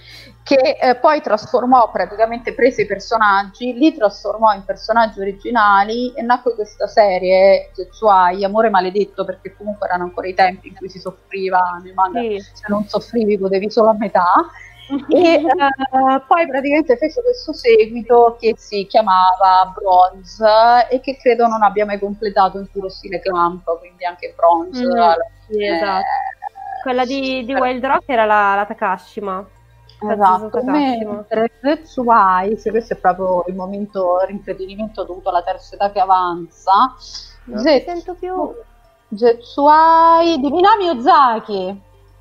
che eh, poi trasformò, praticamente prese i personaggi, li trasformò in personaggi originali e nacque questa serie Zetsuai, Amore Maledetto, perché comunque erano ancora i tempi in cui si soffriva nei manga, Sì. se non soffrivi potevi solo a metà. E eh, poi praticamente fece questo seguito che si chiamava Bronze e che credo non abbia mai completato in puro stile Clamp, quindi anche Bronze. Mm, alla sì, fine, esatto. eh, Quella di, di Wild Rock era la, la Takashima. Esatto, Takashima. mentre Zetsuai, se questo è proprio il momento rinfredinimento dovuto alla terza età che avanza, Non Zet- ti sento più. Zetsuai di Minami Ozaki.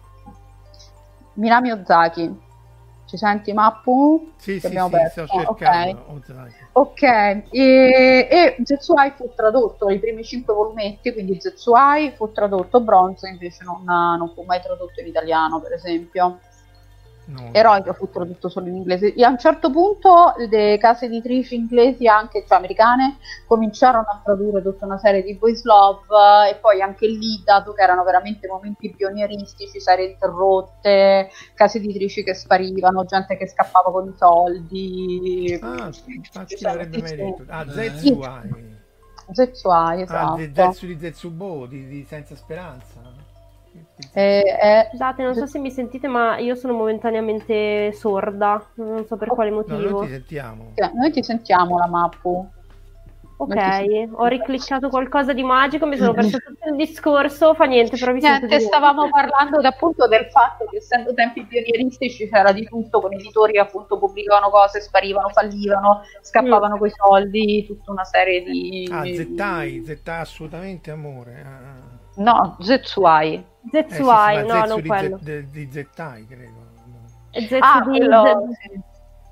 Minami Ozaki. Ci senti, Mappu? Sì, Che sì, abbiamo sì, perso. sto Ok. cercando. Ozaki. Ok, e, e Zetsuai fu tradotto i primi cinque volumetti, quindi Zetsuai fu tradotto, Bronze invece non, non fu mai tradotto in italiano, per esempio. No. Eroica fu tradotto solo in inglese. E a un certo punto le case editrici inglesi, anche cioè americane, cominciarono a tradurre tutta una serie di boys love eh, e poi anche lì, dato che erano veramente momenti pionieristici, serie interrotte, case editrici che sparivano, gente che scappava con i soldi. Ah, ci infatti sono l'avrebbe mai tantissimi- detto. Ah, Eh. Zetsuai. Zetsuai, Ah, esatto. de- Zetsu di Zetsubo, di, di Senza Speranza. Eh, eh, Scusate, non so se mi sentite, ma io sono momentaneamente sorda, non so per quale No, motivo. noi ti sentiamo. cioè, noi ti sentiamo la Mappu. Ok, Noi ti sentiamo. ho ricliccato qualcosa di magico, mi sono perso tutto il discorso, fa niente, però vi sento Niente, di nuovo. stavamo parlando de- appunto del fatto che essendo tempi pionieristici c'era di tutto, con editori che appunto pubblicavano cose, sparivano, fallivano, scappavano Mm. coi soldi, tutta una serie di... Ah, Zettai, Zettai assolutamente amore. Ah. No, Zetsuai. Eh, sì, sì, Zetsuai, ma no, Zetsu non di, quello. Ze- de- di Zettai, credo. È Zetsu Ah, di... quello... Ze- sì.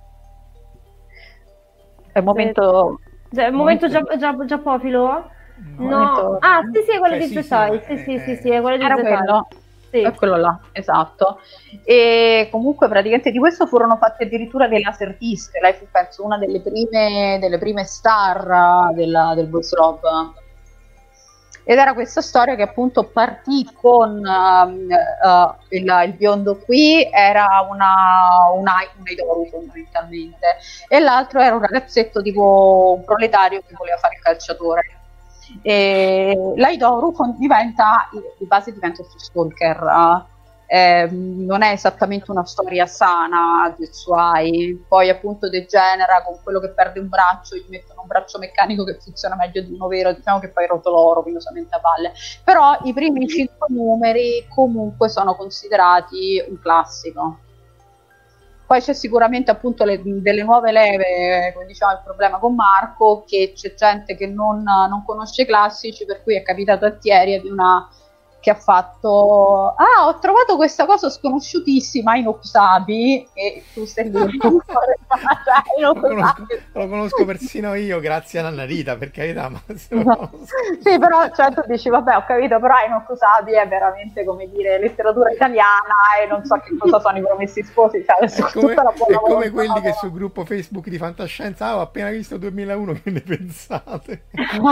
È il momento... Ze- il momento gia- gia- giappofilo? No. No. Momento- Ah, sì, sì, è quello Cioè, di sì, sì, Zettai. ma Sì, è- sì, sì, è- sì, è quello di Era Zettai. quello? Sì. È quello là, esatto. E comunque praticamente di questo furono fatte addirittura dei laser disc. Lei fu penso una delle prime, delle prime star della- del boys love. Ed era questa storia che appunto partì con um, uh, il, il biondo qui, era una, una, un idolo fondamentalmente, e l'altro era un ragazzetto tipo un proletario che voleva fare il calciatore. E l'Aidoru con- diventa, di base diventa il suo stalker. Eh, non è esattamente una storia sana Zetsuai, poi appunto degenera con quello che perde un braccio, gli mettono un braccio meccanico che funziona meglio di uno vero, diciamo che poi rotoloro pinosamente a valle, però i primi cinque numeri comunque sono considerati un classico. Poi c'è sicuramente appunto le, delle nuove leve, come diciamo il problema con Marco, che c'è gente che non, non conosce i classici, per cui è capitato a Thierry di una che ha fatto ah ho trovato questa cosa sconosciutissima in Oxabi e tu stai lì un po' lo, conosco, lo conosco persino io grazie a Nanna Rita, per carità, ma se lo conosco. sì, però cioè, tu dici vabbè ho capito, però in Oxabi è veramente come dire letteratura italiana e non so che cosa sono i Promessi Sposi, cioè, È come, tutta la buona è come volontà, quelli no? che sul gruppo Facebook di fantascienza ah, ho appena visto duemilauno, che ne pensate?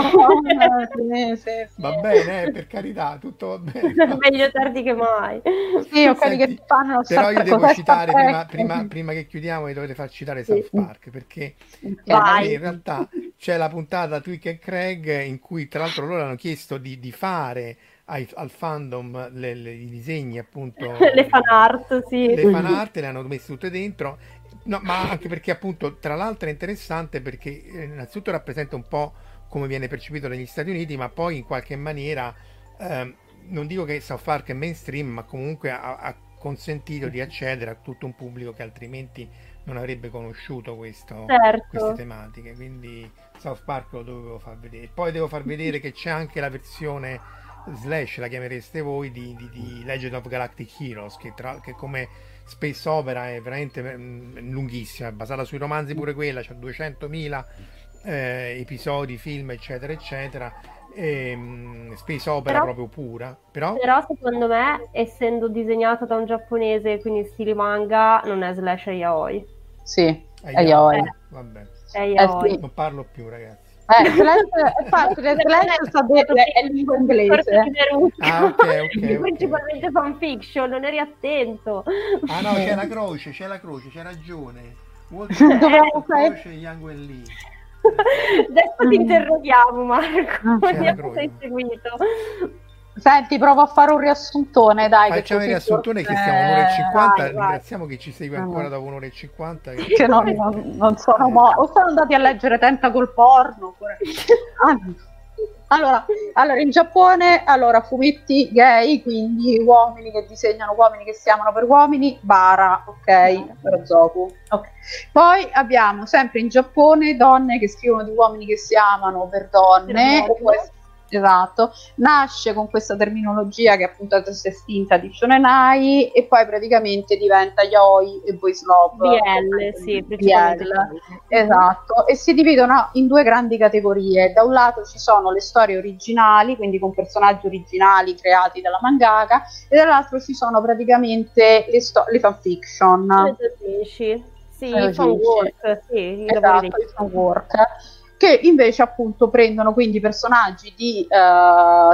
sì, sì, sì. Va bene, eh, per carità, tutto va bene. Meglio tardi che mai. Sì, o quelli Senti, che fanno però Star io Trek, devo cos'è citare Star prima, Trek? prima, prima che chiudiamo vi dovete far citare Sì. South Park, perché Vai. in realtà c'è la puntata Twig e Craig in cui tra l'altro loro hanno chiesto di, di fare ai- al fandom le- le- i disegni appunto Le fan art, sì. le fan art, le hanno messe tutte dentro. No, ma anche perché appunto tra l'altro è interessante perché eh, innanzitutto rappresenta un po' come viene percepito negli Stati Uniti, ma poi in qualche maniera ehm, non dico che South Park è mainstream, ma comunque ha, ha consentito di accedere a tutto un pubblico che altrimenti non avrebbe conosciuto questo, Certo. queste tematiche, quindi South Park lo dovevo far vedere. Poi devo far vedere che c'è anche la versione slash, la chiamereste voi, di, di, di Legend of Galactic Heroes, che, tra, che come space opera è veramente mm, lunghissima, è basata sui romanzi pure quella, c'ha duecentomila eh, episodi, film eccetera eccetera, e, mm, space opera Però- proprio pura, però Però secondo me, essendo disegnato da un giapponese, quindi stile manga, non è slash yaoi. Sì, è è yaoi. vabbè, È Eh yaoi. sì. non parlo più ragazzi. Eh, Slash, infatti, le Slash sta de- è lingua inglese. Ah, ok, ok, ok. Principalmente fanfiction, non eri attento. Ah no, c'è la croce, c'è la croce, c'è ragione. Dov'è? Croce Yang Wen Li. Adesso ti interroghiamo, Marco, C'è la vediamo se hai croce. seguito. Senti, provo a fare un riassuntone, dai. che Facciamo il così riassuntone che forse- siamo un'ora e cinquanta. dai, vai. Ringraziamo chi ci segue ancora Ah. dopo un'ora e cinquanta. Che... Che non, non- non sono mo- o sono andati a leggere Tentacle Porno oppure... Ah, allora, allora, in Giappone, allora, fumetti gay, quindi uomini che disegnano uomini che si amano per uomini, bara, ok, Barazoku, ok. Poi abbiamo sempre in Giappone donne che scrivono di uomini che si amano per donne, Per o può essere- esatto, nasce con questa terminologia che appunto adesso è estinta di shonenai e poi praticamente diventa yaoi e boys love. B L, sì, principalmente. B L. Esatto, e si dividono in due grandi categorie. Da un lato ci sono le storie originali, quindi con personaggi originali creati dalla mangaka, e dall'altro ci sono praticamente le, sto- le fanfiction. Le doujinshi. Sì, Le i fan doujinshi. work, sì, i lavori Esatto, dei- i fan work, che invece appunto prendono quindi personaggi di eh,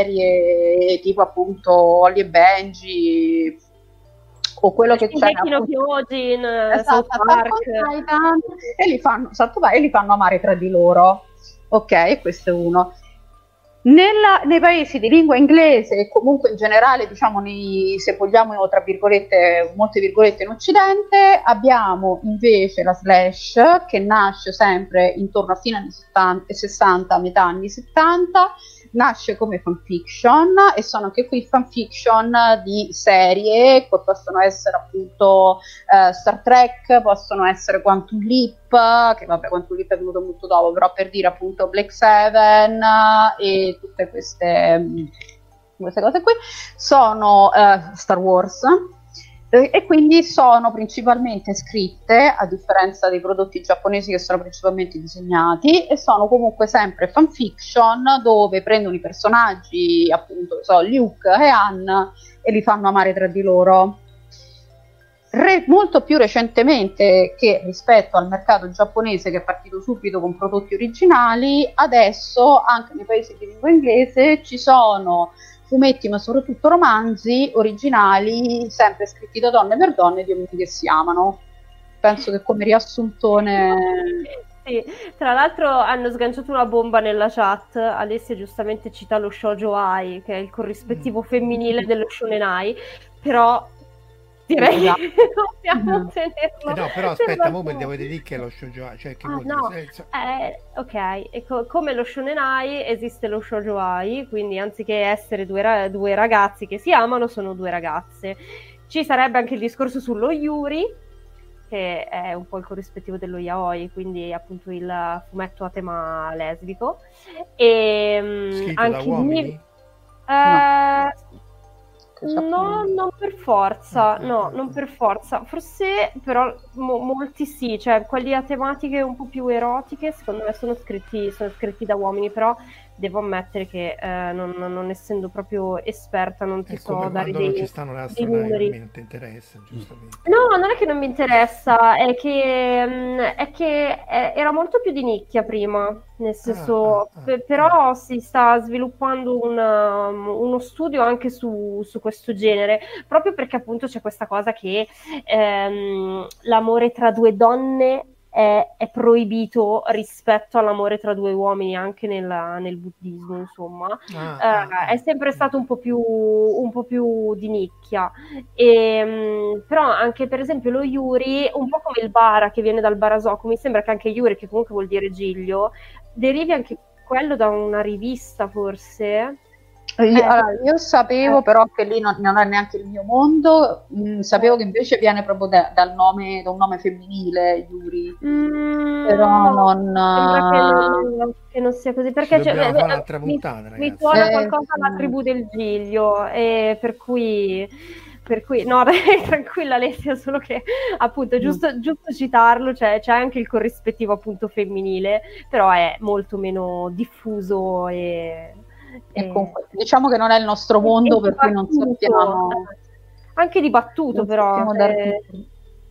serie tipo appunto Holly e Benji o quello che c'è Shingeki no appunto- Kyojin, Esatto, South Attack Park. on Titan, e li fanno, esatto, vai, e li fanno amare tra di loro. Ok, questo è uno. Nella- nei paesi di lingua inglese e comunque in generale, diciamo, nei, se vogliamo, tra virgolette, molte virgolette in Occidente, abbiamo invece la slash che nasce sempre intorno a fine anni settanta, sessanta, metà anni settanta, nasce come fanfiction e sono anche qui fanfiction di serie che possono essere appunto eh, Star Trek, possono essere Quantum Leap, che vabbè Quantum Leap è venuto molto dopo, però per dire appunto Black Seven eh, e tutte queste, mh, queste cose qui sono eh, Star Wars. Eh, E quindi sono principalmente scritte, a differenza dei prodotti giapponesi che sono principalmente disegnati, e sono comunque sempre fanfiction dove prendono i personaggi, appunto, so, Luke e Han, e li fanno amare tra di loro. Re- molto più recentemente che rispetto al mercato giapponese che è partito subito con prodotti originali, adesso anche nei paesi di lingua inglese ci sono fumetti ma soprattutto romanzi originali sempre scritti da donne per donne di uomini che si amano. Penso che come riassuntone Sì, tra l'altro hanno sganciato una bomba nella chat. Alessia giustamente cita lo shoujo ai, che è il corrispettivo femminile dello shonenai, però direi Esatto. che dobbiamo Mm. tenerlo. Eh no, però per aspetta, la mo mi devo bomba. dire che è lo shoujo, cioè che Ah, vuol no. dire? Se- Eh, ok, e co- come lo shonenai esiste lo shoujo ai, quindi anziché essere due, ra- due ragazzi che si amano, sono due ragazze. Ci sarebbe anche il discorso sullo yuri, che è un po' il corrispettivo dello yaoi, quindi appunto il fumetto a tema lesbico. E mm, Scritto anche da uomini? eh, che sappiamo. no, non per forza, Mm, no, mm, non mm. per forza. Forse però mo- molti sì, cioè quelli a tematiche un po' più erotiche, secondo me sono scritti, sono scritti da uomini, però devo ammettere che eh, non, non essendo proprio esperta non ti È so come dare quando non dei, ci stanno le dei astronavi, numeri. non ti interessa, giustamente. No, non è che non mi interessa, è che, mm, è che eh, era molto più di nicchia prima, nel senso, ah, ah, pe- però si sta sviluppando un, um, uno studio anche su, su questo genere, proprio perché appunto c'è questa cosa che ehm, l'amore tra due donne è, è proibito rispetto all'amore tra due uomini anche nella- nel buddismo, insomma. Ah, Eh, ah, ah. è sempre stato un po' più, un po' più di nicchia. E, mh, però anche per esempio lo yuri, un po' come il bara che viene dal barasoku, mi sembra che anche yuri, che comunque vuol dire giglio, derivi anche quello da una rivista forse. Io, Eh, allora, io sapevo eh. però che lì non, non è neanche il mio mondo, mh, sapevo che invece viene proprio da, dal nome, da un nome femminile, Yuri, Mm, però no, non... sembra che non, che non sia così, perché Ci cioè, dobbiamo eh, fare un'altra mi, puntata, mi ragazzi. suona Eh, qualcosa alla sì. tribù del Giglio, e per cui, per cui no, dai, tranquilla Alessia, solo che appunto è giusto, giusto citarlo, cioè, c'è anche il corrispettivo appunto femminile, però è molto meno diffuso e... E e- comunque, diciamo che non è il nostro e- mondo, e per cui non dibattuto, sappiamo... eh, anche dibattuto non però, sappiamo dar eh, tutti.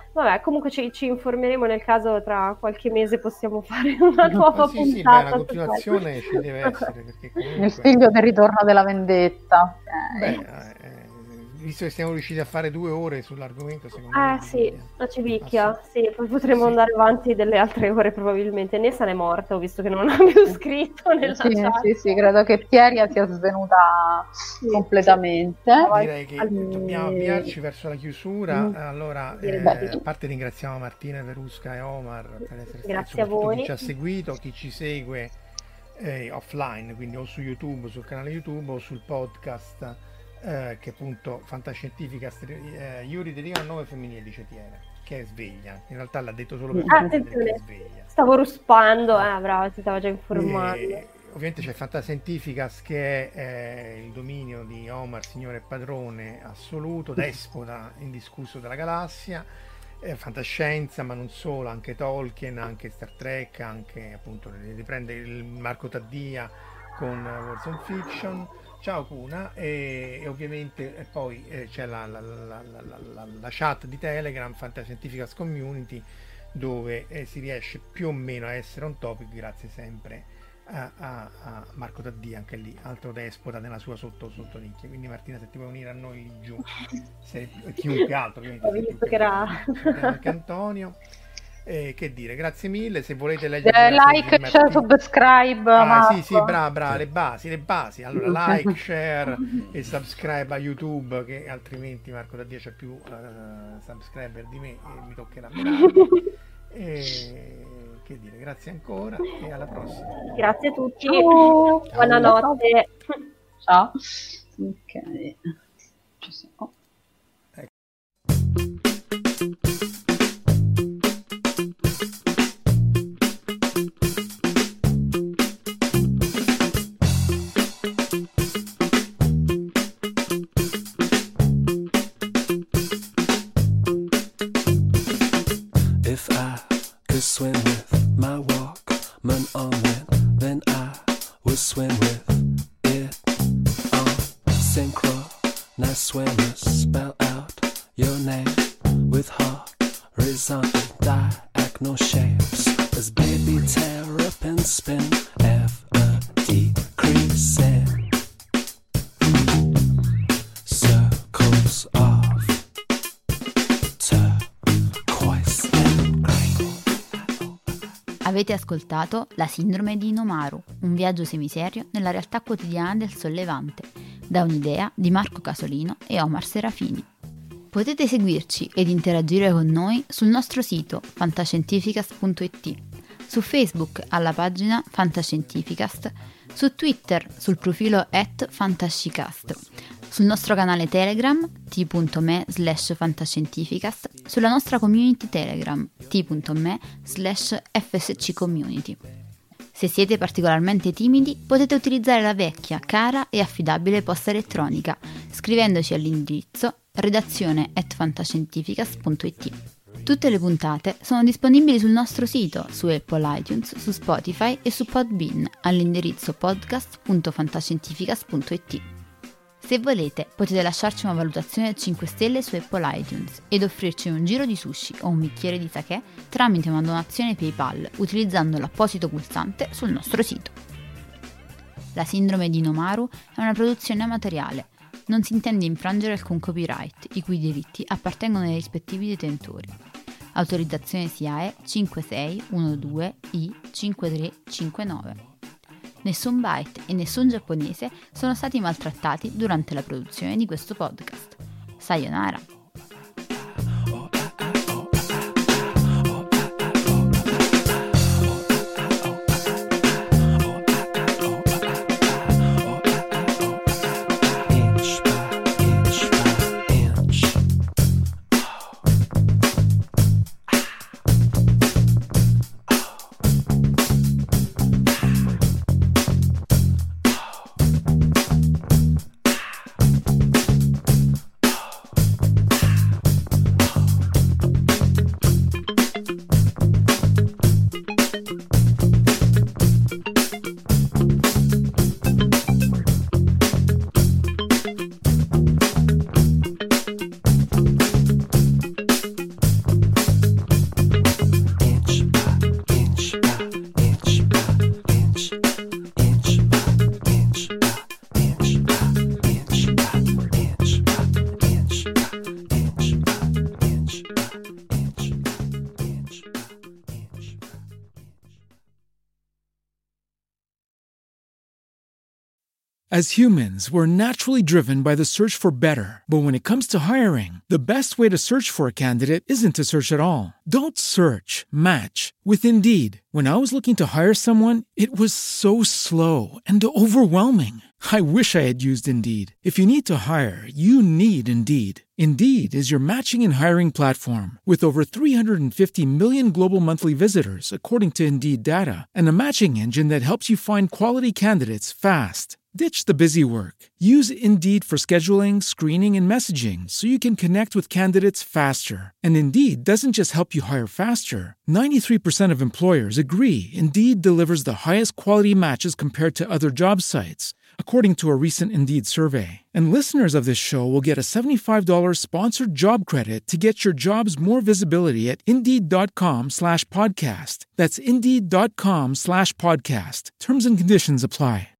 Vabbè, comunque ci, ci informeremo nel caso tra qualche mese possiamo fare una nuova sì, sì, beh, puntata. una continuazione ci deve essere, perché comunque... Il figlio del ritorno della vendetta. Beh, Eh, eh, visto che siamo riusciti a fare due ore sull'argomento, secondo Eh me... sì, bisogna- la civicchia, Assolut- sì, poi potremo Sì. andare avanti delle altre ore probabilmente. Nessa ne è morta, ho visto che non ha più scritto nella sì, chat. sì, sì, credo che Pieria sia svenuta Sì, completamente. Direi che dobbiamo avviarci verso la chiusura. Mm. Allora, Direi eh, di sì. a parte ringraziamo Martina, Verusca e Omar per essere stati, Grazie a soprattutto voi. chi ci ha seguito, chi ci segue eh, offline, quindi o su YouTube, sul canale YouTube o sul podcast, eh, che appunto Fantascientificast, eh, Yuri dedica al nome femminile, dice Tiene, che è sveglia. In realtà l'ha detto solo per Ah, farci vedere che è attenzione, sveglia. stavo ruspando, eh, brava, ti stavo già informando. E, ovviamente c'è Fantascientificast, che è eh, il dominio di Omar, signore e padrone assoluto, despota indiscusso della galassia, eh, fantascienza, ma non solo, anche Tolkien, anche Star Trek, anche appunto riprende il Marco Taddia con uh, Words on Fiction. Ciao Cuna, e, e ovviamente e poi eh, c'è la, la, la, la, la, la chat di Telegram, Fantascientificast Community, dove eh, si riesce più o meno a essere on topic grazie sempre a, a, a Marco Taddia, anche lì altro despota nella sua sotto sottonicchia. Quindi Martina, se ti vuoi unire a noi lì giù, sei, chiunque altro ovviamente, Ho sei visto più che era- che anche Antonio. Eh, che dire, grazie mille. Se volete leggere Eh, like, share, subscribe. ah, Marco. sì, sì, brava, brava, le basi, le basi. Allora, like, share e subscribe a YouTube, che altrimenti Marco Taddia c'è più uh, subscriber di me e mi toccherà menare. E che dire, grazie ancora e alla prossima. Grazie a tutti, Ciao. buonanotte. Ciao. Ok. Ci siamo. If I could swim with my Walkman on it, then I would swim with it on synchronized swimmers. Spell out your name with horizontal diagonal shapes as baby terrapins spin F a decreasing circles of turquoise and green. Avete ascoltato La Sindrome di Inomaru, un viaggio semiserio nella realtà quotidiana del Sollevante, da un'idea di Marco Casolino e Omar Serafini. Potete seguirci ed interagire con noi sul nostro sito fantascientificast punto it, su Facebook alla pagina Fantascientificast, su Twitter sul profilo at fantascicast, sul nostro canale Telegram t.me slash fantascientificast, sulla nostra community Telegram t.me slash fsccommunity. Se siete particolarmente timidi, potete utilizzare la vecchia, cara e affidabile posta elettronica, scrivendoci all'indirizzo redazione at fantascientificast punto it. Tutte le puntate sono disponibili sul nostro sito, su Apple iTunes, su Spotify e su Podbean all'indirizzo podcast punto fantascientificast punto it. Se volete, potete lasciarci una valutazione cinque stelle su Apple iTunes ed offrirci un giro di sushi o un bicchiere di sake tramite una donazione PayPal utilizzando l'apposito pulsante sul nostro sito. La Sindrome di Inomaru è una produzione amatoriale. Non si intende infrangere alcun copyright, i cui diritti appartengono ai rispettivi detentori. Autorizzazione S I A E cinque sei uno due I cinque tre cinque nove. Nessun byte e nessun giapponese sono stati maltrattati durante la produzione di questo podcast. Sayonara! As humans, we're naturally driven by the search for better. But when it comes to hiring, the best way to search for a candidate isn't to search at all. Don't search, match with Indeed. When I was looking to hire someone, it was so slow and overwhelming. I wish I had used Indeed. If you need to hire, you need Indeed. Indeed is your matching and hiring platform with over three hundred fifty million global monthly visitors, according to Indeed data, and a matching engine that helps you find quality candidates fast. Ditch the busy work. Use Indeed for scheduling, screening, and messaging so you can connect with candidates faster. And Indeed doesn't just help you hire faster. ninety-three percent of employers agree Indeed delivers the highest quality matches compared to other job sites, according to a recent Indeed survey. And listeners of this show will get a seventy-five dollars sponsored job credit to get your jobs more visibility at Indeed.com slash podcast. That's Indeed.com slash podcast. Terms and conditions apply.